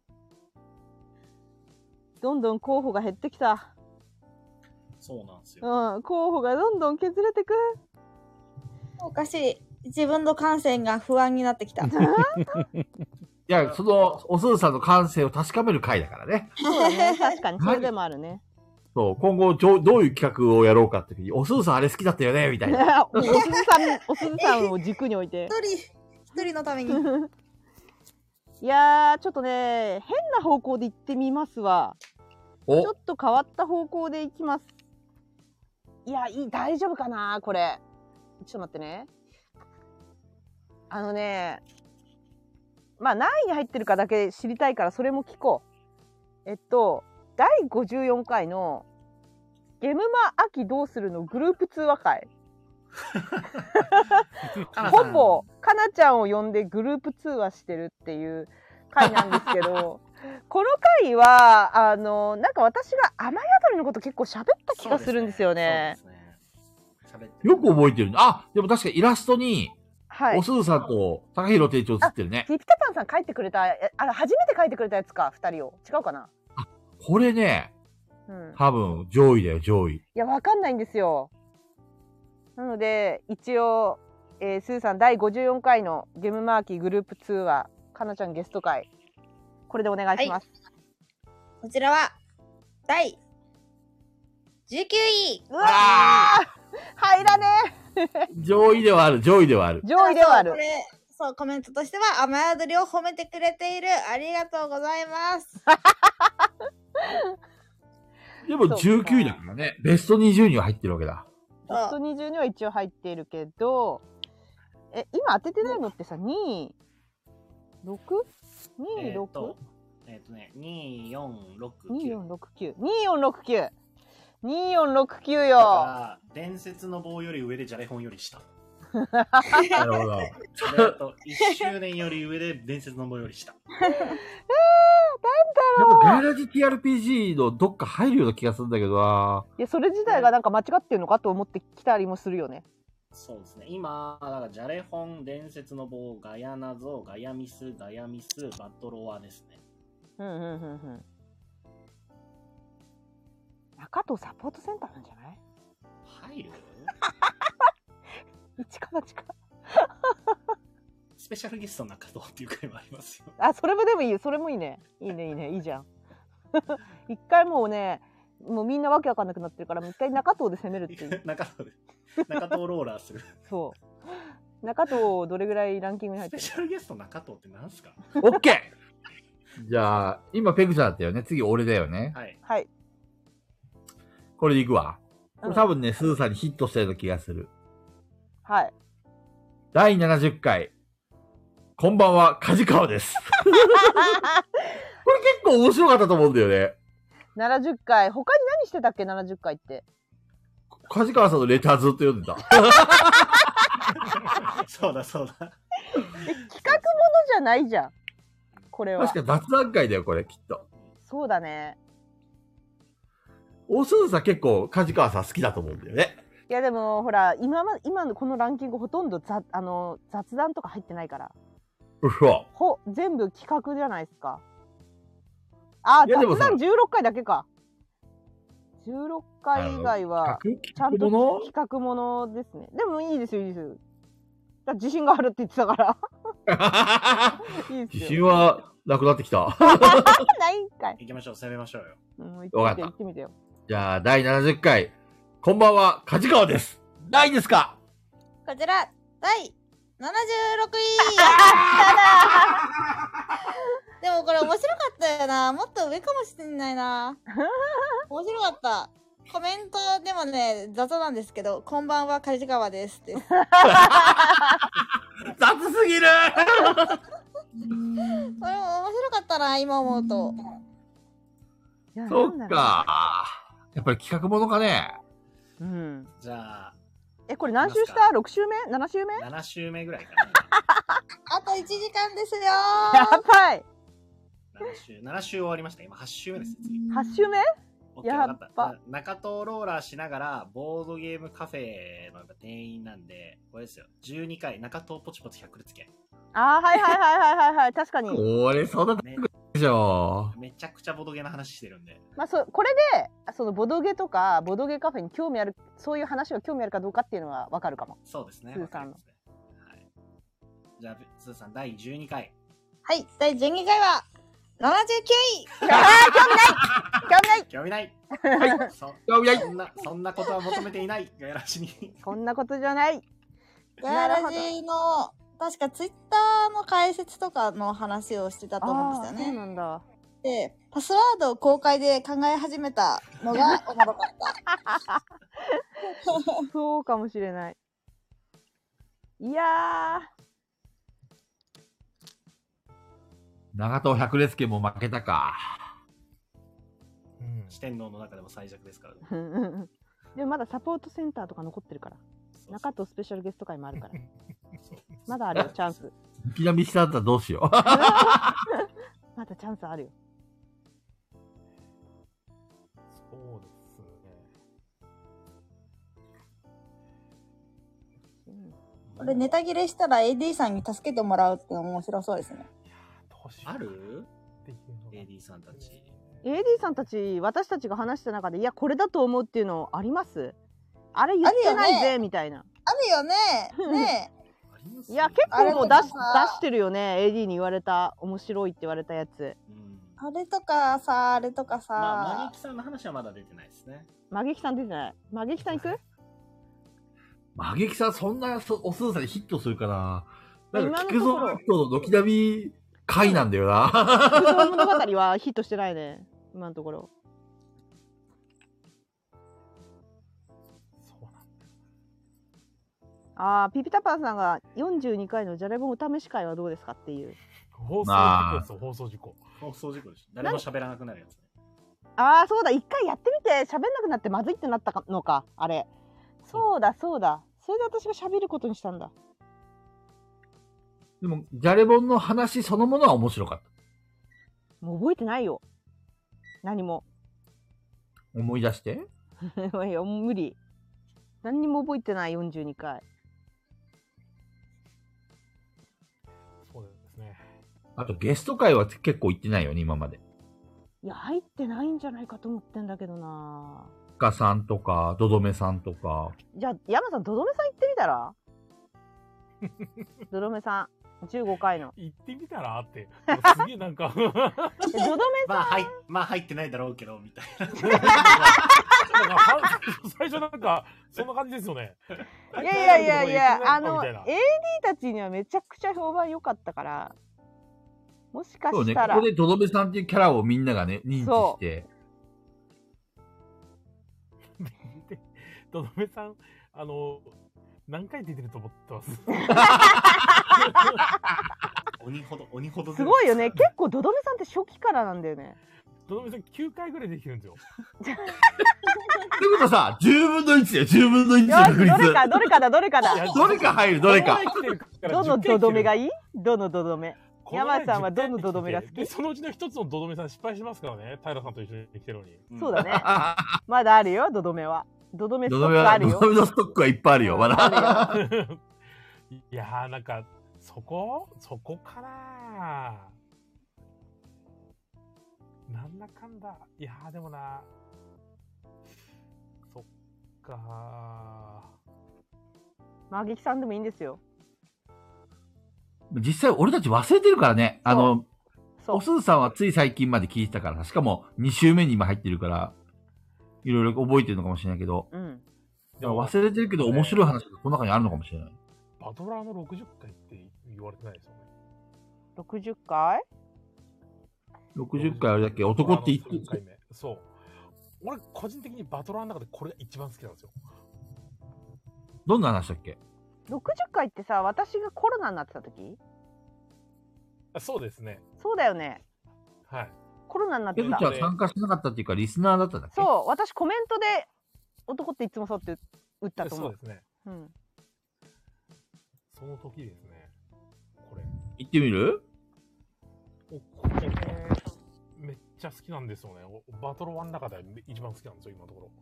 どんどん候補が減ってきた。 そうなんですよ。 うん、候補がどんどん削れてく。 おかしい。自分の感性が不安になってきた。 いや、その、おすずさんの感性を確かめる回だからね。 そうだね、確かにそれでもあるね。 そう、今後どう、どういう企画をやろうかって時に、おすずさんあれ好きだったよね、みたいな。 おすずさん、おすずさんを軸に置いて。 一人、一人のために。 いやー、ちょっとね、変な方向で行ってみますわ。ちょおっと変わった方向で行きます。いや、いい、大丈夫かなこれ。ちょっと待ってね。 あのね、まあ何位に入ってるかだけ知りたいからそれも聞こう。えっとだいごじゅうよんかいのゲムマ秋どうするのグループ通話会。ほぼかなちゃんを呼んでグループ通話してるっていう回なんですけどこの回はあのなんか私が雨宿りのこと結構喋った気がするんですよね。 そうですね。 よく覚えてるね。あ、でも確かイラストに、 はい。 おすずさんと高弘店長写ってるね。 ピピタパンさん書いてくれた、えあれ初めて書いてくれたやつか、ふたりを。違うかな。 これね、 うん。 多分上位だよ、上位。 いや、わかんないんですよ。なので、一応、えー、スーさんだいごじゅうよんかいのゲームマーキーグループ通話、かなちゃんゲスト会、これでお願いします。 はい、こちらは、だいじゅうきゅうい。 うわー入らね上位ではある、上位ではある。 上位ではある。 これ、そう、コメントとしては、雨宿りを褒めてくれている。ありがとうございます。 でもじゅうきゅういだからね。ベストにじゅうには入ってるわけだ。 ベストにじゅうには一応入っているけど、え、今当ててないのってさ、に、ろく？ に、ろく？ えっとね、に、よん、ろく、きゅう。 に、よん、ろく、きゅう。に、よん、ろく、きゅう。に、よん、ろく、きゅうよ。 だから、伝説の棒より上でじゃれ本より下。 なるほど。 あと、いっしゅうねんより上で伝説の棒より下。 えー、なんだでろう。 も、ガイラジ ティーアールピージー のどっか入るような気がするんだけどな。 いや、それ自体がなんか間違ってるのかと思ってきたりもするよね。 そうですね。今、だから、じゃれ本、伝説の棒、ガヤナゾ、ガヤミス、ガヤミス、バトロワですね。 うんうんうんうん。中藤サポートセンターなんじゃない？ 入る一か八か。 スペシャルゲスト中藤っていう回もありますよ。 あ、それもでもいいよ。それもいいね。いいね、いいね、いいじゃん。一回もうね、もうみんなわけわかんなくなってるから、もう一回中藤で攻めるっていう。 中藤で。中藤ローラーする。 そう。中藤どれぐらいランキングに入ってる？ スペシャルゲスト中藤って何すか？ オッケーじゃあ、今ペグちゃんだったよね。次俺だよね。 はい。 はい。 これでいくわ。これ多分ね、スーさんにヒットしたような気がする。 はい。 だいななじゅっかい。こんばんは、梶川です。これ結構面白かったと思うんだよね。 ななじゅっかい。他に何してたっけ？ ななじゅっ 回って。 梶川さんのレターずっと読んでた。 そうだそうだ。 え、企画ものじゃないじゃん。これは。 確か雑談会だよ、これ、きっと。 そうだね。 おすずさん結構梶川さん好きだと思うんだよね。 いやでもほら今ま今のこのランキングほとんどざあの雑談とか入ってないから。 うわ。 ほ全部企画じゃないですか。あ、雑談じゅうろっかいだけか。じゅうろっかい以外はちゃんと企画ものですね。でもいいですよいいですよ。だ自信があるって言ってたから。いいですよ。 自信はなくなってきた。 ないんかい。 行きましょう、攻めましょうよ。 うん、行ってみて行ってみてよ。 じゃあ、だいななじゅっかい。こんばんは、梶川です。ないですか？ こちら、だいななじゅうろくい。でもこれ面白かったよな。もっと上かもしれないな。面白かった。コメントでもね、雑なんですけど、こんばんは、梶川ですって。 雑すぎるこれも面白かったな、今思うと。 そっか。やっぱり企画ものかね。 うん。 じゃあ。 え、これ何週した ?ろく 週目 ?なな 週目 ?なな 週目ぐらいかな。 あといちじかんですよー。 やばい。 なな週、なな週終わりました。今はち週目です。次。 はち週目やっぱ。中東ローラーしながら、ボードゲームカフェの店員なんで、これですよ。じゅうにかい、中東ポチポチ百列券。 あー、はいはいはいはいはいはい。確かに。 俺、そんなね。 でしょ。 めちゃくちゃボドゲの話してるんで。 まあ、そこれでそのボドゲとかボドゲカフェに興味ある、そういう話が興味あるかどうかっていうのは分かるかも。 そうですね。 スーさんの。 はい、じゃあスーさんだいじゅうにかい。 はい、だいじゅうにかいはななじゅうきゅうい。 あー、興味ない興味ない興味ないはいそ興味ないそんなそんなことは求めていないガヤラシに。 そんなことじゃない。 ガヤラジの確かツイッターの解説とかの話をしてたと思うんですよね。 そうなんだ。 で、パスワードを公開で考え始めたのがおもろかった。 そうかもしれない。いや長藤百列家も負けたか。 うん四天王の中でも最弱ですからね。 でもまだサポートセンターとか残ってるから。 そうそう中藤スペシャルゲスト会もあるから。 そうまだあるよ、チャンス。 いきなりしたったらどうしよう。 まだチャンスあるよ。 そうですね。 うんこれネタ切れしたら エーディー さんに助けてもらうってのも面白そうですね。 どうしようあるっていうのがエーディー さんたち。 エーディー さんたち、私たちが話した中で、いや、これだと思うっていうのあります？あれ言ってないぜ、 あるよねみたいな。 あるよね。ねありますいや、結構もう出しあれとか出してるよね。エーディー に言われた、面白いって言われたやつ。 うん。 あれとかさ、あれとかさ。 まあ、マギキさんの話はまだ出てないですね。 マゲキさん出てない。マゲキさん行く？ マゲキさんそんなそおすずさんにヒットするかな。なんか、 今の菊蔵ところの人の軒並み回なんだよな。 菊蔵物語はヒットしてないね。今のところ。 そうなんだ。 ああ、ピピタパンさんがよんじゅうにかいのじゃれぼんお試し会はどうですかっていう。 放送事故ですよ、放送事故。 放送事故でしょ。誰も喋らなくなるやつね。 ああ、そうだ、一回やってみて喋んなくなってまずいってなったのか、あれ。そうだ、そうだ。それで私が喋ることにしたんだ。 でも、じゃれぼんの話そのものは面白かった。 もう覚えてないよ。何も。 思い出して。 いや、もう無理。何にも覚えてないよんじゅうにかい。 そうですね。 あと、ゲスト会は結構行ってないよね、今まで。 いや、入ってないんじゃないかと思ってんだけどな。 かさんとか、どどめさんとか。 じゃあ、山さん、どどめさん行ってみたらどどめさん、じゅうごかいの。 行ってみたらって。すげえなんか。 えどどめさまあ、はい、まあ入ってないだろうけど、みたいな。 なんかは最初なんか、そんな感じですよね。 ん、いやいやいやいや、あの、 みたエーいなディー たちにはめちゃくちゃ評判良かったから、もしかそうね、こしたら、 こでどどめさんっていうキャラをみんながね、認知して。 で、とどめさん、あの、何回出てると思ってます。 鬼ほど、鬼ほど。 すごいよね。結構どどめさんって初期からなんだよね。 とどめさんきゅうかいぐらいできるんですよ。 ってことはさ、じゅうぶんのいちだよ、じゅうぶんのいちのよし、 確率。 どれか、どれかだ、どれかだ。 どれか入る、どれか。 どのどどめがいいいいどのどどめ。山さんはどのどどめが好き？ で、そのうちの一つのどどめさん失敗しますからね。平さんと一緒に来てるのに。 うんそうだね。まだあるよ、どどめは。どどめストどどめは、 ックあるよどど。めのストックはいっぱいあるよ、まだ。 あるよ。 いやー、なんか、そこそこかななんだかんだ。いやー、でもな、そっかマギキさんでもいいんですよ。 実際俺たち忘れてるからね。あの、 そうおすずさんはつい最近まで聞いてたから、しかもに週目に今入ってるから、いろいろ覚えてるのかもしれないけど、 うん。 でも忘れてるけど面白い話がこの中にあるのかもしれない。 バトラーのろくじゅっかいって言われてないですよね。 ろくじゅっかいろくじゅっかいあれだっけ、男って言ってバトラーのさんかいめそう。俺、個人的にバトラーの中でこれが一番好きなんですよ。 どんな話だっけ？ ろくじゅっかいってさ、私がコロナになってた時？ あそうですね。 そうだよね。 はい。 コロナになってたペグちゃんは参加しなかったっていうか、リスナーだったんだっけ？ そう、私コメントで男っていつもそうって打ったと思う。 そうですね。 うん。 その時ですね。これ。 行ってみる？ おこれ、めっちゃ好きなんですよね。おバトルワンの中で一番好きなんですよ、今のとこ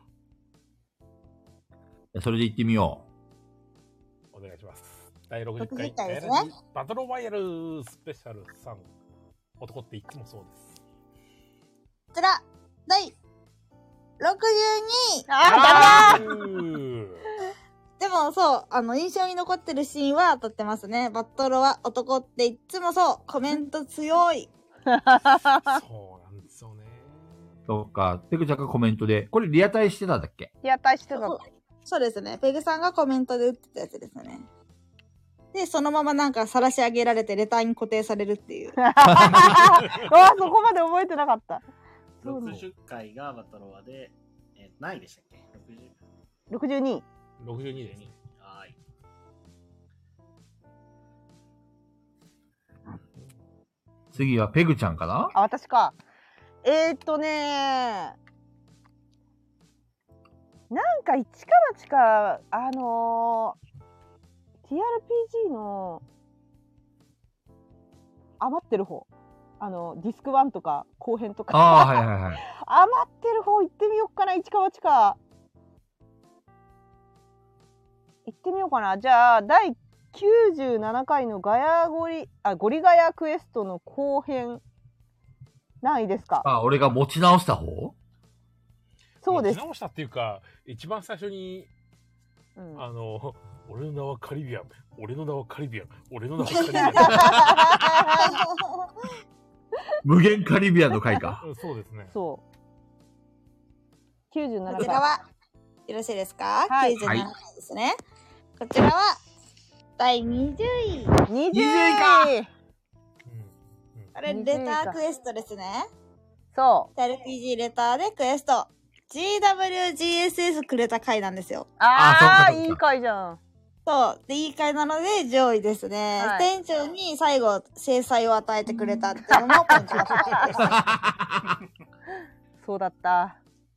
ろ。 それで行ってみよお願いします。だいろくじゅっかいろくじゅっかいですねバトルワイヤルスペシャルさん。男っていつもそうです。 こちら、だいろくじゅうに。 あー、ダメだうーでもそう、あの、印象に残ってるシーンは当たってますね。バトロは男っていつもそう、コメント強い。 そうなんですよね。 う。そうか、ペグちゃんがコメントで、これリアタイしてたんだっけ？ いや、大してたそうそうですね。ペグさんがコメントで打ってたやつですね。で、そのままなんか晒し上げられてレターに固定されるっていう。 わあ、そこまで覚えてなかった。そうろなのくじゅっかいがバトロワで、えー、何位でしたっけ ?ろくじゅう。 ろくじゅうに。 ろくじゅうにです。 はーい。 次はペグちゃんかな。 あ、私か。えー、っとねなんか一か八か、あのー、ティーアールピージー の余ってる方。あの、ディスクワンとか後編とか。 ああ、はいはいはい。 余ってる方行ってみようかな、一か八か。行ってみようかな。じゃあ、だいきゅうじゅうななかいのガヤゴリ、あ、ゴリガヤクエストの後編、何位ですか？ あ、俺が持ち直した方？ そうです。 持ち直したっていうか、一番最初に、 うん、 あの、俺の名はカリビアン、俺の名はカリビアン、俺の名はカリビアン。 無限カリビアンの回か。 そうですね。 そう。きゅうじゅうななこちらは、よろしいですか？ はい。 きゅうじゅうななかいですね。こちらは、だいにじゅうい。 にじゅういか。 あれ、レタークエストですね。 そう。 エルピージー レターでクエスト。ジーダブリュージーエスエス くれた回なんですよ。 ああ、いい回じゃん。 そう。で、いい回なので上位ですね。はい、店長に最後、制裁を与えてくれたっていうのもポイントだったです。 そうだった。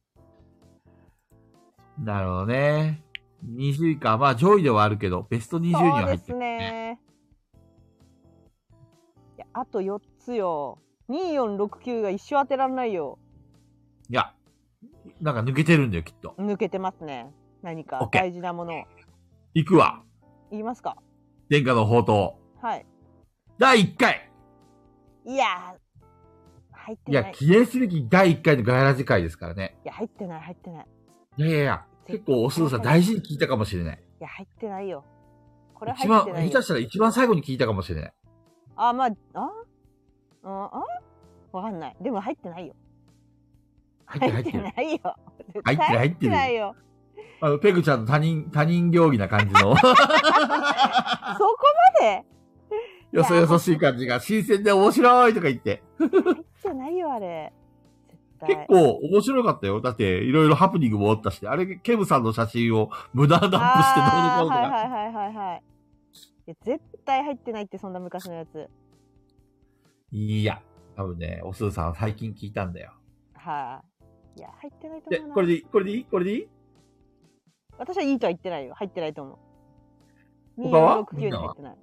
なるほどね。にじゅういか。まあ上位ではあるけど、ベストにじゅうには入ってる、ね。 そうですね。いや、あとよっつよ。によんろくきゅうが一生当てらんないよ。 いや、なんか抜けてるんだよ、きっと。 抜けてますね。何か大事なものを。 行くわ。 言いますか。 殿下の宝刀。 はい。 だいいっかい。 いやー、入ってない。 いや、記念すべきだいいっかいのガヤラジ会ですからね。 いや、入ってない、入ってない。 いやいやいや、結構おすずさん大事に聞いたかもしれない。 いや、入ってないよ。これ入一ってないよ。 番、下手したら一番最後に聞いたかもしれない。 あ、まあ、あああわかんない。でも入ってないよ。 入ってる入ってる。 入ってないよ。 入ってる入ってる。 ないよ。 あの、ペグちゃんの他人、他人行儀な感じの。そこまでよそよそしい感じが新鮮で面白いとか言って。 入ってないよ、あれ。 結構面白かったよ。だって、いろいろハプニングもあったし、あれ、ケムさんの写真を無駄なアップしてどうのこうのとか。 はいはいはいはいはい。いや、絶対入ってないって、そんな昔のやつ。 いや、多分ね、おすずさんは最近聞いたんだよ。 はい、あ。いや、入ってないとで、 思うな。 これでいいこれでいいこれでいい私はいいとは言ってないよ。入ってないと思う。 他はにろくきゅうに入ってない。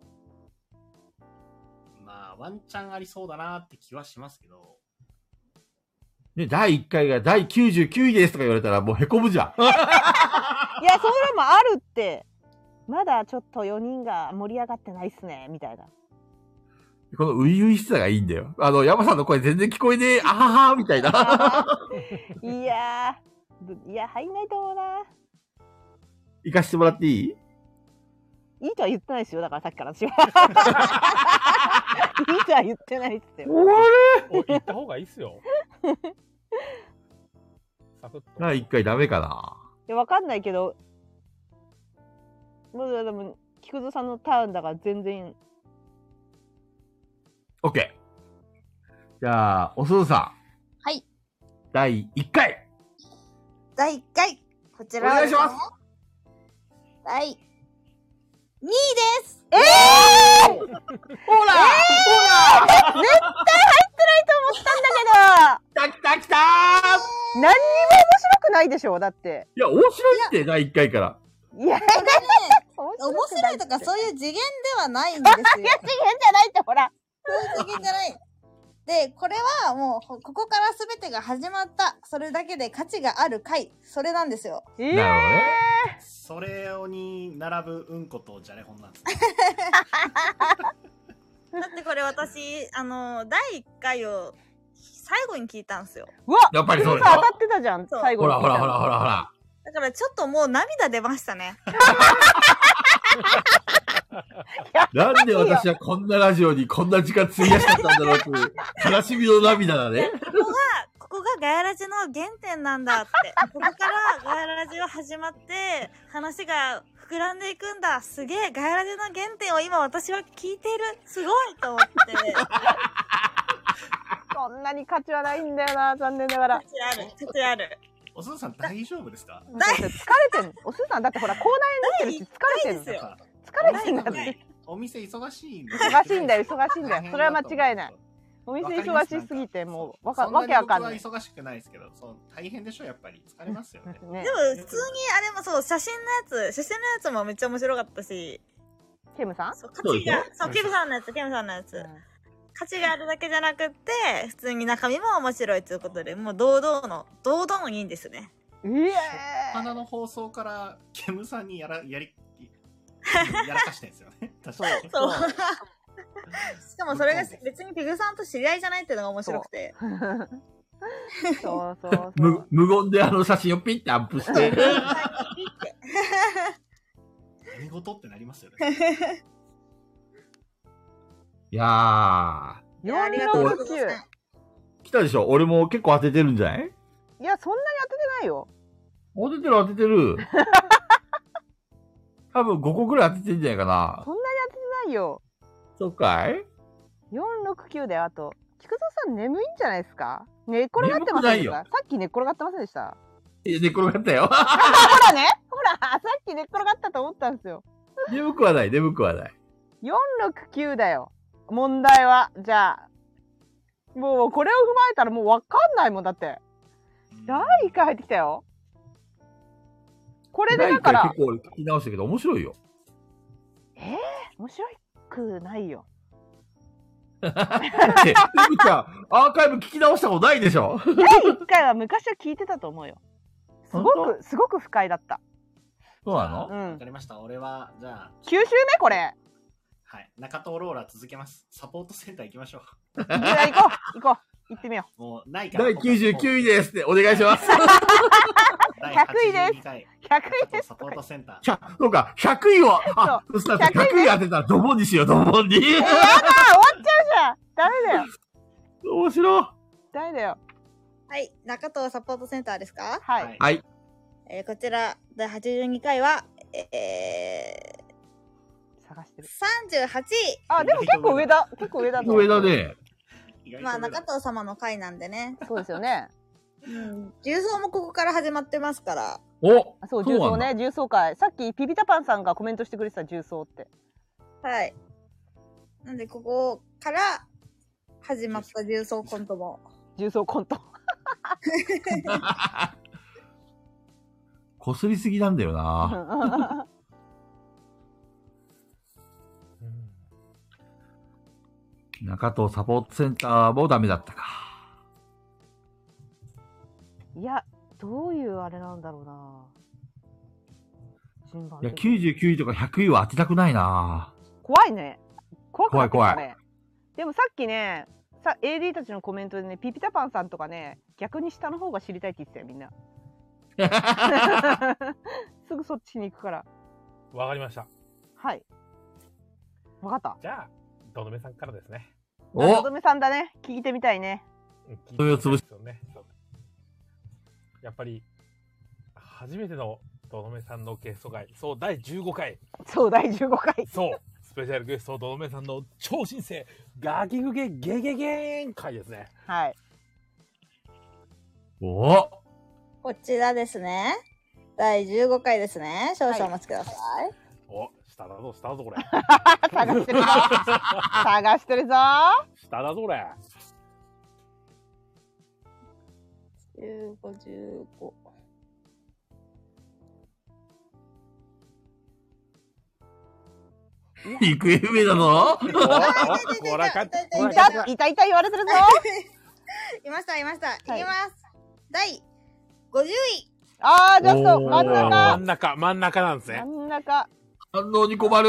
まあ、ワンチャンありそうだなって気はしますけど。 ね、だいいっかいがだいきゅうじゅうきゅういですとか言われたらもう凹むじゃん。 いや、それもあるって。まだちょっとよにんが盛り上がってないっすね、みたいな。 この初々しさがいいんだよ。あの、山さんの声全然聞こえねえ、あははみたいな。 いやー、いや、入んないと思うな。 行かしてもらっていい？ いいとは言ってないですよ。だからさっきから私は。いいとは言ってないっすよ。 おれ行った方がいいっすよ。 サクッと。だいいっかいダメかな。 いや、わかんないけど、もうでも、菊蔵さんのターンだから全然。 オッケー。じゃあ、おすずさん。 はい。 だいいっかい。 だいいっかい。こちらお願いします。 だいにいです。 えー、ほら、えー、ほら、絶対入ってないと思ったんだけど。 来た来た来たー。 何にも面白くないでしょ、だって。 いや、面白いって、だいいっかいから。 いや、ね、 面白いとかそういう次元ではないんですよ。 いや、次元じゃないって、ほら。 そういう次元じゃない。で、これはもう、ここから全てが始まった。それだけで価値がある回。それなんですよ。 えー、 なるほどね。 それに並ぶうんことじゃれほんなんですか。 だってこれ私、あの、だいいっかいを最後に聞いたんですよ。 うわ、 やっぱりそうでしょ。 当たってたじゃん、最後に。 ほらほらほらほらほら。 だからちょっともう涙出ましたね。 なんで私はこんなラジオにこんな時間費やしちゃったんだろうっていう悲しみの涙だね。 ここが、ここがガヤラジの原点なんだって。ここからガヤラジは始まって、話が膨らんでいくんだ。すげえ、ガヤラジの原点を今私は聞いてる。すごいと思って。 そんなに価値はないんだよな、残念ながら。 価値ある、価値ある。 おすずさん大丈夫ですか？ 疲れてんの。おすずさんだってほら、コーナーに出てるし疲れてんの。疲れてんだって。 お店忙しいんだ。 忙しいんだよ、忙しいんだよ。それは間違いない。 お店忙しすぎて、もう、わか、 そんなにわけわかんない。 僕は忙しくないですけど、そう、大変でしょ、やっぱり。疲れますよね。 ねでも普通にあれもそう、写真のやつ、写真のやつもめっちゃ面白かったし、 ケムさんそう、価値がそうでしょ、 そう、ケムさんのやつ、ケムさんのやつ。 うん価値があるだけじゃなくって、普通に中身も面白いということで、もう堂々の、堂々のいいんですね。 いえ花の放送から、ケムさんにやら、やり、やらかしてんですよね。確かに。 そう。しかもそれが別にペグさんと知り合いじゃないっていうのが面白くて。 そうそうそう。 無無言であの写真をピッてアップして。 何事ってなりますよね。 いやー。 いやありがとうございます。 来たでしょ？俺も結構当ててるんじゃない？ いや、そんなに当ててないよ。 当ててる当ててる。多分ごこぐらい当ててんじゃないかな。 そんなに当ててないよ。 そっかい？ よん、ろく、きゅうであと。菊蔵さん眠いんじゃないですか？寝っ転がってませんでした？さっき寝っ転がってませんでした？ いや、寝っ転がったよ。 ほらね、ほら、さっき寝っ転がったと思ったんですよ。 眠くはない、眠くはない。 よん、ろく、きゅうだよ。問題は。じゃあ。もう、これを踏まえたらもうわかんないもんだって。だいいっかい入ってきたよ。これでだから。 結構聞き直したけど面白いよ。 えー、面白くないよ。 だって、ふみちゃん、アーカイブ聞き直したことないでしょ？ だいいっかいは昔は聞いてたと思うよ。すごく、すごく不快だった。 そうなの？ うん。 わかりました。俺は、じゃあ。 きゅう週目これ。 はい。中藤ローラ続けます。サポートセンター行きましょう。 行こう行こう行ってみよう。もう、ないから。 だいきゅうじゅうきゅういですってお願いします。 ひゃくいです。ひゃくいです。 サポートセンター。 ひゃそうか、ひゃくいを、あ、そしたらひゃくい当てたらドボンにしよう、ドボンに。 やだ、終わっちゃうじゃん。ダメだよ。 面白い。 ダメだよ。 はい。中藤サポートセンターですか？ はい。 はい。 えー、こちら、だいはちじゅうにかいは、えー、 探してる。 さんじゅうはちい。 あ、でも結構上だ。結構上だぞ。 上だね。 まあ、中藤様の回なんでね。 そうですよね。 うん。重曹もここから始まってますから。 おそう、重曹ね、重曹会。さっきピピタパンさんがコメントしてくれてた重曹って。 はい。なんで、ここから始まった重曹コントも。 重曹コント。 こすりすぎなんだよな。中藤サポートセンターもダメだったか。 いや、どういうあれなんだろうな。順番いや、きゅうじゅうきゅういとかひゃくいは当てたくないな。 怖いね。怖くなってきたね。 怖い怖い。 でもさっきね、さ エーディー たちのコメントでね、ピピタパンさんとかね、逆に下の方が知りたいって言ってたよ、みんな。すぐそっちに行くから。 わかりました。 はい。わかった。 じゃあ、どどめさんからですね。 おどどめさんだね。聞いてみたいね。 それを潰すよね。やっぱり、初めてのどどめさんのゲスト会。そう、だいじゅうごかい。 そう、だいじゅうごかい。 そう、スペシャルゲストどどめさんの超新星、ガキグゲゲゲゲーン会ですね。 はい。 おこちらですね。だいじゅうごかいですね。少々お待ちください。はい、 お、下だぞ、下だぞ、これ。 探してるぞ。探してるぞ。 下だぞ、これ。 じゅうご、じゅうご。 行方不明だぞ。 こらかっいた、いたいた言われてるぞ。 いました、いました。いきます。だいごじゅうい。 あー、ジャスト、真ん中。 真ん中、真ん中なんですね。 真ん中。 反応に困る。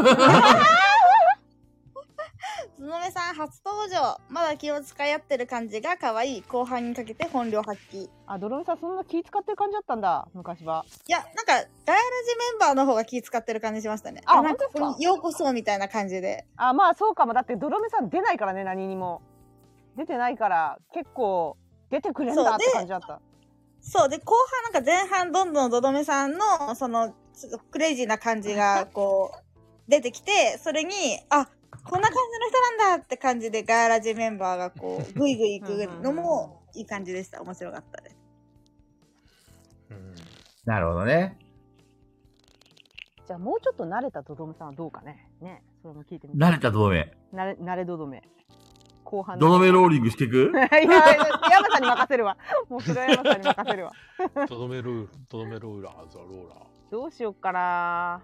つのめさん初登場。まだ気を使い合ってる感じが可愛い。後半にかけて本領発揮。 あ、ドロメさんそんな気使ってる感じだったんだ、昔は。 いや、なんか、ガヤラジメンバーの方が気使ってる感じしましたね。 あ、 なんか本当ですか？ ようこそみたいな感じで。 あ、まあそうかも。だってドロメさん出ないからね、何にも。出てないから、結構、出てくれんだって感じだった。 そう。で、後半なんか前半どんどんドドメさんの、その、ちょっとクレイジーな感じが、こう、出てきて、それに、あ、こんな感じの人なんだって感じでガヤラジメンバーがこう、ぐいぐい行くのもいい感じでした。面白かったです。 うん、 なるほどね。 じゃあもうちょっと慣れたドドメさんはどうかね。ね。それも聞いてみて。 慣れたドドメ。 慣れ、慣れドドメ。 後半どの目ローリングしていくいや、山さんに任せるわ。もうそれは山さんに任せるわ。 とどめる、とどめローラー、ザローラー。 どうしよっかな。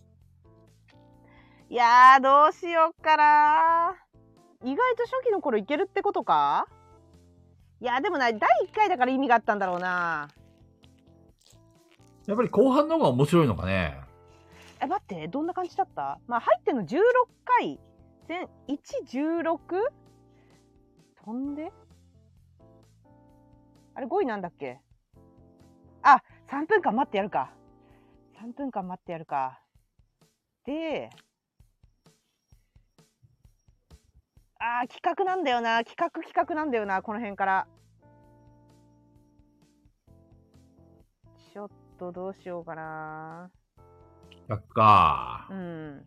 いやー、どうしよっかな。意外と初期の頃いけるってことか。いや、でもな、だいいっかいだから意味があったんだろうな。 やっぱり後半の方が面白いのかね。 え、待って、どんな感じだった？まあ、入ってんのじゅうろっかい。全いち、じゅうろく？ 飛んであれごいなんだっけ？あ、さんぷんかん待ってやるか。さんぷんかん待ってやるか。で、あー、企画なんだよな。企画企画なんだよな、この辺から。ちょっとどうしようかな。 やっかうん。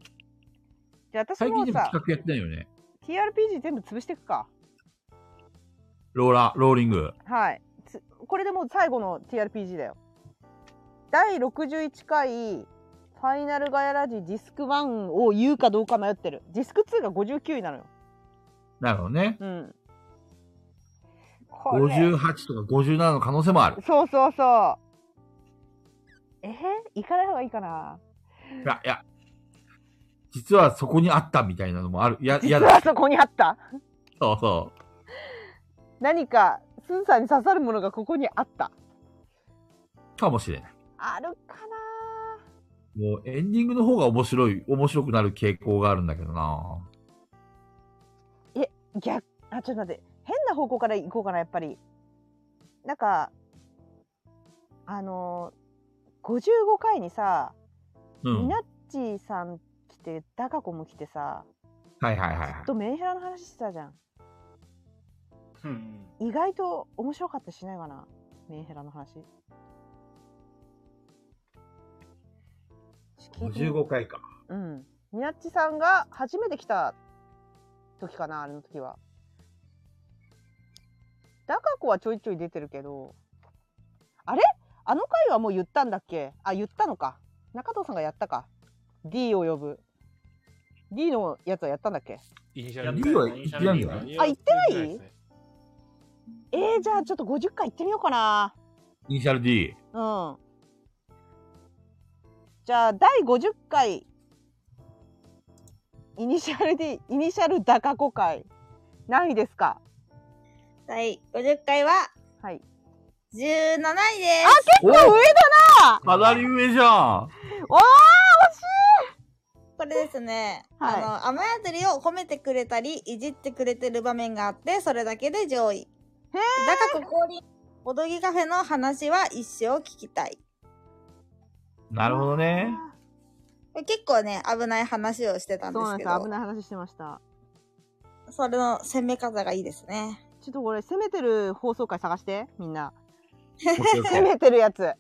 じゃあ私最近もさ、 でも企画やってないよね。 ティーアールピージー 全部潰していくか。 ローラー、ローリング。 はい。つこれでもう最後の ティーアールピージー だよ。だいろくじゅういっかいファイナルガヤラジディスクワンを言うかどうか迷ってる。ディスクツーがごじゅうきゅういなのよ。 なるほどね。 うん。 ごじゅうはちとかごじゅうななの可能性もある。 そうそうそう。えー、行かない方がいいかな。 いや、いや。実はそこにあったみたいなのもある。いや、 実やだ。 はそこにあった。 そうそう。 何かスンさんに刺さるものがここにあった。 かもしれない。 あるかな。 もうエンディングの方が面白い、面白くなる傾向があるんだけどな。 え、逆、あ、ちょっと待って。変な方向から行こうかな、やっぱり。なんか、あのー、ごじゅうごかいにさ、 うん。 みなっちーさん来て、ダカ子も来てさ、 はいはいはいはい。 ずっとメンヘラの話してたじゃん。 うん意外と面白かったりしないかな、メンヘラの話。 ごじゅうごかいか。 うん。みなっちさんが初めて来た時かな、あれの時は。ダカ子はちょいちょい出てるけど、あれあの回はもう言ったんだっけ？あ、言ったのか。中藤さんがやったか。D を呼ぶ。D のやつはやったんだっけ？ イニシャル D は言ってないんじゃない？ あ、言ってない？えー、じゃあちょっとごじゅっかい行ってみようかな。 イニシャル D。 うん。じゃあだいごじゅっかいイニシャル D、イニシャルダカ子会何位ですか？ だいごじゅっかいははい。 じゅうなないであ、 す。 結構上だな。 かなり上じゃん。 おー、惜しこれですね、 はいあの、雨当たりを褒めてくれたり、いじってくれてる場面があって、それだけで上位。 い。へだからここに、ボドギカフェの話は一生聞きたい。 なるほどね。 結構ね、危ない話をしてたんですけど。 そうなんです。危ない話してました。 それの攻め方がいいですね。 ちょっとこれ攻めてる放送回探してみんな。 オッケーオッケー攻めてるやつ。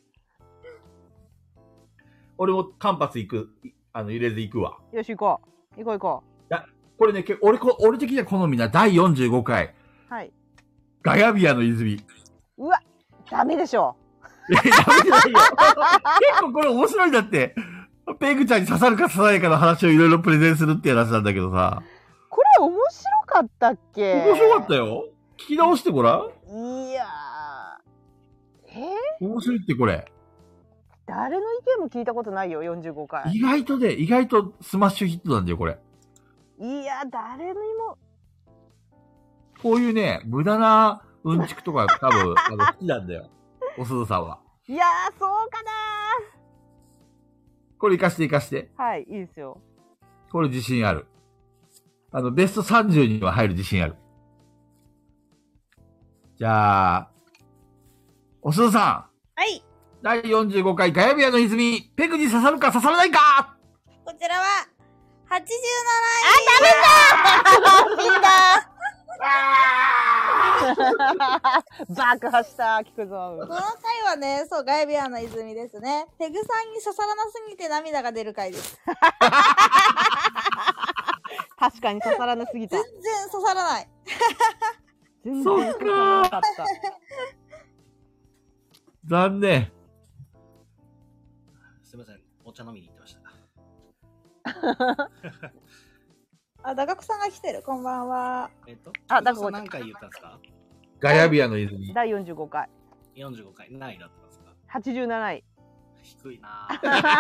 俺も間髪行く、あの、入れず行くわ。 よし行こう。行こう行ここれね、け俺こ、俺的には好みなだいよんじゅうごかい、 う。はい。 ガヤビアの泉。 うわ、ダメでしょ。 え、ダメじゃないよ。結構これ面白いんだって。ペグちゃんに刺さるか刺さないかの話をいろいろプレゼンするっていう話なんだけどさ。 これ面白かったっけ？ 面白かったよ。聞き直してごらん。 いやー。え面白いってこれ。 誰の意見も聞いたことないよ、よんじゅうごかい。 意外とね、意外とスマッシュヒットなんだよ、これ。 いや、誰にも。 こういうね、無駄なうんちくとか多分、あの、好きなんだよ。おすずさんは。 いやー、そうかなこれ活かして活かして。 ー。はい、いいですよ。 これ自信ある。あの、ベストさんじゅうには入る自信ある。じゃあ、おすずさん。 はい。 だいよんじゅうごかいガヤビアの泉、ペグに刺さるか刺さらないか。 こちらは、はちじゅうなない。あ、ダメだ死んだ爆破した、聞くぞ。 この回はね、そう、ガイビアの泉ですね。ペグさんに刺さらなすぎて涙が出る回です。 確かに刺さらなすぎた全。然刺さらない。 全然刺さらなかった。 残念。 すいません、お茶飲みに行ってました。 あ、ダガクさんが来てる。こんばんは。 えっと、 あだから何回言ったんですか？ ガヤビアの泉。 だいよんじゅうごかい。 よんじゅうごかい。何位だったんですか？ はちじゅうなない。 低いな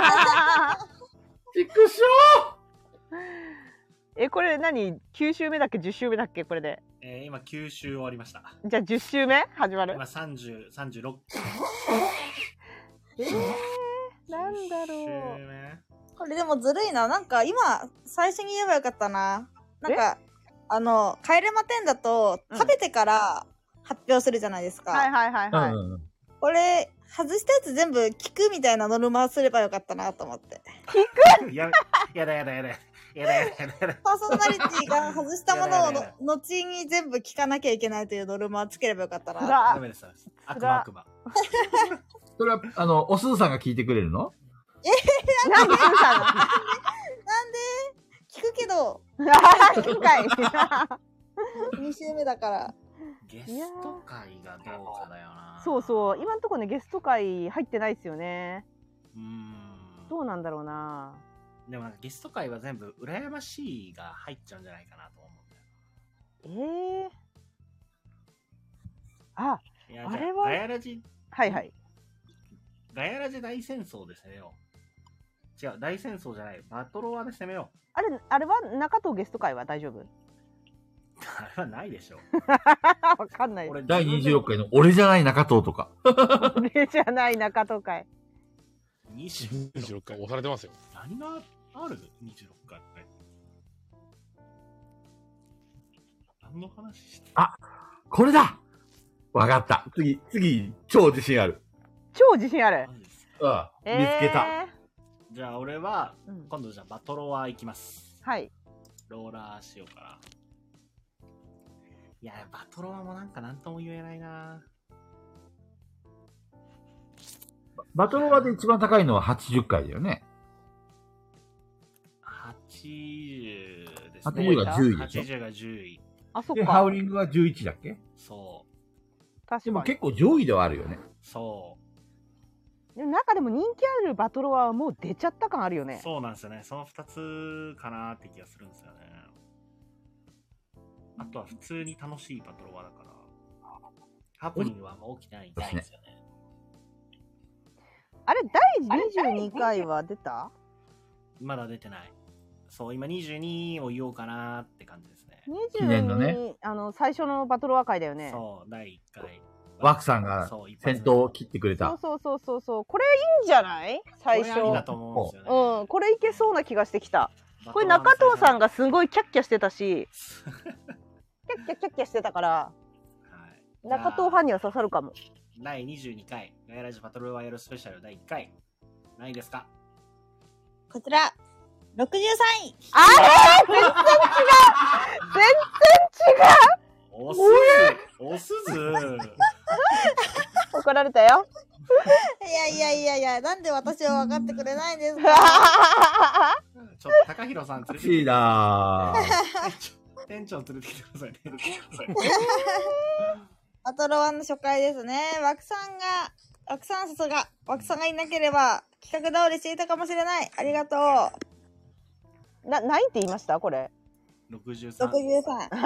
ちくしょえ、これ何 ?きゅう 週目だっけ ?じゅっ 週目だっけこれで。 えー、今きゅう週終わりました。 じゃあじゅっ週目始まる今さんじゅう、さんじゅうろく。 えー、なんだろう。 週目これでもずるいな。なんか今、最初に言えばよかったな。なんか、あの、帰れまてんだと、食べてから発表するじゃないですか。 はいはいはいはい。 うんうん。 これ、外したやつ全部聞くみたいなノルマすればよかったなと思って。 ややだやだやだ。やだやだやだやだ。 パーソナリティが外したものをやだやだやの後に全部聞かなきゃいけないというノルマをつければよかったな。 ダメです。悪魔悪魔。 それは、あの、おすずさんが聞いてくれるの？ なんでスーさんなんで聞くけど、 聞くかいに週目だから。 ゲスト会がどうかだよな。 そうそう今んとこねゲスト会入ってないですよね。 うーん。 どうなんだろうな。 でもなんかゲスト会は全部羨ましいが入っちゃうんじゃないかなと思うんだよ。 ええー、あいやあれはガヤラジ、 はいはい。 ガヤラジ大戦争で攻めよう。違う、大戦争じゃない。バトロワで攻めよう。 あれあれは中藤ゲスト会は大丈夫？ あれはないでしょ。 わかんない。 俺だいにじゅうろっかいの俺じゃない中藤とか。 俺じゃない中藤会。 にじゅうにじゅうろっかい押されてますよ。 何がある ?にじゅうろっかいって。何の話してあ、これだわかった。次、次、超自信ある。 超自信ある。 マジですか？ うん、見つけた。 えじゃあ俺は、 ーうん、 今度じゃあバトロワ行きます。 はい。 ローラーしようかな。いや、バトロワもなんか何とも言えないな。 バトロワで一番高いのははちじゅっかいだよね。 はちじゅうですね。 はちじゅうがじゅういでしょ。 はちじゅうがじゅうい。 で、 あそっか。 ハウリングがじゅういちだっけ？ そう。 確かに。 でも結構上位ではあるよね。 そう。 でも中でも人気あるバトルはもう出ちゃった感あるよね。 そうなんですよね。そのふたつかなって気がするんですよね。あとは普通に楽しいバトロワだから、ハプニングはあんま起きてないんですよね。 あれだいにじゅうにかいは出た？ まだ出てない。そう、今にじゅうにを言おうかなって感じですね。 にじゅうに記念のねあの最初のバトルワ会だよね。 そう、だいいっかい。 ワクさんがそう一発目先頭を切ってくれた。 そうそうそうそうそう。これいいんじゃない？最初。 これありだと思うんですよね。 うん、これいけそうな気がしてきた。 バトロワのこれ中藤さんががすごいキャッキャしてたし、キャッキャキャッキャしてたから、 はい、 中藤ファンには刺さるかも。 だいにじゅうにかいガヤラジバトルロワイヤルスペシャルだいいっかい何位ですか？ こちら、ろくじゅうさんい。 あれ全然違う全然違うおすずおすず怒られたよ。 いやいやいやいや、なんで私を分かってくれないんですか？ ちょっと高弘さん連れてきて欲しいなぁ。 店長連れてきてくださいね。 バトロワンの初回ですね。枠さんが、枠さんさすが、枠さんがいなければ企画通りしていたかもしれない。ありがとう。 な、ないって言いましたこれ。 ろくじゅうさん。 ろくじゅうさん。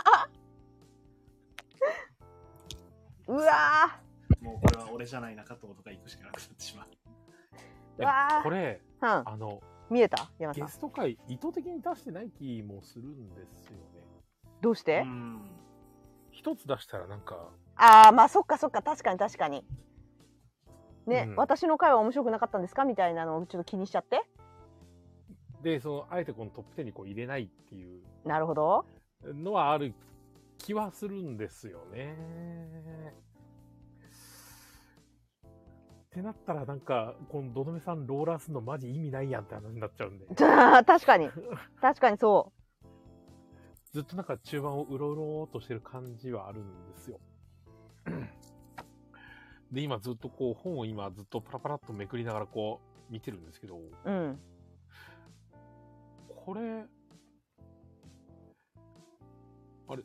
うわもうこれは俺じゃない中藤とか行くしかなくなってしまう。 ー。うわー。 これ、 うん。 あの、 見えた山さん。 ゲスト会意図的に出してない気もするんですよね。 どうして？ うん。 一つ出したらなんか、 ああ、まあそっかそっか、確かに確かに。ね、 うん私の回は面白くなかったんですかみたいなのをちょっと気にしちゃって。 で、その、あえてこのトップじゅうにこう入れないっていうなるほど。 のはある気はするんですよね。ってなったらなんか、このどどめさんローラーするのマジ意味ないやんって話になっちゃうんで。 確かに。確かにそずっとなんか中盤をうろうろーっとしてる感じはあるんですよ。で、今ずっとこう本を今ずっとパラパラっとめくりながらこう見てるんですけど、 う。うん。 これ、あれ、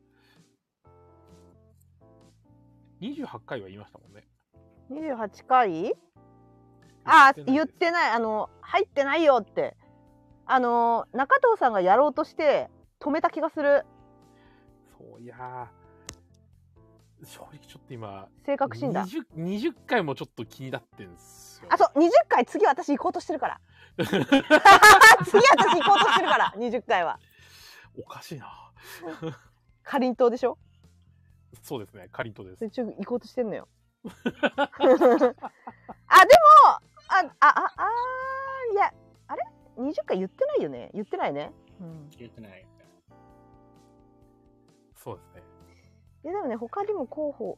にじゅうはちかいは言いましたもんね。 にじゅうはちかい？ああ、言言ってないですってない。あの、入ってないよって。 あのー、中藤さんがやろうとして止めた気がする。 そういやー正直ちょっと今性格診断 20, 20回もちょっと気になってんすよ。 あ、そう、にじゅっかい次私行こうとしてるから次私行こうとしてるからにじゅっかいはおかしいな。 かりんとうでしょ。 そうですね、かりんとうです。 ちょ行こうとしてんのよあ、でもあ、あ、あ、あーいや、あれにじゅっかい言ってないよね。言ってないね、うん、 言ってない。 そうですね。 いやでもね、他にも候補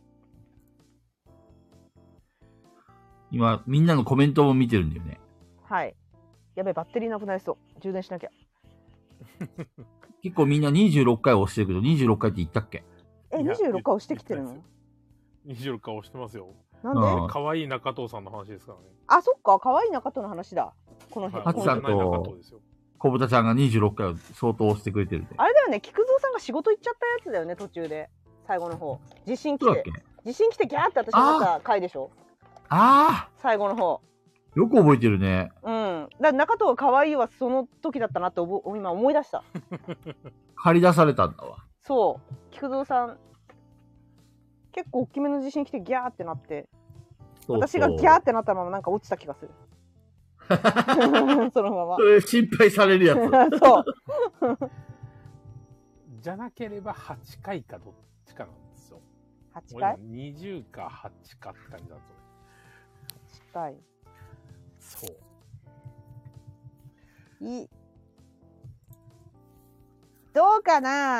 今、みんなのコメントも見てるんだよね。 はい。やべえ、バッテリーなくなりそう。充電しなきゃ。 結構みんなにじゅうろっかい押してるけど、にじゅうろっかいって言ったっけ？ え、にじゅうろっかい押してきてるの？ にじゅうろっかい押してますよ。 なんで？ 可愛い中藤さんの話ですからね。 あ、そっか、可愛い中藤の話だ。この日。 ハツさんと小豚ちゃんがにじゅうろっかいを相当押してくれてるんで。 あれだよね、菊蔵さんが仕事行っちゃったやつだよね、途中で。最後の方。地震来て。地震来てギャーって私思った回でしょ？ ああ最後の方。 よく覚えてるね。 うん。だから中藤が可愛いはその時だったなって今思い出した。 借り出されたんだわ。 そう。菊蔵さん、結構大きめの地震来てギャーってなって、そうそう私がギャーってなったままなんか落ちた気がする。そのまま。 それ心配されるやつ。 そう。 じゃなければはちかいかどっちかなんですよ。 はちかい？ にじゅうかはちかって感じなんですよね。 はちかい。 そう。 いい。どうか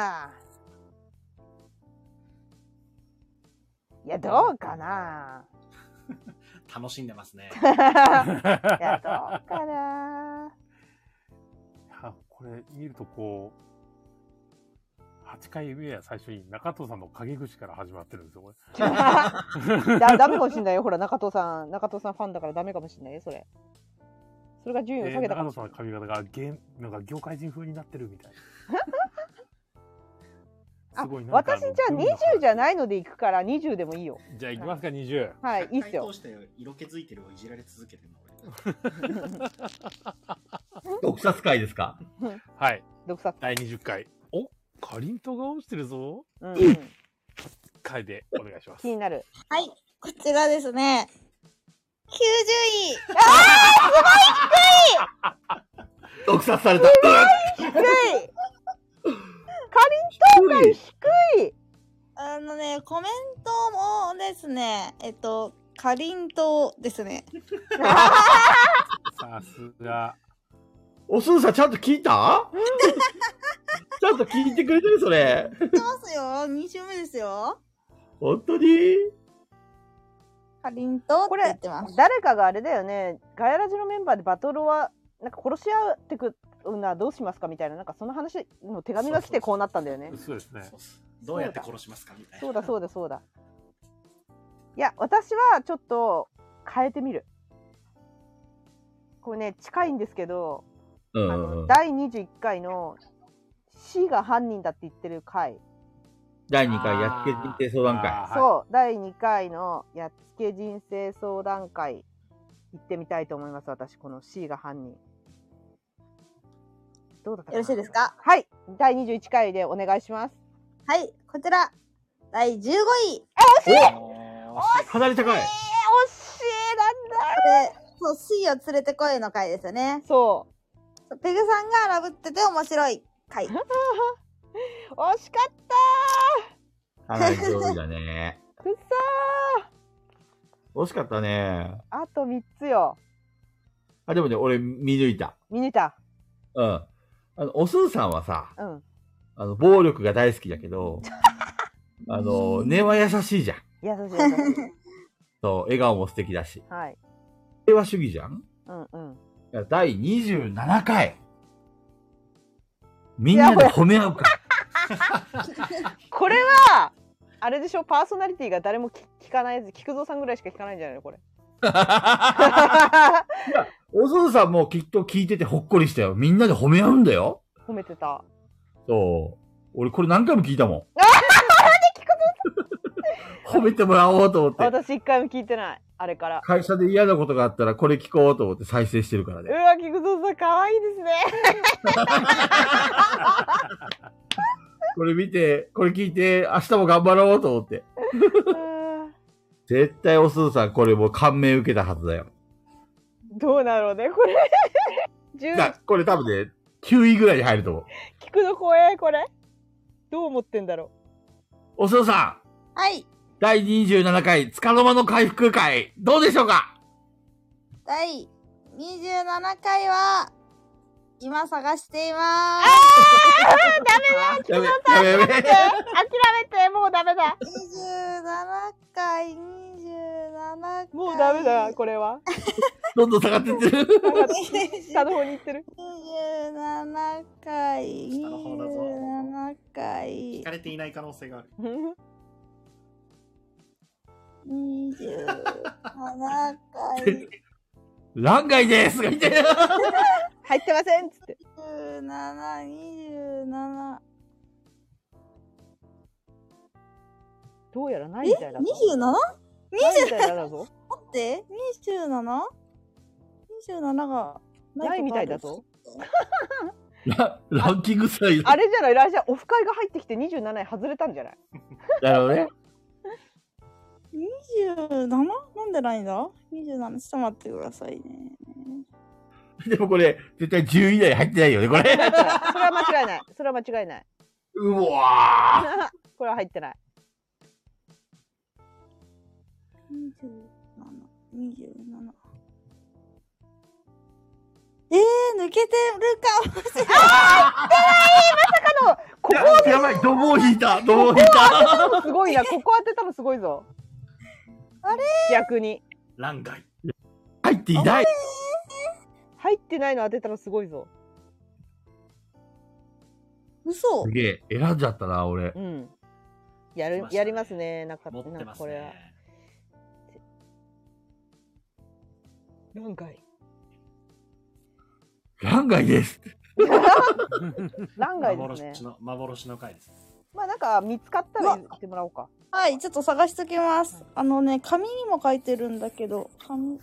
ないや、どうかな楽しんでますね。 いや、どうかな。 いや、これ見るとこう、はちかいめは最初に中藤さんの陰口から始まってるんですよ、これ。 だ、ダメかもしんないよ。ほら、中藤さん、中藤さんファンだからダメかもしんないよ、それ。それが順位を下げたかもしれない。 中藤さんの髪型がゲなんか業界人風になってるみたいな。 すごいな。私じゃあにじゅうじゃないので行くからにじゅうでもいいよ。 じゃあ行きますか、にじゅう。 はい、いいっすよ。 通して色気づいてるをいじられ続けてるの俺。 毒殺会ですか？ はい。 毒殺だいにじゅっかい。お、かりんとうが落ちてるぞ。 うん、うん。 回でお願いします。 気になる。 はい、こちらですね。きゅうじゅうい。 あー、すごい低い。 毒殺された。 低い。かりんとうが低い。 あのね、コメントもですね、えっと、かりんとうですね。 さすが。 おすずさんちゃんと聞いた？ちゃんと聞いてくれてるそれ。 聞いてますよ。に週目ですよ。 本当に？ かりんとうって言ってます。 これ誰かがあれだよね。ガヤラジのメンバーでバトルはなんか殺し合ってくうなどうしますかみたいな、なんかその話の手紙が来てこうなったんだよね。 そうですね。 どうやって殺しますかみたいな。 そうだそうだそうだ。いや、私はちょっと変えてみる。これね、近いんですけど、 うんあのだいにじゅういっかいの C が犯人だって言ってる回。 だいにかいやっつけ人生相談会。 そう、だいにかいのやっつけ人生相談会行ってみたいと思います。私この C が犯人。どうだったかな。 よろしいですか？ はい、だいにじゅういっかいでお願いします。 はい、こちらだいじゅうごい。 え、惜しい。 かなり高い。 えー、惜しいなんだ。 そう、C を連れてこいの回ですよね。 そう。 ペグさんがラブってて面白い回。 惜しかったー。かなり上位だね。 くっそー。惜しかったね。 あとみっつよ。 あ、でもね、俺見抜いた。 見抜いた。 うん。あの、おすずさんはさ、 うん。 あの、暴力が大好きだけど、あの、根は優しいじゃん。 優しい優しい。 そう、笑顔も素敵だし。 はい。 平和主義じゃん。 うんうん。 だいにじゅうななかい。みんなで褒め合うか。 これは、あれでしょ、パーソナリティが誰も聞かないやつ、菊蔵さんぐらいしか聞かないんじゃないのこれ。 いや、おすずさんもきっと聞いててほっこりしたよ。みんなで褒め合うんだよ。 褒めてた。 そう。俺これ何回も聞いたもん。 ああ、なんで菊蔵さん褒めてもらおうと思って。 私一回も聞いてない。 あれから。 会社で嫌なことがあったらこれ聞こうと思って再生してるからね。 うわ、菊蔵さん、かわいいですね。 これ見て、これ聞いて、明日も頑張ろうと思って。絶対おすずさん、これもう感銘受けたはずだよ。 どうなろうね、これ。じゅうこれ多分ね、きゅういぐらいに入ると思う。 聞くの怖い、これ。どう思ってんだろう。おすずさん。はい。 だいにじゅうななかい、つかの間の回復会、どうでしょうか？ だいにじゅうななかいは、今探していまーす。 あーダメだ、 やめ、やめ、やめ。 諦めて、もうダメだ。 にじゅうななかい、にじゅうななかい。 もうダメだ、これは。 どんどん下がっていってる。 下の方に行ってる。 にじゅうななかい、 下の方だぞ。 にじゅうななかい。 聞かれていない可能性がある。 にじゅうななかい。 欄外ですが言ってる。 入ってませんっつって。 にじゅうなな、にじゅうなな。 どうやらないみたいだぞ。 え ?にじゅうなな?にじゅうななだぞ。 待って、にじゅうなな?にじゅうなな がないみたいだぞ。 ラ, ランキングさえあれじゃない、来週オフ会が入ってきてにじゅうなない外れたんじゃない？ なるほどね。 にじゅうなな? なんでないんだ ?にじゅうなな ちょっと待ってくださいね。 でもこれ、絶対じゅうい以内入ってないよね、これ。それは間違いない。それは間違いない。 うわーこれは入ってない。 にじゅうなな、にじゅうなな。えー、抜けてるかもしれない。 あー、入ってないまさかのここやばい、ドボを引いた、ドボを引いた。 すごいな、ここ当てたのすごいぞ。 あれ逆に。 欄外。 入っていない。 入ってないの当てたのすごいぞ。 嘘。 すげえ、選んじゃったな、俺。 うん。やる、やりますね、なんか、 持ってますね。 これは。欄外。 欄外です。 欄外ですね。 幻の、幻の回です。 まあなんか見つかったら言ってもらおうか。 はい、ちょっと探しときます。あのね、紙にも書いてるんだけど、紙。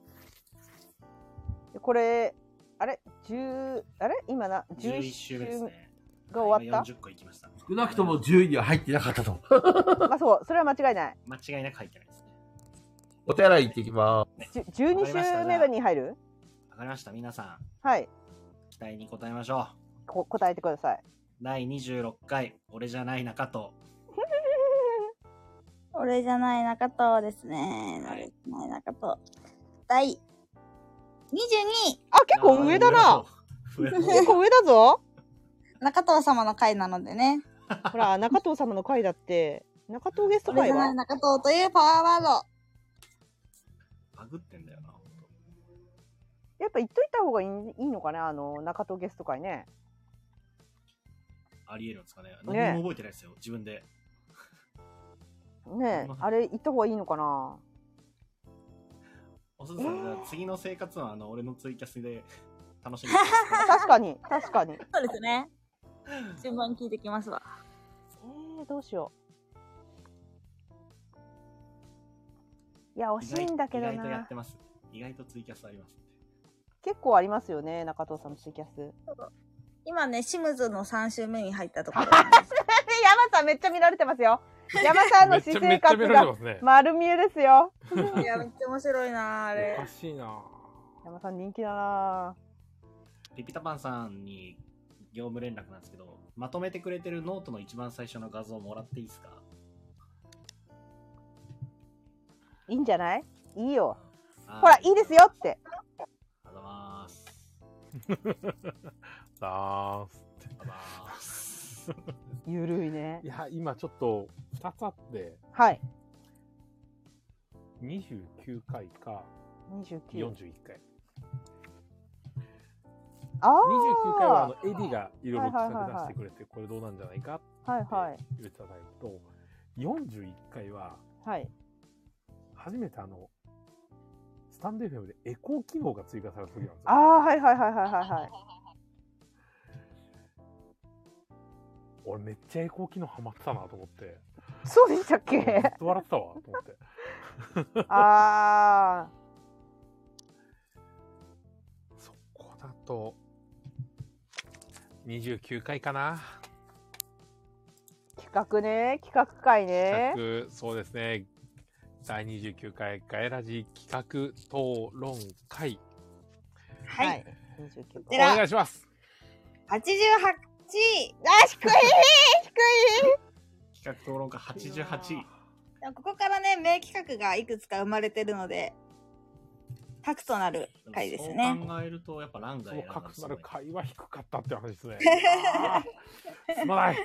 これ、あれじゅう、あれ今な、 じゅういち週目ですね。 が終わった？ よんじゅっこいきました。 少なくともじゅういには入ってなかったと。 まあそう、それは間違いない。 間違いなく入ってないですね。 お手洗い行ってきまーす。じゅうに週目に入る？ わかりました、皆さん。 はい。 期待に応えましょう。こ答えてください。 だいにじゅうろっかい、俺じゃない中藤。 俺じゃない中藤ですね。 はい、 俺じゃない中藤。だいにじゅうに。 あ、結構上だな。結構上だぞ。 中藤様の回なのでね。 ほら、中藤様の回だって、中藤ゲスト回は。 俺じゃない中藤というパワーワード。 バグってんだよな。 やっぱ言っといた方がいい、いいのかね、あの、中藤ゲスト会ね。 ありえるんですかね。何も覚えてないですよ、自分で。 ねえ、あれ言った方がいいのかな。 おすずさん、じゃあ次の生活はあの俺のツイキャスで楽しみ確かに、確かに。 そうですね。順番聞いてきますわ。 えー、どうしよう。いや、惜しいんだけどな。 意外とやってます。意外とツイキャスあります。 結構ありますよね、中藤さんのツイキャス。 今ね、シムズのさん週目に入ったところ。 山さんめっちゃ見られてますよ。山さんの私生活が丸見えですよ。 いや、めっちゃ面白いなあれ。 おかしいな山さん人気だなピピタパンさんに業務連絡なんですけど、まとめてくれてるノートの一番最初の画像もらっていいですか？ いいんじゃない？いいよ。ほら、いいですよって。 ありがとうございます。 さあゆるいね。 いや、今ちょっとふたつあって、 はい。 にじゅうきゅうかいかにじゅうきゅうよんじゅういっかい。 ああ。 にじゅうきゅうかいはあのエディがいろいろ企画出してくれて、これどうなんじゃないかって言っていただいると、よんじゅういっかいは、 はい。 初めてあの、スタンド エフエム でエコー機能が追加された時なんですよ。 ああ、はいはいはいはいはいはい。 俺めっちゃエコー機能ハマってたなと思って。 そうでしたっけ？ ずっと笑ってたわと思って。 あそこだと、にじゅうきゅうかいかな。 ー、企画ね、企画会ね。 企画、そうですね。だいにじゅうきゅうかいガヤラジ企画討論会。 はい。 はい。にじゅうきゅうおでら願いします。 はちじゅうはちい。 あ、低い低い。 企画討論会はちじゅうはちい。 でもここからね、名企画がいくつか生まれてるので、核となる回ですね。 そう考えると、やっぱランがその選んだ核となるすごい。 会は低かったって話ですね。あーすまない。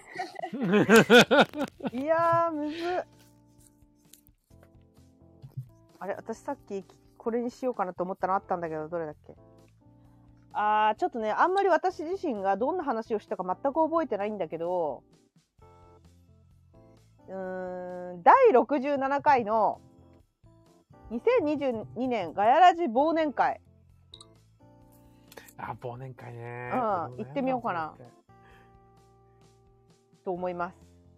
いやー、むずっ。あれ、私さっきこれにしようかなと思ったのあったんだけど、どれだっけ。あー、ちょっとね、あんまり私自身がどんな話をしたか全く覚えてないんだけど、うーん、だいろくじゅうななかいのにせんにじゅうにねんガヤラジ忘年会。 あ、忘年会ね。 うん行ってみようかなと思います。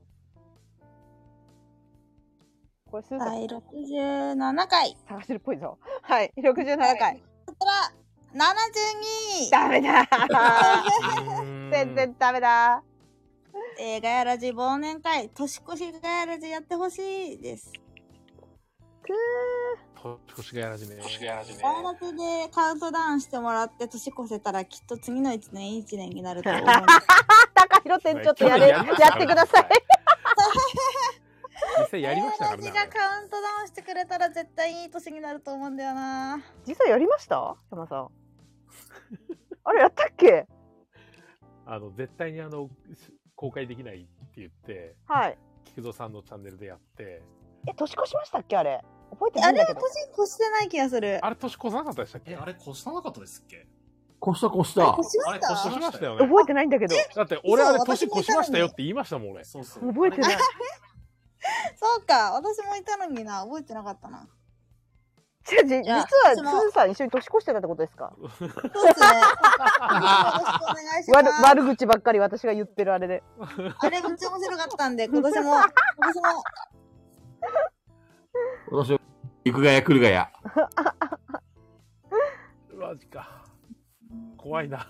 これスーさんだいろくじゅうななかい。 探してるっぽいぞ。はい、ろくじゅうななかい。 こちら、ななじゅうに。 ダメだうーん全然ダメだ。 えー、ガヤラジ忘年会、年越しガヤラジやってほしいです。 く年がやらじめ。年がやらじめ。 ガヤラジでカウントダウンしてもらって年越せたらきっと次のいちねんいいいちねんになると思う。 ー高弘店ちょっとやれ、やってください。 実際やりましたからね。 ガヤラジがカウントダウンしてくれたら絶対いい年になると思うんだよな。 実際やりました山さん。あれやったっけ。 あの、絶対にあの、公開できないって言って、 はい。 菊蔵さんのチャンネルでやって、 え、年越しましたっけあれ。覚えてないんだけど。 あれは年越してない気がする。 あれ年越さなかったでしたっけ？ え、あれ越さなかったですっけ？ 越した越した。 越しましあれ越した越しましたよね。 覚えてないんだけど。 だって俺あれそう年越しましたよって私もいたのに言いましたもん俺。 そうそう。 覚えてない。 そうか、私もいたのにな、覚えてなかったな。 じゃじ実いやは私もスーさん一緒に年越してたってことですか。 そうですね。よろしくお願いします。 悪悪口ばっかり私が言ってるあれで。 あれめっちゃ面白かったんで、今年も、今年も、 私は、行くがや来るがや。 マジか。怖いな。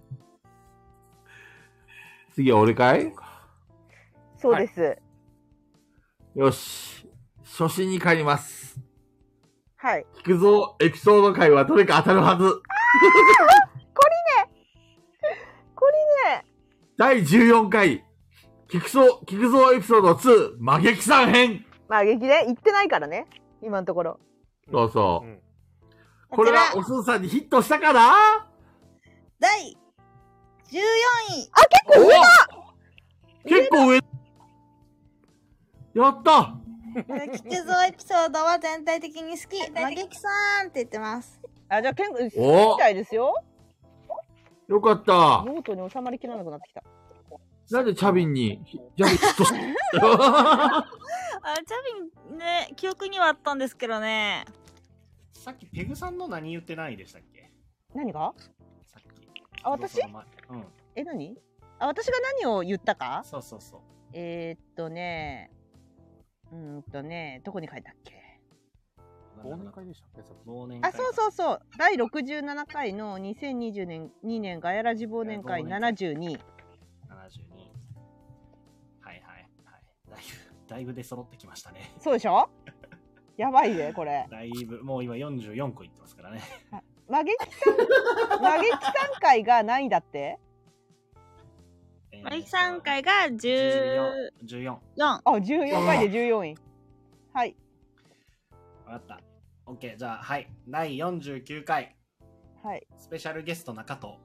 次は俺かい？ そうです。 よし。初心に帰ります。 はい。 聞くぞエピソード回はどれか当たるはず。 これね。 だいじゅうよんかい。聞くぞ、聞くぞエピソードツー、魔撃さん編。 まあ劇ね、言ってないからね。今のところ。 そうそう。 んこれはおすずさんにヒットしたかな？ だいじゅうよんい。 あ、結構上だ。 結構上。やった聞くぞエピソードは全体的に好き。マゲキさんって言ってます。 あ、じゃあ、けん、好きおみたいですよ。 よかった。 ノートに収まりきらなくなってきた。 なんでチャビンに、チャビンヒットしたあ、チャビンね、記憶にはあったんですけどね。 さっきペグさんの何言ってないでしたっけ？ 何が？ さっき。 あ、私？ その前うん。 え、何？あ、私が何を言ったか？ そうそうそう。 えー、っとね、うーんとね、どこに書いたっけ？ 忘年会でしたっけ？さっき忘年会。 あ、そうそうそう。だいろくじゅうななかいのにせんにじゅうにねんガヤラジ忘年会ななじゅうに。 ななじゅうに。はいはいはい。だいぶ、だいぶ出揃ってきましたね。 そうでしょ？やばいね、これ。 だいぶ、もう今よんじゅうよんこいってますからね。 マゲキさん、マゲキさん会が何位だって？ マゲキさん回がじゅうじゅうよん。 よん。 あ、じゅうよんかいでじゅうよんい。はい。 わかった。オッケー、じゃあ、はい。だいよんじゅうきゅうかい。 はい。 スペシャルゲスト中藤。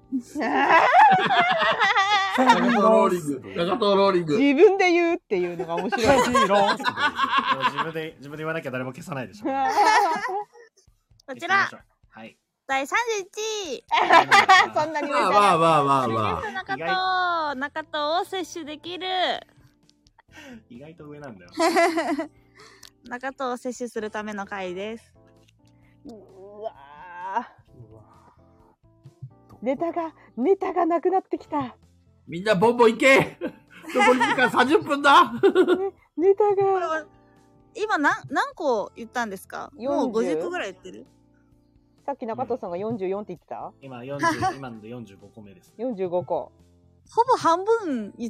中藤ローリング。中藤ローリング。 自分で言うっていうのが面白い。 自分で、自分で言わなきゃ誰も消さないでしょ。 こちら、 はい。 だいさんじゅういちい。 そんなに上じゃない。 まあまあまあまあまあ。 中藤、中藤を摂取できる。 意外と上なんだよ。 中藤を摂取するための回です。 うわー、ネタが、ネタがなくなってきた。 みんなボンボン行け残り時間さんじゅっぷんだネタが。 これは今何、何個言ったんですか？もうごじゅっこぐらい言ってる？ さっき中藤さんがよんじゅうよんって言ってた？ 今よんじゅう、今のでよんじゅうごこめです、ね。 よんじゅうごこ。 ほぼ半分言って、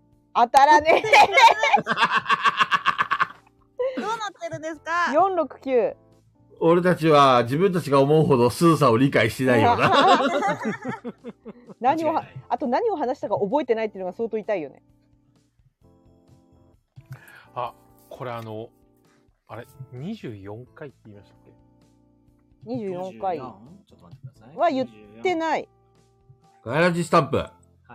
当たらねどうなってるんですか？ よんろくきゅう。 俺たちは自分たちが思うほどスーさんを理解してないよな。 何をは、あと何を話したか覚えてないっていうのが相当痛いよね。 あ、これあの、あれ、にじゅうよんかいって言いましたっけ？ にじゅうよんかいちょっと待ってください。 は言ってない。 ガヤラジスタンプ。 はい、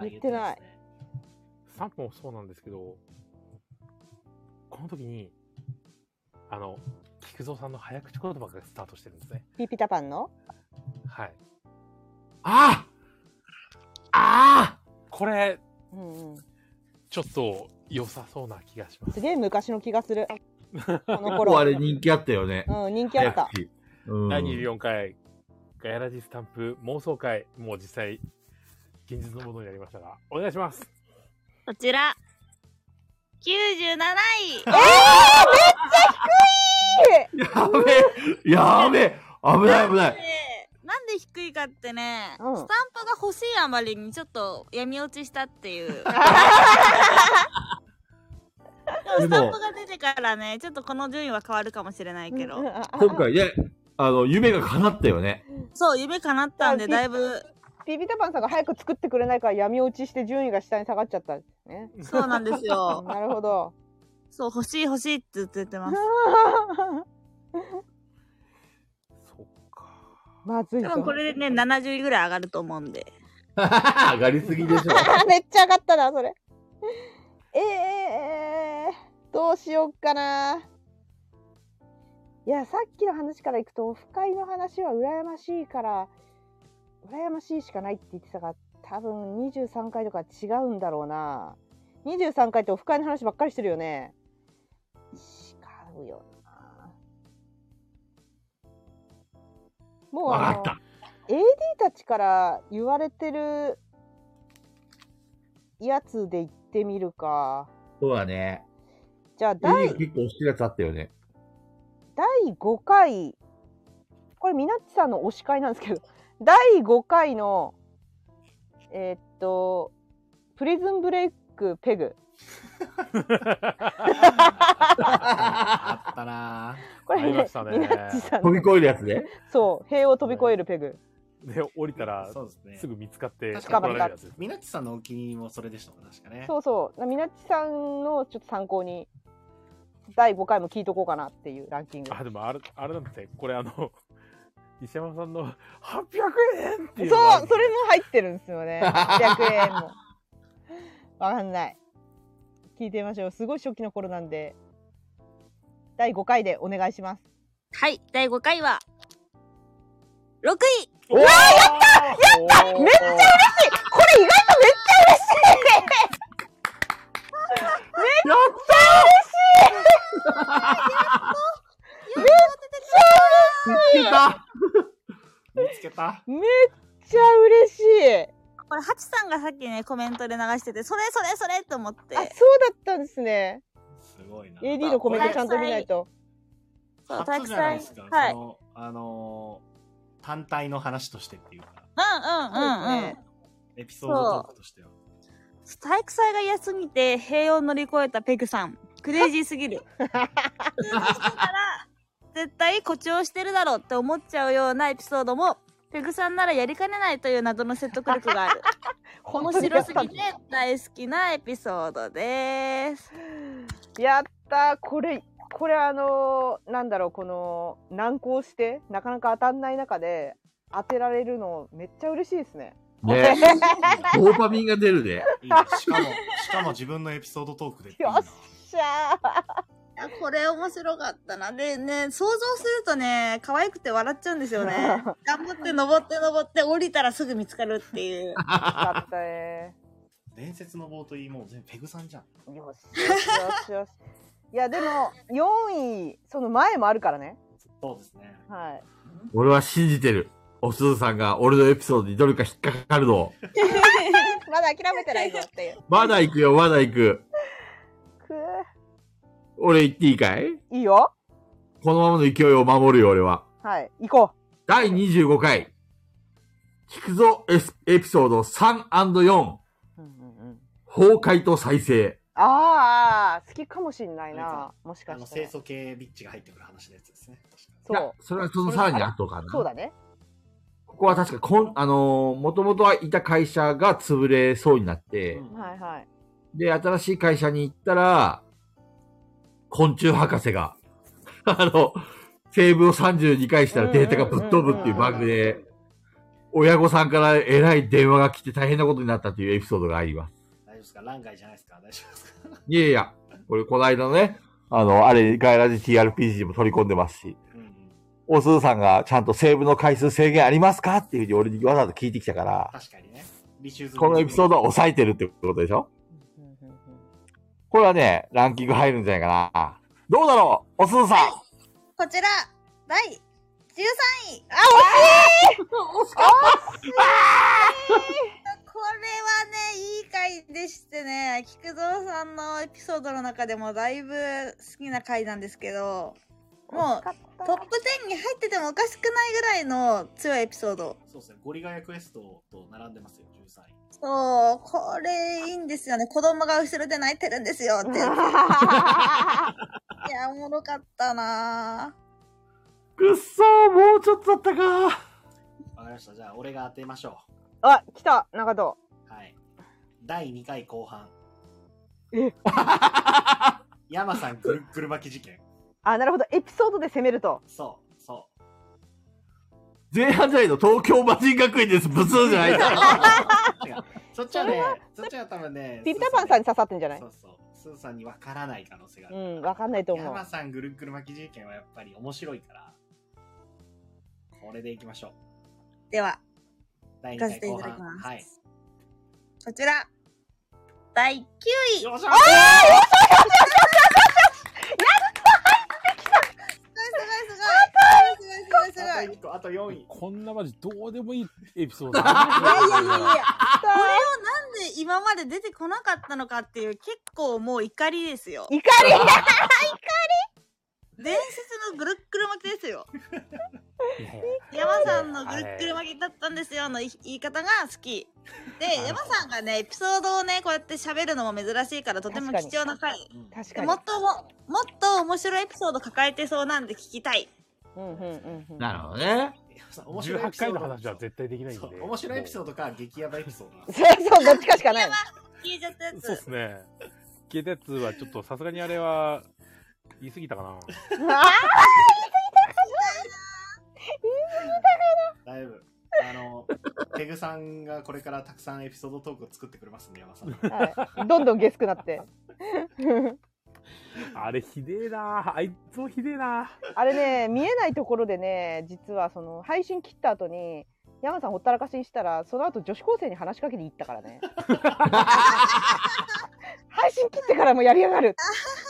言ってない。 スタンプもそうなんですけど、この時に、あの、菊蔵さんの早口言葉がスタートしてるんですね。 ピピタパンの？ はい。 ああああこれ、 うんうん、 ちょっと良さそうな気がします。 すげえ昔の気がする。この頃。あれ人気あったよね。 うん、人気あった。 うん、だいにじゅうよんかい、ガヤラジスタンプ妄想会、もう実際、現実のものになりましたが、お願いします。 こちら、きゅうじゅうなない。 えー、めっちゃ低い。 やべえ、やべえ、危ない危ない。 なんで低いかってね、 うん、 スタンプが欲しいあまりにちょっと闇落ちしたっていう。スタンプが出てからね、ちょっとこの順位は変わるかもしれないけど。 今回ね、あの、夢が叶ったよね。 そう、夢叶ったんで、だいぶ。 ピピタパンさんが早く作ってくれないから闇落ちして順位が下に下がっちゃったんですね。 そうなんですよ。 なるほど。 そう、欲しい欲しいってずっと言ってます。 そっか。 まずいぞ。 多分これでね、ななじゅういぐらい上がると思うんで。 上がりすぎでしょ。 めっちゃ上がったな、それ。ええー、どうしよっかな。いや、さっきの話からいくと、オフ会の話は羨ましいから、羨ましいしかないって言ってたから、多分にじゅうさんかいとか違うんだろうな。にじゅうさんかいってオフ会の話ばっかりしてるよね。違うよな。もうあの、エーディー たちから言われてるやつで言ってみるか。 そうだね。 じゃあ、第、 結構好きなやつあったよね。 だいごかい、これ、みなっちさんの推し会なんですけど、だいごかいの、えー、っと、プリズンブレイクペグ。 あったなぁ。これ、ね、みなっちさん飛び越えるやつね。 そう、塀を飛び越えるペグ。 で、降りたら、 そうですね、 すぐ見つかって、 捕まった。 みなっちさんのお気に入りもそれでしたもん、確かね。 そうそう。みなっちさんのちょっと参考に、だいごかいも聞いとこうかなっていうランキング。 あ、でもあれ、あれなんですね。これあの、石山さんのはっぴゃくえんっていう、 そう、それも入ってるんですよね。はっぴゃくえんも。わかんない。聞いてみましょう。すごい初期の頃なんで、だいごかいでお願いします。 はい、だいごかいは、ろくい。 うわー、やったやっためっちゃ嬉しい。これ意外とめっちゃ嬉しい。めっちゃ嬉しい。めっちゃ嬉しい。 見つけた。 めっちゃ嬉しい。 これ、ハチさんがさっきね、コメントで流してて、それそれそれと思って。 あ、そうだったんですね。 すごいな。 エーディー のコメントちゃんと見ないと。 そう、初じゃないですか。はい。その、あのー、単体の話としてっていうか。 うんうんうんうん。 エピソードトークとしては。 体育祭が嫌すぎて、塀を乗り越えたペグさん。クレイジーすぎる。普通の人なら、絶対誇張してるだろうって思っちゃうようなエピソードも、ペグさんならやりかねないという謎の説得力がある。面白すぎて大好きなエピソードです。 やったー。これ、これあのー、なんだろう、この、難航して、なかなか当たんない中で、当てられるの、めっちゃ嬉しいですね。 ねドーパミンが出るね。 いいね。しかも、しかも自分のエピソードトークで。 よっしゃー。これ面白かったな。でね、想像するとね、可愛くて笑っちゃうんですよね。頑張って登って登って降りたらすぐ見つかるっていう。よかったね。 伝説の棒といい、もう全部ペグさんじゃん。 よしよしよし。いやでもよんい、その前もあるからね。 そうですね。 はい。 俺は信じてる。おすずさんが俺のエピソードにどれか引っかかるの。 まだ諦めてないぞっていう。 まだ行くよ、まだ行く。 く俺言っていいかい？ いいよ。 このままの勢いを守るよ、俺は。 はい、行こだいにじゅうごかい。聞くぞエスエピソードさんアンドよん。 う。うんうんうん。 崩壊と再生。 ああ、好きかもしんないな。もしかあの、 して清。楚系ビッチが入ってくる話のやつですね。確かいやそう。、 それはそのさらに後かな。 そうだね。 ここは確かこん、あのー、もともとはいた会社が潰れそうになって、 うんはいはい。 で、新しい会社に行ったら、昆虫博士が、あの、セーブをさんじゅうにかいしたらデータがぶっ飛ぶっていうバグで、親御さんからえらい電話が来て大変なことになったというエピソードがあります。 大丈夫ですか？欄外じゃないですか？大丈夫ですか？ いやいや、これこの間のね、あの、あれ、ガイラジ ティーアールピージー にも取り込んでますし、 うんうん。 おすずさんがちゃんとセーブの回数制限ありますかっていうふうに俺にわざわざ聞いてきたから、 確かにね。リシューズこのエピソードは抑えてるってことでしょ？これはね、ランキング入るんじゃないかな。どうだろうおすずさん。 こちら、だいじゅうさんい。 あ、惜しい惜しかったこれはね、いい回でしてね、菊蔵さんのエピソードの中でもだいぶ好きな回なんですけど、もうトップじゅうに入っててもおかしくないぐらいの強いエピソード。 そうですね。ゴリガヤクエストと並んでますよ、じゅうさんい。 そう、これいいんですよね。子供が後ろで泣いてるんですよってやつ。いや、おもろかったなぁ。 くっそー、もうちょっとだったか。 わかりました。じゃあ、俺が当てましょあ、来た、中戸。 う。はい。だいにかい後半。 え山さんぐるぐる巻き事件。 あ、なるほど。エピソードで攻めると。 そう、そ前半じゃないの東京魔人学園です。ブツーじゃないんだ。 う。違う。そっちはね、そっちは多分ね、 ピピタパンさんに刺さってんじゃない？ そうそう。スーさんにわからない可能性がある。 うん、わかんないと思う。 山さんぐるぐる巻き事件はやっぱり面白いから、これでいきましょう。 では、 だいに行かせていかい後半。 ただきます。 はい。 こちら、だいきゅうい。 よっしゃすごいすごいすごいすごいすごいすごいすごい。 あといっこ、あとよんい。 こんなマジどうでもいいエピソード。いいやいやいやいや、これをなんで今まで出てこなかったのかっていう結構もう怒りですよ。 怒り伝説のぐるっくる巻きですよ。山さんのぐるっくる巻きだったんですよの言い方が好き。で、山さんがね、エピソードをね、こうやって喋るのも珍しいからとても貴重な回。 確かに。 もっとも、もっと面白いエピソード抱えてそうなんで聞きたい。 うんうんうんうん。 なるほどね。 じゅうはちかいの話は絶対できないんで。 そう面白いエピソードか激ヤバエピソードなんですそうそう、どっちかしかない。 聞いちゃったやつ。 そうですね。消えたやつはちょっとさすがにあれは言い過ぎたかな。 あだいぶ。あの、ペグさんがこれからたくさんエピソードトークを作ってくれますんで、山さん。 はい、どんどんゲスくなって。 あれひでえな。あいつもひでえな。 あれね、見えないところでね、実はその配信切った後に山さんほったらかしにしたら、その後女子高生に話しかけに行ったからね。配信切ってからもやりやがる。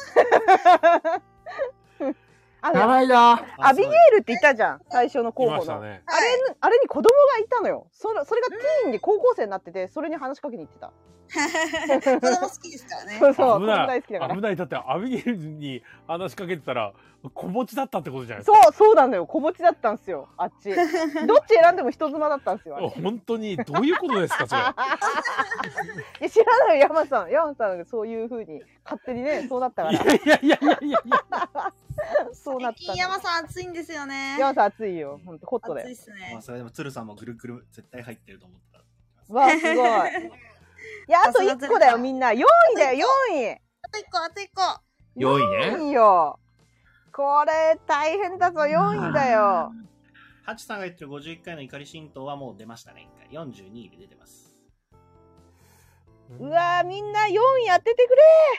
あの長いな。 アビゲイルって言ったじゃん、最初の候補の、 ね、 あれあれに子供がいたのよ。それそれがティーンで高校生になってて、それに話しかけに行ってた。 子供好きですからね。 そうそう、 危ない大好きだから危ない。だってアビゲイルに話しかけてたら子持ちだったってことじゃないですそか。 うそうなのよ、子持ちだったんですよ、あっち。どっち選んでも人妻だったんですよ、あれ。 本当にどういうことですかそれ。 いや知らないよ、山さん。山さんがそういう風に勝手にね、そうなったから。 いやいやいやいやいやいや。 そうなった最近山さん暑いんですよね。 山さん暑いよ、本当ホットだよ。 暑いっすねまあ、。それでも鶴さんもぐるぐる絶対入ってると思ったら。 わあ、すごい。いや、あといっこだよ、みんな。よんいだよ、よんい。 あといっこ、あといっこ。 よんいね。 よんいよ。これ、大変だぞ、よんいだよ。 ハチさんが言ってるごじゅういっかいの怒り神道はもう出ましたね、いっかい。よんじゅうにいで出てます。 うわー、みんなよんい当ててく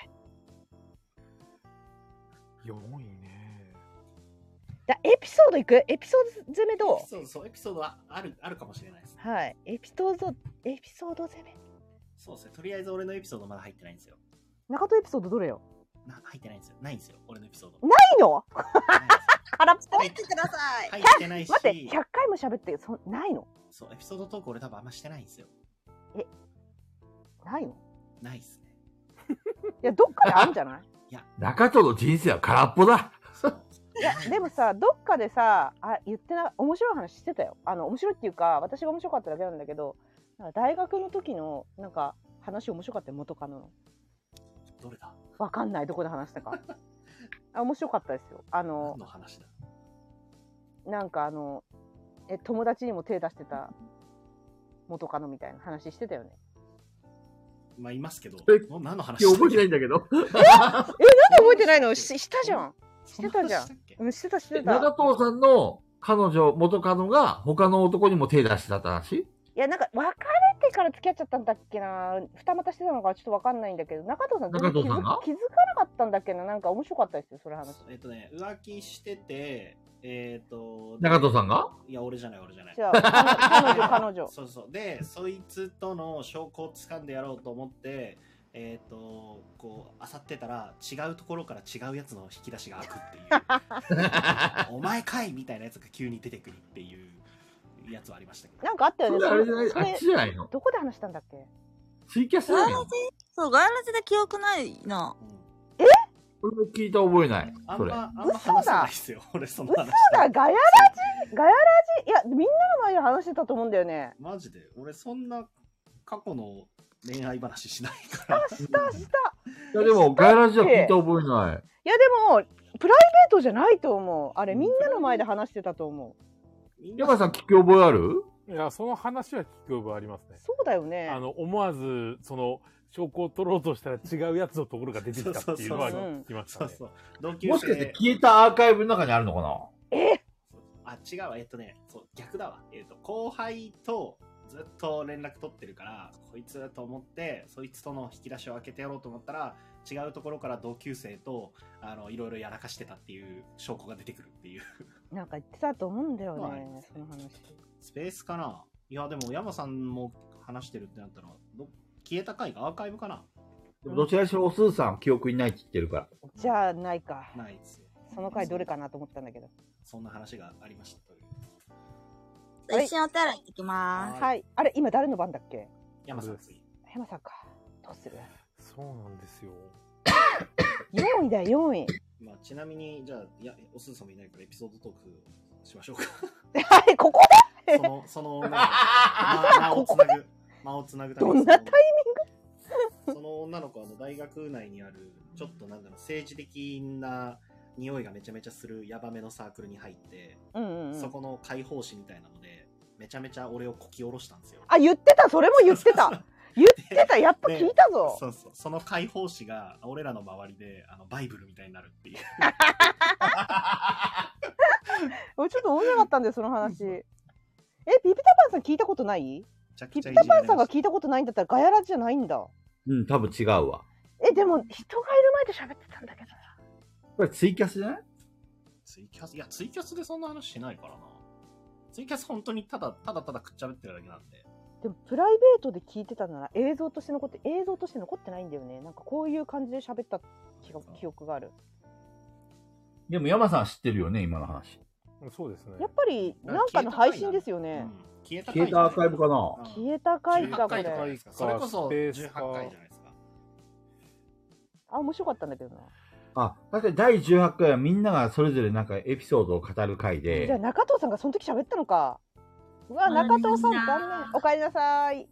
れ。 よんいね。 だエピソードいく？エピソード攻めどう？ エピソード、そう、エピソードはある、あるかもしれないです。 はい。エピソード、エピソード攻め。 そうですね。とりあえず俺のエピソードまだ入ってないんですよ。 中戸エピソードどれよ？ な入ってないんですよ。ないんですよ。俺のエピソード。 ないの？空っぽ？ 入ってください。 入ってないし。 待って、ひゃっかいも喋ってそないの？ そう、エピソードトーク俺多分あんましてないんですよ。 ないの？ ないっすね。 いや、どっかであるんじゃない？ いや、 中藤の人生は空っぽだ。 いやでもさ、どっかでさ、あ言ってな面白い話してたよ。あの面白いっていうか、私が面白かっただけなんだけど、なんか大学の時のなんか話面白かったよ、元カノの。 どれだ？ わかんない、どこで話したか。あ、面白かったですよ。あの何の話だ？ なんかあのえ友達にも手出してた元カノみたいな話してたよね。 まあいますけど、 えもう何の話いや覚えてないんだけど。 え、なんで覚えてないの？ししたじゃん。してたじゃん。 そな話したっけうん、してたしてた。 中藤さんの彼女、元カノが他の男にも手出してたって話？ いやなんか別れてから付き合っちゃったんだっけな。二股してたのかちょっとわかんないんだけど、中藤さん全然気づ中藤さんが気づかなかったんだっけな。なんか面白かったですよ、それ話。 えっとね、浮気してて、えっ、と、 中藤さんが？ いや、俺じゃない、俺じゃない。 じゃあ彼女彼女。 そうそう。で、そいつとの証拠を掴んでやろうと思って、えっ、と、こう、漁ってたら、違うところから違うやつの引き出しが開くっていう。お前かいみたいなやつが急に出てくるっていうやつはありましたけど。 なんかあったよね。 それあれじゃない？ それあっちじゃないの？ どこで話したんだっけ？ ツイキャスじゃないの？ そう、ガヤラジで記憶ないな。 うん俺も聞いた覚えない。それ。 あんま、あんま話せないですよ。俺、その嘘話。 だ、ガヤラジガヤラジいや、みんなの前で話してたと思うんだよね。 マジで俺、そんな過去の恋愛話しないから。 したした。 いやでも、ガヤラジは聞いた覚えない。 いやでも、プライベートじゃないと思う。あれ、みんなの前で話してたと思う。 山さん聞き覚えある？ いや、その話は聞く覚えありますね。 そうだよね。 あの、思わず、その、証拠を取ろうとしたら違うやつのところが出てきたっていうのはそうそうそう聞きましたね。 そうそう。同級生。 もしかして消えたアーカイブの中にあるのかな？ えあ、違うわ。えっとね、そう、逆だわ。えっと、後輩とずっと連絡取ってるから、こいつだと思って、そいつとの引き出しを開けてやろうと思ったら、違うところから同級生と、あの、いろいろやらかしてたっていう証拠が出てくるっていう。 なんか言ってたと思うんだよはいね、その話。 スペースかないや、でも山さんも話してるってなったら、ど消えた回がアーカイブかなでもどちらにしろおすずさん記憶にないって言ってるから。 じゃあ、ないか。 ないですよ。 その回どれかなと思ったんだけど。 そんな話がありましたという。 はい一瞬お手洗い行ってきます。 はい。あれ、今誰の番だっけ？ 山さん次。 山さんか。どうする？ そうなんですよ。 よんいだよ、よんい。 まあ、ちなみに、じゃあ、いや、おすずさんもいないからエピソードトークしましょうか。 はい、ここでその、その女の子、ま、間をつなぐ、間をつなぐためにどんなタイそのその女の子はあの大学内にある、ちょっとなんだろう、政治的な匂いがめちゃめちゃするヤバめのサークルに入って、 うんうんうん。 そこの解放誌みたいなので、めちゃめちゃ俺をこき下ろしたんですよ。 あ、言ってた、それも言ってた。言ってた、やっと聞いたぞ。 そうそう。その解放誌が、俺らの周りで、あの、バイブルみたいになるっていう。 俺ちょっと面白かったんだよ、その話。え、ピピタパンさん聞いたことない？ めちゃくピちゃピタパンさんがいじ聞いたことないんだったらガヤラジじゃないんだ。 うん、多分違うわ。 え、でも人がいる前で喋ってたんだけどな。 これツイキャスじゃない？ ツイキャス、いや、ツイキャスでそんな話しないからな。ツイキャス本当にただ、ただただくっちゃべってるだけなんで。 でもプライベートで聞いてたなら映像として残って映像として残ってないんだよね。なんかこういう感じで喋った記憶記憶がある。 でも山さん知ってるよね、今の話。 そうですね。 やっぱりなんかの配信ですよね。 消えた消えたアーカイブかな？ 消えた回かこれ。 じゅうはちかいとかですか。それこそスペーじゅうスかはちかいじゃないですか。 あ、面白かったんだけどな。 あ、確かにだいじゅうはちかいはみんながそれぞれなんかエピソードを語る回で。 じゃあ中藤さんがその時喋ったのか。うわ、中藤さん残念。おかえりなさい。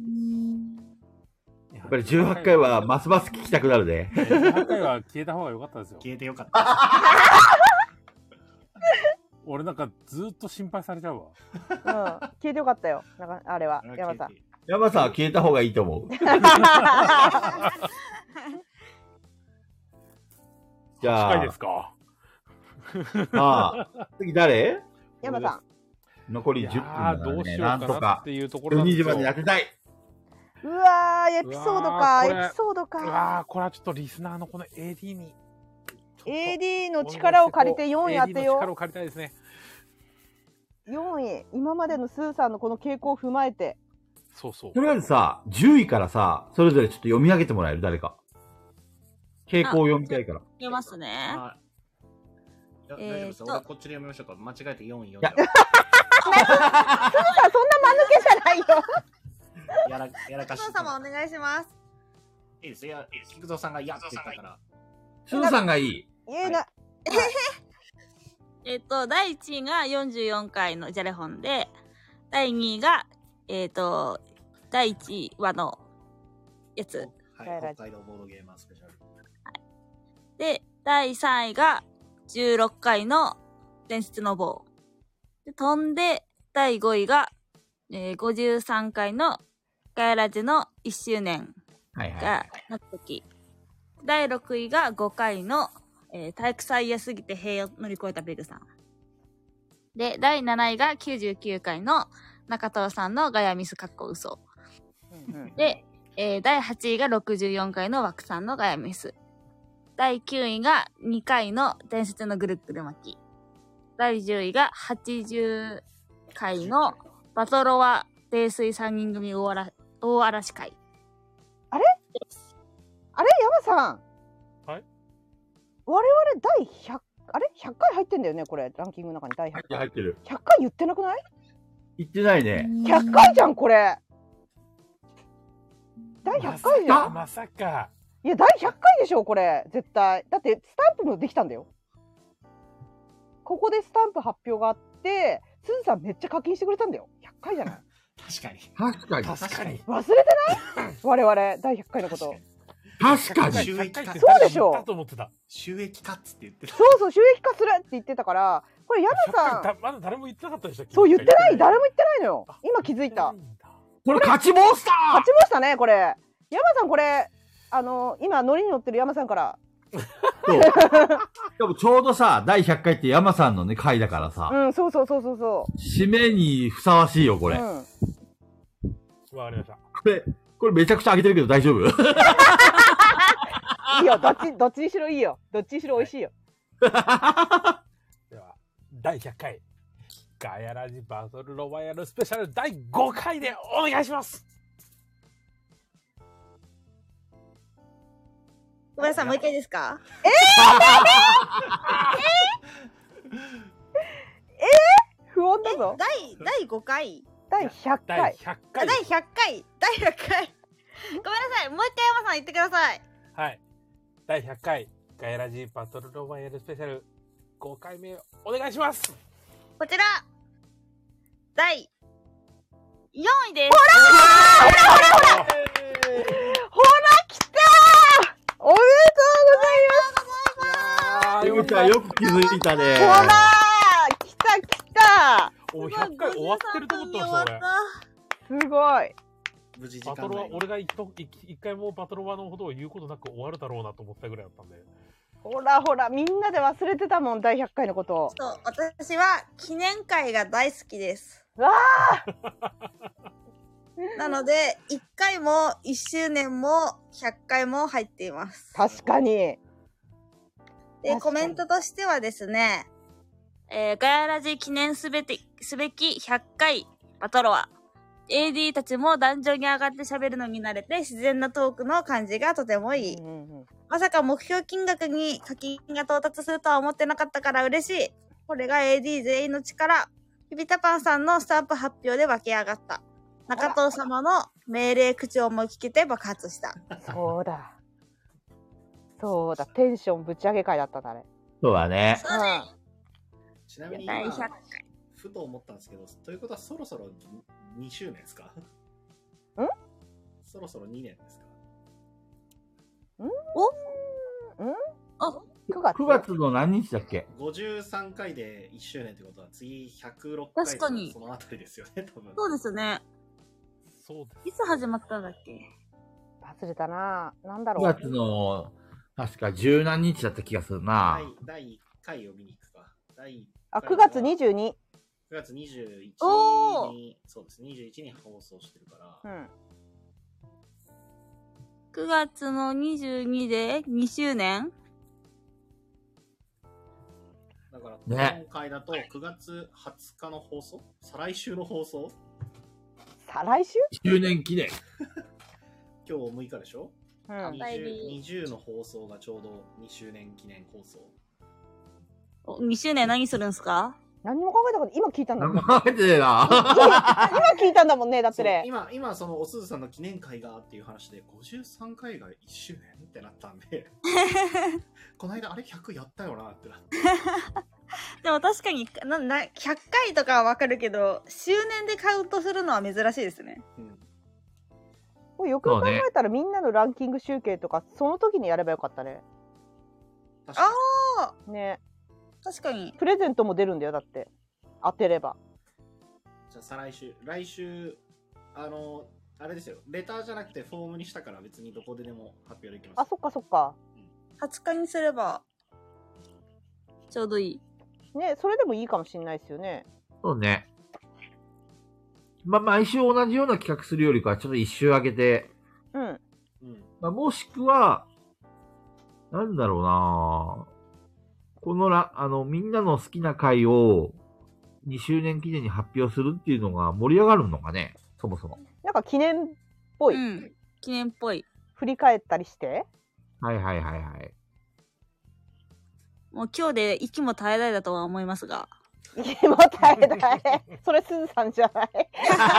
やっぱりじゅうはちかいはますます聞きたくなるで。 じゅうはちかいは消えた方が良かったですよ。 消えてよかった。 俺なんかずっと心配されちゃうわ。 うん、消えてよかったよ。なんかあれは山さん。 山さんは消えた方がいいと思う。じゃあ、 近いですか。 まあ、次誰？ 山さん。 残りじゅっぷんだあからね。 どうしようかなんとかなっていうところなん 12 ですよ。 時までやってたい。 うわー、エピソードうわか、 ーこれエピソードうか。 わーこれはちょっとリスナーのこの エーディー に。 エーディー の力を借りてよんい当てエーディー のよ力を借りたいですね。 う。よんい、今までのスーさんのこの傾向を踏まえて。 そうそうと。りあえずさ、じゅういからさ、それぞれちょっと読み上げてもらえる？誰か。傾向を読みたいから。 読みますね。 はい。いや、 えーと大丈夫ですよ。俺こっちで読みましょうか。間違えてよんい読んじゃう。 スーさん、そんな間抜けじゃないよ。 やら、やらかしお父様お願いします。 いいです。いや、菊蔵さんがやって言ったから。 すずさんがいい。 言うな。 えっと、だいいちいがよんじゅうよんかいのじゃれ本で、だいにいが、えっと、だいいちわのやつ。 はい、北海道ボードゲーマースペシャル。 で、だいさんいがじゅうろっかいの伝説の棒。で、飛んで、だいごいが、えー、ごじゅうさんかいのガヤラジのいっしゅうねんはいはい。 がなった時。だいろくいがごかいの、えー、体育祭やすぎて塀を乗り越えたベルさん。で、だいなないがきゅうじゅうきゅうかいの中藤さんのガヤミスかっこ嘘。 うんうんで、えー、だいはちいがろくじゅうよんかいの枠さんのガヤミス。だいきゅういがにかいの伝説のぐるっぐる巻き。だいじゅういがはちじゅっかいのバトロワ泥酔さんにん組大嵐大嵐会。 あれあれ山さん。 はい。 我々第ひゃく、あれ ?ひゃっ 回入ってんだよねこれ。ランキングの中に第ひゃっかい。 入ってる。 ひゃっかい言ってなくない ? 言ってないね。 ひゃっかいじゃんこれ。第ひゃっかいじゃん。 まさか。 いや、第ひゃっかいでしょこれ。絶対。だってスタンプもできたんだよ。ここでスタンプ発表があって、すずさんめっちゃ課金してくれたんだよ。ひゃっかいじゃない。 確かに。 確かに。 確かに。 忘れてない我々、第ひゃっかいのこと。 確かに。 収益化。 そうでしょ。 だと思ってた。 収益化っつって言ってた。 そうそう、収益化するって言ってたから、これ山さん。 まだ誰も言ってなかったでしたっけ？ そう、言ってない。誰も言ってないのよ。今気づいた。 これ勝ちモンスター勝ちましたね、これ。山さん、これ、あの、今、ノリに乗ってる山さんから。 そう。でもちょうどさ、だいひゃっかいって山さんのね、回だからさ。 うん、そうそうそうそうそう。 締めにふさわしいよ、これ。うん。 わかりました。 これ、これめちゃくちゃ上げてるけど大丈夫？ いいよ、どっち、どっちにしろいいよ。どっちにしろ美味しいよ。 では、だいひゃっかい、ガヤラジバトルロワイヤルスペシャルだいごかいでお願いします。 ごめんなさい、もう一回ですか？ えー、えー、えー、不穏だぞ。 第、第ごかい第ひゃっかい。 第ひゃっかい。 第ひゃっかい。第ひゃっかい。ごめんなさい、もう一回山さん言ってください。 はい。だいひゃっかい、ガヤラジバトルロワイヤルスペシャルごかいめお願いします。 こちら、だいよんいです。 ほらほらほらほらほらほら来たー、おめでとうございます。 ゆうちゃんよく気づいたね。 ほらー来た来た。 おひゃっかい終わってると思ってました俺。すごい。 無事時間バトロワ、俺が一一回もバトロワのことを言うことなく終わるだろうなと思ったぐらいだったんで。 ほらほら、みんなで忘れてたもん、だいひゃっかいのこと。 そう、私は記念会が大好きです。 わーなので、いっかいもいっしゅうねんもひゃっかいも入っています。 確かに。 で、コメントとしてはですね、えー、ガヤラジ記念すべて、すべきひゃっかいバトロワ。エーディー たちも壇上に上がって喋るのに慣れて自然なトークの感じがとてもいい。うんうんうん、まさか目標金額に課金が到達するとは思ってなかったから嬉しい。これが エーディー 全員の力。ビビタパンさんのスタンプ発表で湧き上がった。中藤様の命令口調も聞けて爆発した。 そうだ。そうだ。テンションぶち上げ会だったんだね。 そうだね。 そうね。 ちなみに今、ふと思ったんですけど、ということはそろそろにしゅうねんですか？んそろそろにねんですか？ んおんあくがつくがつの何日だっけ？ ごじゅうさんかいでいっしゅうねんってことは次ひゃくろっかいとかそのあたりですよね、多分。 そうですね。 そうです。 いつ始まったんだっけ？ 忘れたな。なんだろう。 くがつの確か十何日だった気がするな。 だいいっかいを見に行くか。第あ、くがつにじゅうに。 くがつにじゅういちに、そうです、にじゅういちに放送してるから。うん。 くがつのにじゅうにでにしゅうねん？ だから、今回だとくがつはつかの放送？再来週の放送？ 再来週？ いっしゅうねん記念。 今日むいかでしょ？ うん。 にじゅう、にじゅうの放送がちょうどにしゅうねん記念放送。 お、にしゅうねん何するんすか？ 何も考えたこと、今聞いたんだもん。 何も考えてねえな。 今聞いたんだもんね、だってね。 今、今、そのおすずさんの記念会がっていう話で、ごじゅうさんかいがいっしゅうねんってなったんで、この間あれひゃくやったよなってなって。 でも確かにななひゃっかいとかはわかるけど、周年でカウントするのは珍しいですね。 うん、よく考えたらみんなのランキング集計とかその時にやればよかったね。 ああね。 確かに。 プレゼントも出るんだよ、だって。当てれば。 じゃあ再来週、来週、あの、あれですよ、レターじゃなくてフォームにしたから別にどこででも発表できます。 あ、そっかそっか。 はつかにすれば、ちょうどいい。ね、それでもいいかもしれないですよね。 そうね。まあ、毎週同じような企画するよりかは、ちょっと一周上げて。 うん。 まあ、もしくは、なんだろうなこのら、あの、みんなの好きな回をにしゅうねん記念に発表するっていうのが盛り上がるのかね、そもそも。 なんか記念っぽい。 うん。記念っぽい。 振り返ったりして。 はいはいはいはい。 もう今日で息も絶えないだとは思いますが。 息も絶えない。それすずさんじゃない。でも私もね、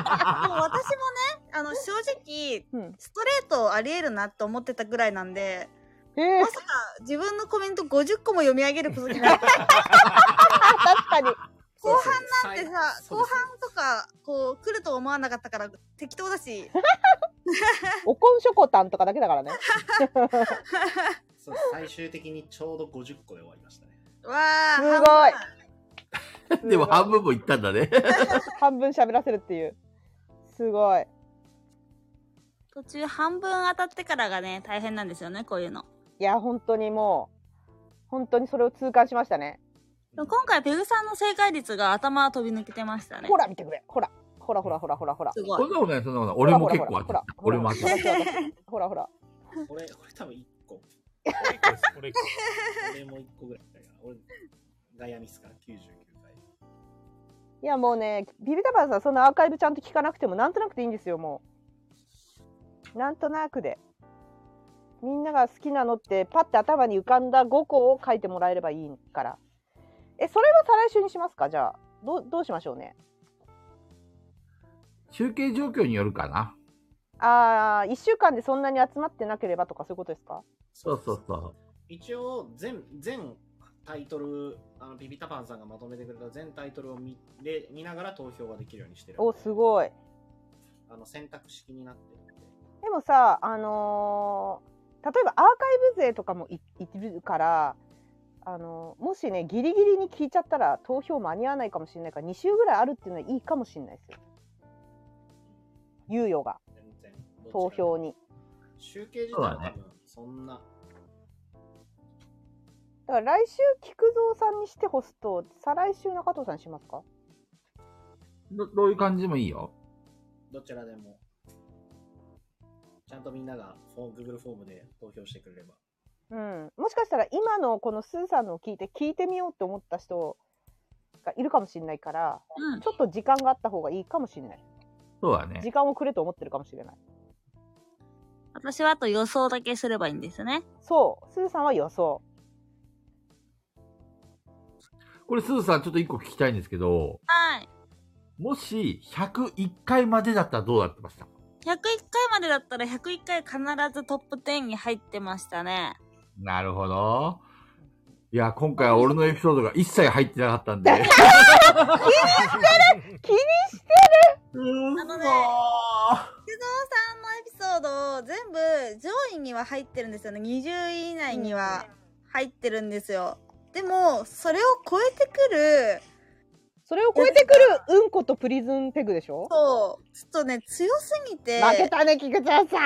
あの、正直、うん、ストレートあり得るなって思ってたぐらいなんで、えー、まさか自分のコメントごじゅっこも読み上げることになる。確かに。 後半なんてさ、後半とか、こう、来ると思わなかったから適当だし。 おこんしょこたんとかだけだからね。 そう、最終的にちょうどごじゅっこで終わりましたね。 わー。 すごい。 でも半分もいったんだね。 半分喋らせるっていう。すごい。 途中半分当たってからがね、大変なんですよね、こういうの。 いや、本当にもう、本当にそれを痛感しましたね。 今回ペグさんの正解率が頭飛び抜けてましたね。 ほら見てくれ、ほら、ほらほらほらほらほら。 すごい。 そんなことない、そんなことない。俺も結構あった。俺もあった。 ほらほら。 俺、俺多分いっこ。 俺いっこです、俺いっこ。 俺もいっこぐらいだから。俺、ガイアミスからきゅうじゅうきゅうかい。 いやもうね、ビビタパンさん、そのアーカイブちゃんと聞かなくても、なんとなくでいいんですよ、もう。なんとなくで。みんなが好きなのって、パッて頭に浮かんだごこを書いてもらえればいいから。え、それは再来週にしますか？じゃあ。どう、どうしましょうね。 集計状況によるかな。 ああ、いっしゅうかんでそんなに集まってなければとかそういうことですか？ そうそうそう。 一応、全、全タイトル、あの、ビビタパンさんがまとめてくれた全タイトルを見で見ながら投票ができるようにしてる。 お、すごい。 あの、選択式になってるんで。 でもさ、あのー、例えばアーカイブ勢とかも い, いるから、あのー、もしね、ギリギリに聞いちゃったら投票間に合わないかもしれないから、に週ぐらいあるっていうのはいいかもしれないですよ。猶予が。投票に。 集計自体は多分そんな。 だから来週菊蔵さんにしてほすと、再来週中藤さんにしますか？ どどういう感じでもいいよ。 どちらでも。ちゃんとみんながフォー Google フォームで投票してくれれば。 うん。もしかしたら今のこのスーさんのを聞いて聞いてみようって思った人がいるかもしれないから、うん、ちょっと時間があった方がいいかもしれない。 そうだね。 時間をくれと思ってるかもしれない。 私はあと予想だけすればいいんですね。 そう。スーさんは予想。 これスーさんちょっと一個聞きたいんですけど。 はい。 もしひゃくいっかいまでだったらどうなってました？ ひゃくいっかいまでだったらひゃくいっかい必ずトップじゅうに入ってましたね。 なるほど。いや、今回は俺のエピソードが一切入ってなかったんで。気にしてる気にしてるあのね、菊蔵さんのエピソードを全部上位には入ってるんですよね。にじゅうい以内には入ってるんですよ。でも、それを超えてくる、 それを超えてくるうんことプリズンペグでしょ？ そう。ちょっとね、強すぎて。 負けたね、菊蔵さん。 悔しい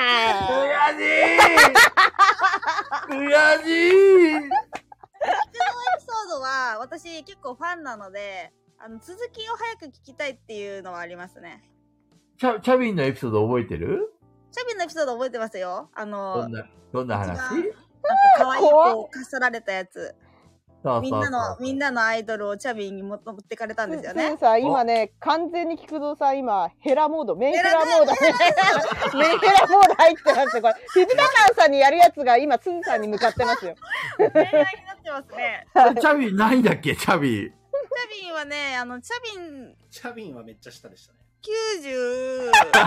悔しいこのエピソードは、私結構ファンなので、あの、続きを早く聞きたいっていうのはありますね。 チャ、チャビンのエピソード覚えてる？ チャビンのエピソード覚えてますよ。あの、 どんな、どんな話？なんか可愛い子をかっさられたやつ。 そうそうそう、 みんなの、みんなのアイドルをチャビンに持ってかれたんですよね。 さ、今ね、完全に菊蔵さん、今、ヘラモード、メンヘラモード、メンヘラモード入ってますよ、これ。ピピタパンさんにやるやつが今、ツンさんに向かってますよ。 恋愛になってますね。 チャビンないんだっけ、チャビン。 ビンはね、あの、チャビン、 チャビンはめっちゃ下でしたね。 きゅうじゅう。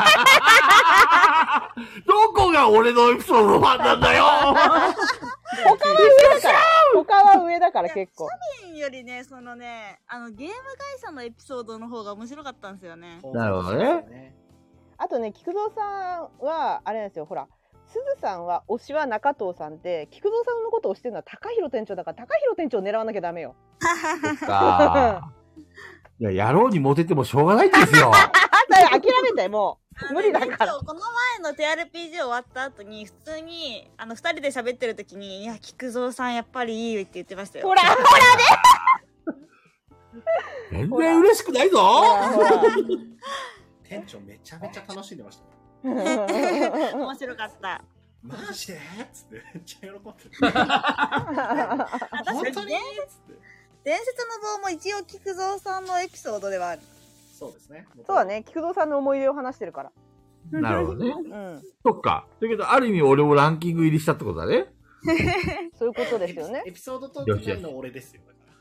どこが俺のエピソードのファンなんだよ。 他は上だから。他は上だから結構。 チャビンよりね、そのね、あの、ゲーム会社のエピソードの方が面白かったんですよね。 なるほどね。 あとね、菊蔵さんは、あれなんですよ、ほら、すずさんは推しは中藤さんで、菊蔵さんのことを推してるのは高弘店長だから、高弘店長を狙わなきゃダメよ。 そっか。いや、野郎にモテてもしょうがないんですよ。 諦めて、もう。無理だから。 この前の ティーアールピージー 終わった後に、普通に、あの、二人で喋ってる時に、いや、菊蔵さんやっぱりいいよって言ってましたよ。 ほら、ほらね全然嬉しくないぞ。 店長めちゃめちゃ楽しんでましたね。 面白かった。 マジでつってめっちゃ喜んでた。本当につって。 伝説の棒も一応菊蔵さんのエピソードではある。 そうですね。 そうだね、菊蔵さんの思い出を話してるから。 なるほどね。 うん。 そっか。だけど、ある意味俺もランキング入りしたってことだね。 そういうことですよね。 エピソードトーク内の俺ですよ。だから。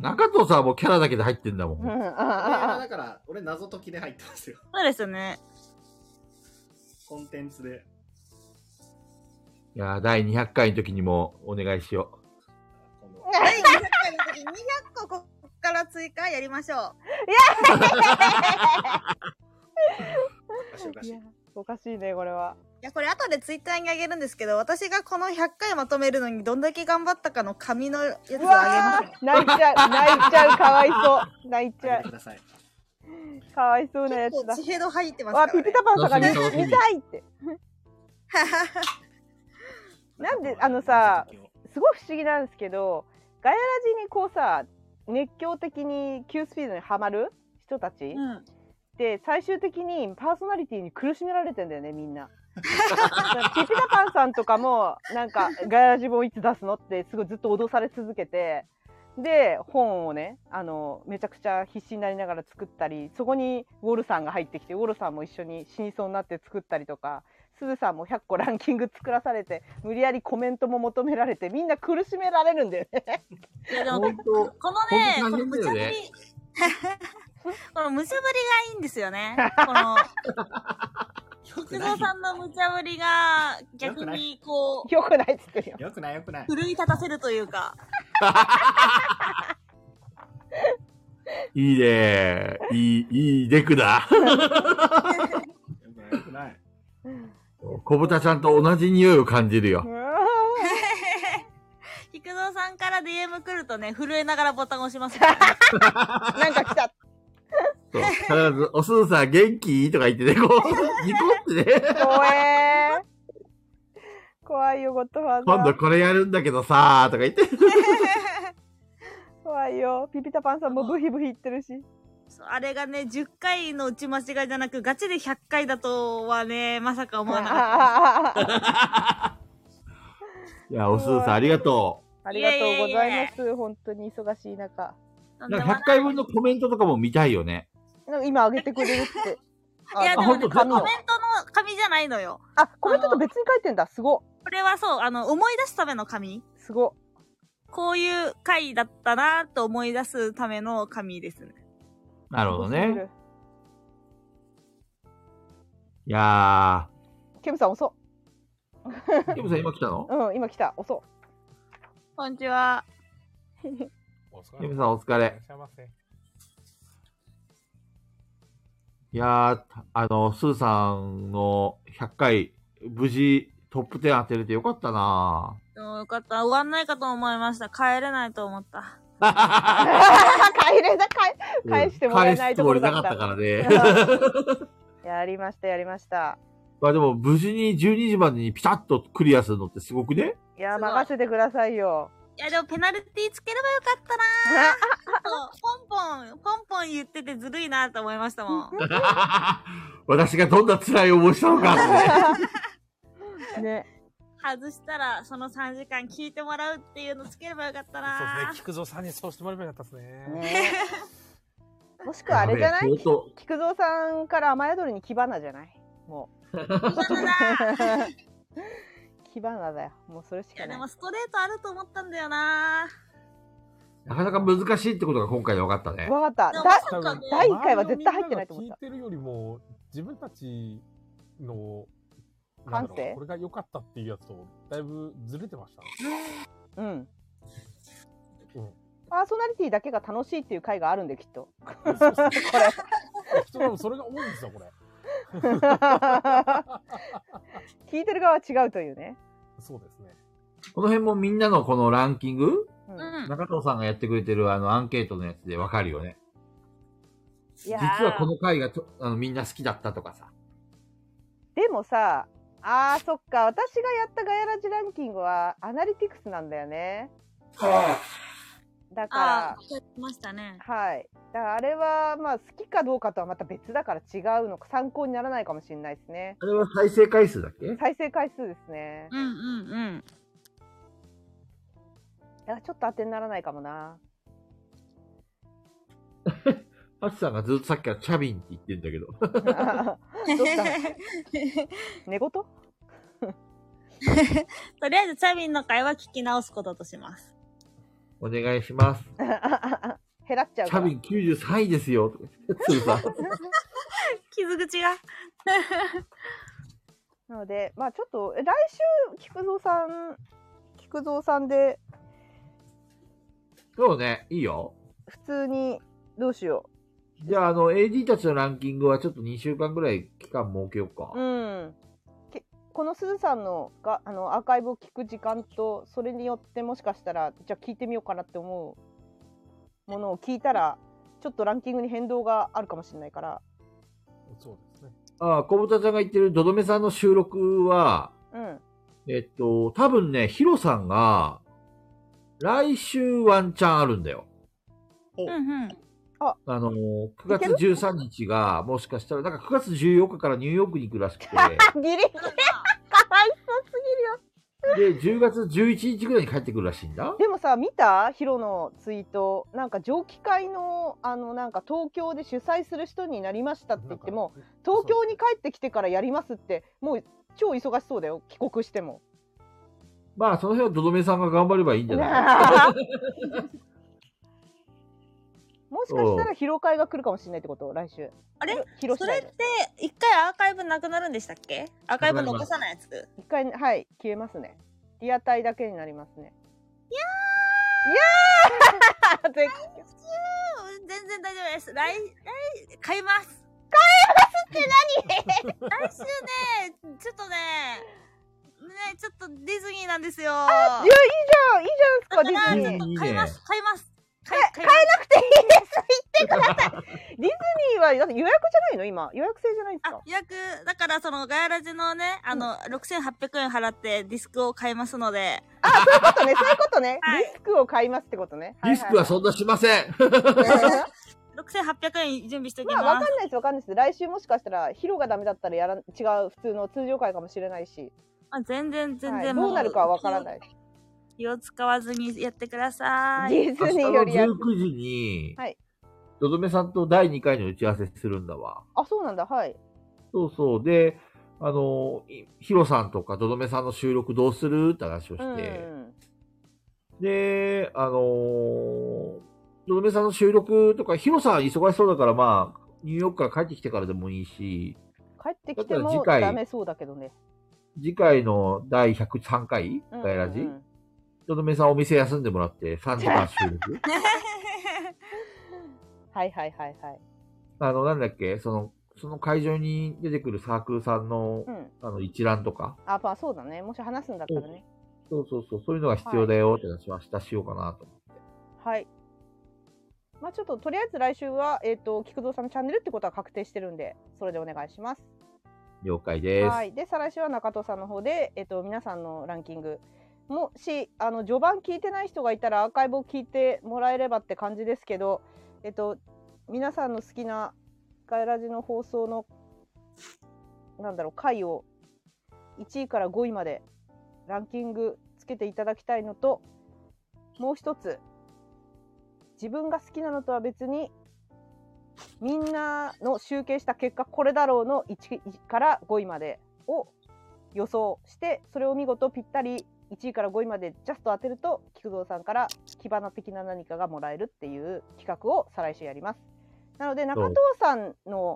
中藤さんはもうキャラだけで入ってんだもん。 うん、 俺はだから、俺謎解きで入ってますよ。 そうですよね。 コンテンツで。 いやー、だいにひゃっかいの時にもお願いしよだいにひゃっかいの時ににひゃっこここから追加やりましょう。 おかしいおかしい。 おかしいね、これは。 いや、これ後でツイッターにあげるんですけど、私がこのひゃっかいまとめるのにどんだけ頑張ったかの紙のやつをあげます。 泣いちゃう、泣いちゃう、かわいそう。泣いちゃう。 ください。 かわいそうなやつだ。 結構地ヘド入ってますわ、 から、ね。 ピピタパンさんが見楽しみ見たいって。なんで、あのさ、すごい不思議なんですけど、ガヤラジにこうさ、熱狂的に Q スピードにハマる人たち、 うん。 で、最終的にパーソナリティに苦しめられてんだよね、みんな。ピピタパンさんとかも、なんか、ガヤラジもいつ出すのってすごいずっと脅され続けて、で、本をね、あの、めちゃくちゃ必死になりながら作ったり、そこにウォルさんが入ってきて、ウォルさんも一緒に死にそうになって作ったりとか、すずさんもひゃっこランキング作らされて、無理やりコメントも求められて、みんな苦しめられるんだよね。 いやでも、 本当このね、 本当大この無茶ぶり変だよね、 この無茶ぶりがいいんですよね。この、菊蔵さんの無茶ぶりが逆にこう、 よくないっつってるよ。 よくないよくない。 奮い立たせるというか。 いいねー。いい、いいデクだ。 よくないよくない。 小豚ちゃんと同じ匂いを感じるよ。 菊蔵さんから ディーエム 来るとね、震えながらボタン押します、ね。 なんか来た。 そう必ず、おすずさん元気とか言ってね、こう、ニコってね。 怖えー。怖いよ、ゴッドファーザー。 今度これやるんだけどさーとか言って。 怖いよ。ピピタパンさんもブヒブヒ言ってるし。 そうあれがね、じゅっかいの打ち間違いじゃなく、ガチでひゃっかいだとはね、まさか思わなかった。 いや、おすずさんありがとありがとうございます。本当に忙しい中。 う。なんかひゃっかいぶんのコメントとかも見たいよね。 なんか今上げてくれるって。 いや、でもね、コメントの紙を紙じゃないのよ。 あ、コメントと別に書いてんだ。すご。 これはそう、あの、思い出すための紙。 すご。 こういう回だったなと思い出すための紙ですね。 なるほどね。いやケムさん遅ー。ケムさん今来たの？ うん、今来た。遅こんにちは。 ケムさんお疲れ。 いらっしゃいませ。 いやー、あの、スーさんのひゃっかい、無事トップじゅう当てれてよかったなでもよかった。終わんないかと思いました。帰れないと思った。 帰れな、帰、返してもらえないところだった。 返すつもりなかったからね。 やりました、やりました。 まあでも、無事にじゅうにじまでにピタッとクリアするのってすごくね？ いや、任せてくださいよ。 いや、でもペナルティつければよかったなそうポンポン、ポンポン言っててずるいなと思いましたもん。 私がどんな辛い思いしたのかってね。 ね。 外したら、そのさんじかん聞いてもらうっていうのつければよかったなそうですね。菊蔵さんにそうしてもらえばよかったですね。 ねもしくはあれじゃないやべえ相当菊蔵さんから雨宿りにキバナじゃないもう。キバナだよ。もうそれしいや、 かない。 でもストレートあると思ったんだよななかなか難しいってことが今回で分かったね。 わかった。 でもだまさかねだいいっかいは絶対入ってないと思った周りのみんなが聞いてるよりも、自分たちの、 感性なんだろうこれが良かったっていうやつと、だいぶずれてましたね。 うん。 うん。 パーソナリティだけが楽しいっていう回があるんで、きっと。 そうそうこれ。 きっと多分それが多いんですよ、これ。 聞いてる側は違うというね。 そうですね。 この辺もみんなのこのランキング、 うんうん。 中藤さんがやってくれてるあのアンケートのやつで分かるよね。 いや実はこーの回がとあのみんな好きだったとかさ。 でもさ、あーそっか、私がやったガヤラジランキングはアナリティクスなんだよね。だあかあ、聞きましたね。 ら、はい。だからあれはまあ好きかどうかとはまた別だから違うのか参考にならないかもしれないですね。 あれは再生回数だっけ？ 再生回数ですね。 うんうんうん。 だからちょっと当てにならないかもな。 ハチさんがずっとさっきからチャビンって言ってんだけど。 どうしたの寝言とりあえず、チャビンの会は聞き直すこととします。 お願いします。 減らっちゃうから。 チャビンきゅうじゅうさんいですよ。とか言ってつーさん傷口が。 なので、まあちょっと、来週、菊蔵さん、菊蔵さんで、 そうね、いいよ。 普通に、どうしよじゃあ、あの、エーディー たちのランキングはちょっとにしゅうかんぐらい期間設けようか。 う。うん。けこのすずさんのがあのアーカイブを聞く時間と、それによってもしかしたら、じゃあ聞いてみようかなって思うものを聞いたら、ちょっとランキングに変動があるかもしれないから。 そうですね。 ああ、小豚ちゃんが言ってるドドメさんの収録は、 うん。 えっと、多分ね、ヒロさんが、来週ワンチャンあるんだよ。 うんうん。 あのー、くがつじゅうさんにちが、もしかしたら、なんかくがつじゅうよっかからニューヨークに行くらしくて、 ギリギリかわいそうすぎるよ。 で、じゅうがつじゅういちにちぐらいに帰ってくるらしいんだ。 でもさ、見たヒロのツイート。なんか上記会の、あの、なんか東京で主催する人になりましたって言っても、東京に帰ってきてからやりますって、もう超忙しそうだよ。帰国しても。 まあ、その辺はドドメさんが頑張ればいいんじゃないもしかしたら披露会が来るかもしれないってこと来週。 あれ披露次第でそれって、一回アーカイブなくなるんでしたっけ？アーカイブ残さないやつ？ 一回、はい、消えますね。リアタイだけになりますね。いやーいやー絶うん全然大丈夫です。来、来、買います。 対って何来週ね、ちょっとね、ね、ちょっとディズニーなんですよ。 いや、いいじゃんいいじゃんすか、デだから、ちょっィズニー。 と買います。買います。買い、買い買えなくていいです言ってくださいディズニーはだって予約じゃないの今。予約制じゃないんですか？ あ、予約、だからそのガヤラジのね、あの、ろくせんはっぴゃくえん払ってディスクを買いますので。 あ、そういうことね、そういうことね。 はいディスクを買いますってことね。 リスクはそんなしません。 ろくせんはっぴゃくえん準備しておきまあ、 ます。 わかんないです、わかんないです。来週もしかしたら、ヒロがダメだったらやらん、違う、普通の通常会かもしれないし。 あ、全然、全然、 はい、どうなるかはわからない。 気を使わずにやってください。 ディズニーよりや明日のじゅうくじに、 はい。 ドドメさんとだいにかいの打ち合わせするんだわ。 あ、そうなんだ、はい。 そうそう。で、あの、いヒロさんとかドドメさんの収録どうするって話をうんして、 うん。 で、あのー、ドドメさんの収録とか、ヒロさんは忙しそうだから、まあ、ニューヨークから帰ってきてからでもいいし、 帰ってきてもだから次回ダメそうだけどね。 次回のだいひゃくさんかい、 うんうんうんガヤラジ、ドドメさんお店休んでもらってさんじかん収録はいはいはいはい。 あの、なんだっけ、その、その会場に出てくるサークルさんの、 うん。 あの、一覧とか、 あ、まあそうだね。もし話すんだったらね。 そうそうそう、そういうのが必要だよって話は明日しようかなと思って。 はい。まあちょっと、とりあえず来週は、えっ、と、菊蔵さんのチャンネルってことは確定してるんで、それでお願いします。 了解です。 はい。で、再来週は中藤さんの方で、えっ、と、皆さんのランキング。もし、あの、序盤聞いてない人がいたら、アーカイブを聞いてもらえればって感じですけど、えっと、皆さんの好きなガヤラジの放送の、なんだろう、回をいちいからごいまでランキングつけていただきたいのと、もう一つ、自分が好きなのとは別に、みんなの集計した結果これだろうのいちからごいまでを予想して、それを見事ぴったりいちいからごいまでジャスト当てると、菊蔵さんから火花的な何かがもらえるっていう企画を再来週やります。なので中藤さんの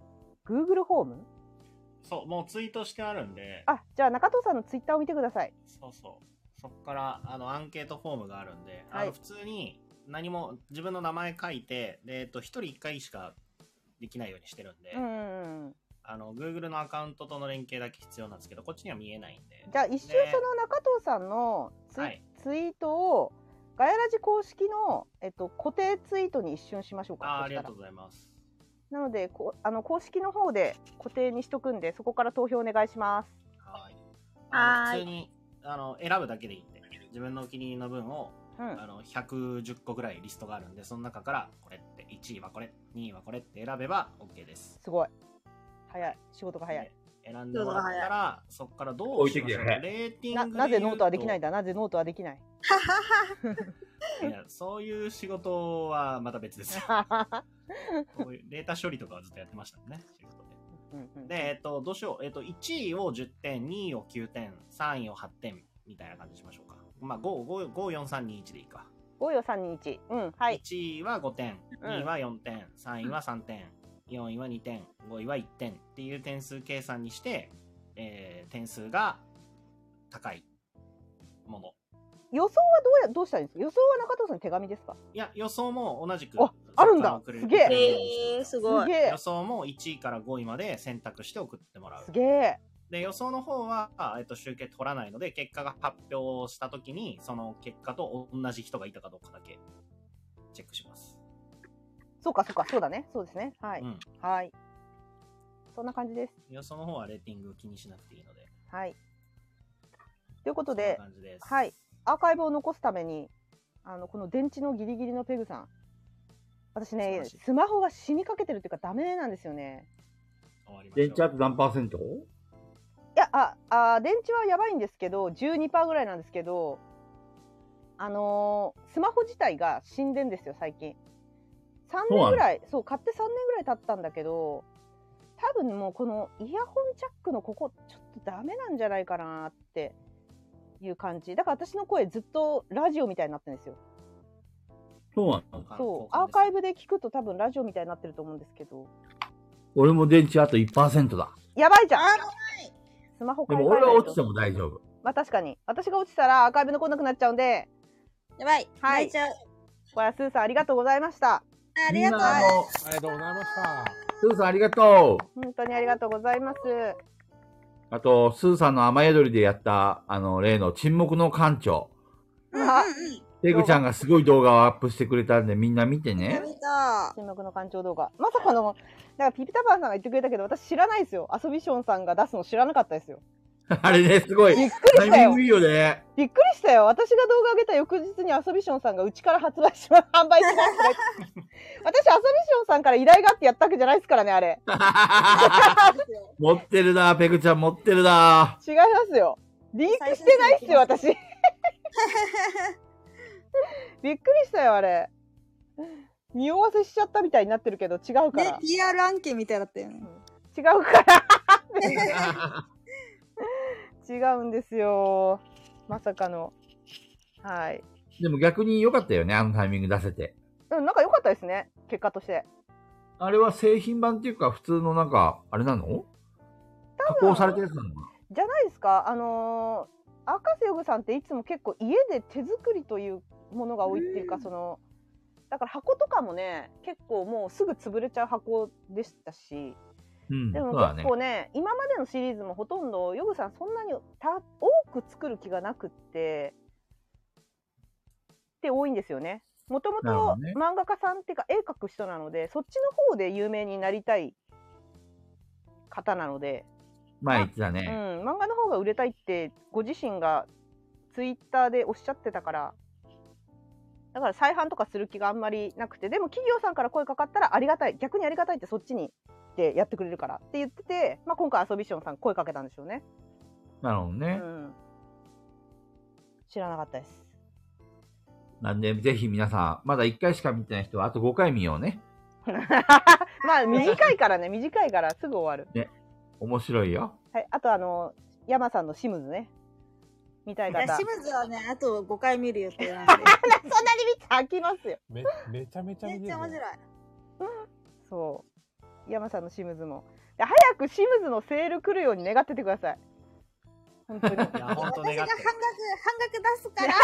Google ホーム、 そう、もうツイートしてあるんで。 あ、じゃあ中藤さんのツイッターを見てください。 そうそう。そこからあのアンケートフォームがあるんで、 はい、 あの普通に何も自分の名前書いて、でえっとひとりいっかいしかできないようにしてるんで、 うんうんうん、 あの Google のアカウントとの連携だけ必要なんですけど、こっちには見えないんで。 じゃあ一瞬その中藤さんのツイ、はい、ツイートをガヤラジ公式の、えっと、固定ツイートに一瞬しましょうか。 あ、ありがとうございます。 なのでこあの公式の方で固定にしとくんで、そこから投票お願いします。 はい。あの普通にあの選ぶだけでいいんで、自分のお気に入りの分を、うん、あのひゃくじゅっこぐらいリストがあるんで、その中からこれっていちいはこれ、にいはこれって選べば OK です。 すごい。早い。仕事が早い。 選んでもらったら、そこからどうしましょう。レーティングな、なぜノートはできないんだ。なぜノートはできない。 いや、そういう仕事はまた別ですよ。こういうデータ処理とかはずっとやってましたね、仕事で。うんうん、で、えっと、どうしよう。えっと、いちいをじゅってん、にいをきゅうてん、さんいをはってんみたいな感じにしましょうか。まあ、ご、ご、ご、よん、さん、に、いちでいいか。 ご、よん、さん、に、いち。うん、はい。 いちいはごてん、にいはよんてん、さんいはさんてん、よんいはにてん、ごいはいってんっていう点数計算にして、えー、点数が高いもの。 予想はどうや、どうしたらいいんですか？予想は中藤さんに手紙ですか？ いや、予想も同じく。 あ、あるんだ。すげえ。えー、すごい。 予想もいちいからごいまで選択して送ってもらう。 すげえ。 で、予想の方は、えっと、集計取らないので、結果が発表したときに、その結果と同じ人がいたかどうかだけチェックします。 そうか、そうか、そうだね。そうですね。はい。うん、はい。そんな感じです。 予想の方はレーティング気にしなくていいので。 はい。ということで、 そんな感じです。 はい。アーカイブを残すために、あの、この電池のギリギリのペグさん。私ね、スマホが死にかけてるっていうかダメなんですよね。 電池あと何パーセント？ いや、あ、あ、電池はやばいんですけど、じゅうにパーセントぐらいなんですけど、あのー、スマホ自体が死んでんですよ、最近。さんねんぐらい、そう、買ってさんねんぐらい経ったんだけど、多分もうこのイヤホンジャックのここ、ちょっとダメなんじゃないかなっていう感じ。だから私の声ずっとラジオみたいになってるんですよ。 そうなの？ そう、アーカイブで聞くと多分ラジオみたいになってると思うんですけど。 俺も電池あと いちパーセント だ。 やばいじゃん。スマホ買い替えないと。 でも俺が落ちても大丈夫。 まあ確かに。私が落ちたらアーカイブ残んなくなっちゃうんで。 やばい。 はい。 泣いちゃう。 これはスーさんありがとうございました。 ありがとう。 ありがとうございました。 スーさんありがとう。 本当にありがとうございます。 あと、スーさんの雨宿りでやった、あの、例の沈黙の艦長。 あ、 ペグちゃんがすごい動画をアップしてくれたんで、みんな見てね。 見た。 沈黙の艦長動画。まさかの、だからピピタパンさんが言ってくれたけど、私知らないですよ。アソビションさんが出すの知らなかったですよ。 あれね、すごい。 びっくりしたよ。 タイミングいいよね。 びっくりしたよ。私が動画上げた翌日にアソビションさんがうちから発売します、販売します。私、アソビションさんから依頼があってやったわけじゃないですからね、あれ。 持ってるな、ペグちゃん持ってるな。 違いますよ。リークしてないっすよ、私。びっくりしたよ、あれ。匂わせしちゃったみたいになってるけど、違うから。 ね、ピーアール 案件みたいだったよね。 違うから。違うんですよ。まさかの。はい。 でも逆に良かったよね、あのタイミング出せて。 うん、なんか良かったですね、結果として。 あれは製品版っていうか、普通のなんか、あれなの？加工されたやつなのかな？ じゃないですか。あのー、赤瀬ヨグさんっていつも結構家で手作りというものが多いっていうか、その、だから箱とかもね、結構もうすぐ潰れちゃう箱でしたし、 うん、 でも結構ね、ね、今までのシリーズもほとんどヨグさんそんなにた多く作る気がなくってって多いんですよね。もともと漫画家さんっていうか絵描く人なので、そっちの方で有名になりたい方なので、 前言ってたね、 うん、漫画の方が売れたいってご自身がツイッターでおっしゃってたから、だから再販とかする気があんまりなくて、でも企業さんから声かかったらありがたい、逆にありがたいってそっちにでやってくれるからって言ってて、まあ、今回アソビションさん声かけたんでしょうね。 なるほどね、 うん、知らなかったです。 なんでぜひ皆さんまだいっかいしか見てない人はあとごかい見ようね。 まあ短いからね、短いからすぐ終わる。 ね、面白いよ。 はい、あとあの山さんのシムズね。見たい方。 いや、シムズはね、あとごかい見る予定なんで。 そんなに見て飽きますよ。 めめちゃめちゃ見てる、 めっちゃ面白い。 そう。山さんのシムズも。で早くシムズのセール来るように願っててください。本当に。 いや、本当私が半額、半額願ってる。 出すから。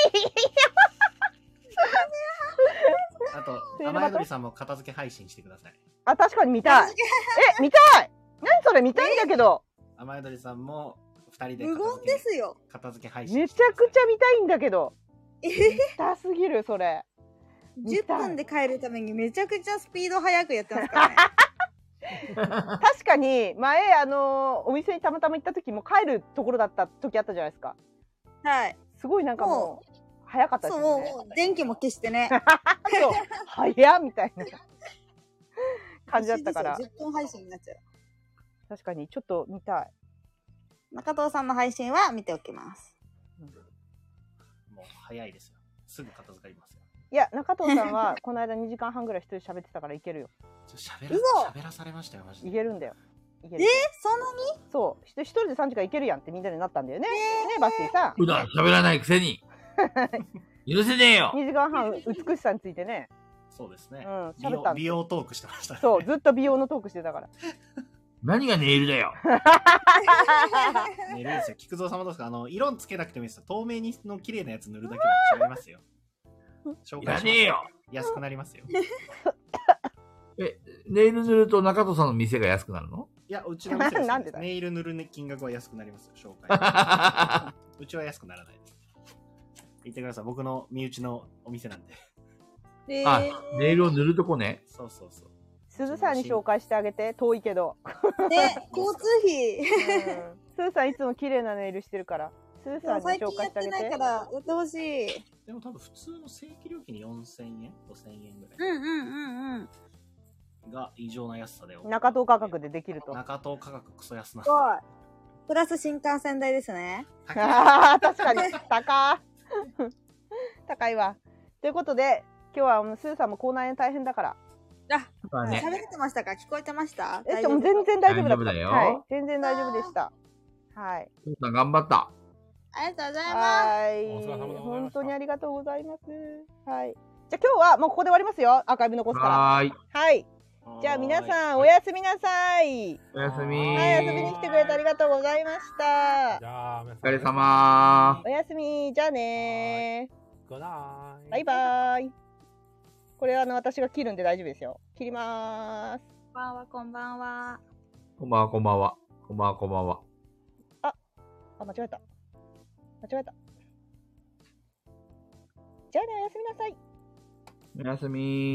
あと、 セールまた雨宿りさんも片付け配信してください。 あ、確かに見たい。え、見たい。何それ見たいんだけど。 雨宿りさんも二人で無言片付けですよ。 片付け配信めちゃしてくださいくちゃ見たいんだけど。 え見たすぎる、それ。見 10 たい分で帰るためにめちゃくちゃスピード速くやってますからね。 確かに、前、あのーお店にたまたま行った時も帰るところだった時あったじゃないですか。 はい。 すごいなんかもう、早かったでそう、 すよね。 もう、もう電気も消してね。 そう、早っみたいな感じだったからじゅっぷん配信になっちゃう。 確かにちょっと見たい。 中藤さんの配信は見ておきます。 もう早いですよ。すぐ片付かりますよ。 いや、中藤さんはこの間にじかんはんぐらい一人で喋ってたからいけるよ。 ちょ喋ら嘘喋らされましたよ、マジで。 いけるんだよ。いけるえそんなにそう、ひと一人でさんじかんいけるやんってみんなでなったんだよね。ね、バッシーさん。 普段喋らないくせに。許せねえよ。 にじかんはん美しさについてね。 そうですね。 うん、 美容喋ったんですよ。 美容トークしてましたね。 そう、ずっと美容のトークしてたから。 何がネイルだよ。 ね、いるんですよ。菊蔵さんもどうですか？あの、色つけなくてもいいですよ。透明にの綺麗なやつ塗るだけで違いますよ。紹い介しますらねえよ。 安くなりますよ。 え、ネイル塗ると中戸さんの店が安くなるの？ いや、うちの店ですなんでだよネイル塗る金額は安くなりますよ、紹介。うちは安くならないです。言ってください。僕の身内のお店なんで。 えあー、、 ネイルを塗るとこね。 そうそうそう。 鈴さんに紹介してあげて、遠いけど。 ね、交通費。 うん、鈴さんいつも綺麗なネイルしてるから。鈴さんに最近紹介してあげてやってないか。ら、やってほしい。 でも多分普通の正規料金よんせんえん ?ごせんえんぐらうんうんうんうん。 いが異常な安さで。 中東価格でできると。 中東価格クソ安なす。ごい。プラス新幹線代ですね。 高いああ、確かに。高い。高いわ。ということで、今日はもうスーさんも口内炎大変だから。 あ、 まあね。 喋れてましたか？聞こえてました？ え、 大丈夫でも全然大丈夫だった。 大丈夫だよはい。全然大丈夫でした。はい。 父さん頑張った。 ありがとうございます。 はいお疲れ様でございました本当にありがとうございます。はい。じゃあ今日はもうここで終わりますよ。アーカイブ残すから。 はーい。 はい。じゃあ皆さんおやすみなさい。 おやすみ。 はい、遊びに来てくれてありがとうございましたじ。ゃあ、皆おさん疲れ様おやすみ。じゃあねー。 グッナイバイバーイ。これはあの私が切るんで大丈夫ですよ。切りまーす。 こんばんは、こんばんは。 こんばんは、こんばんは。こんばんは、こんばんは。 あ、間違えた。間違えた。じゃあね、おやすみなさい。 おやすみ。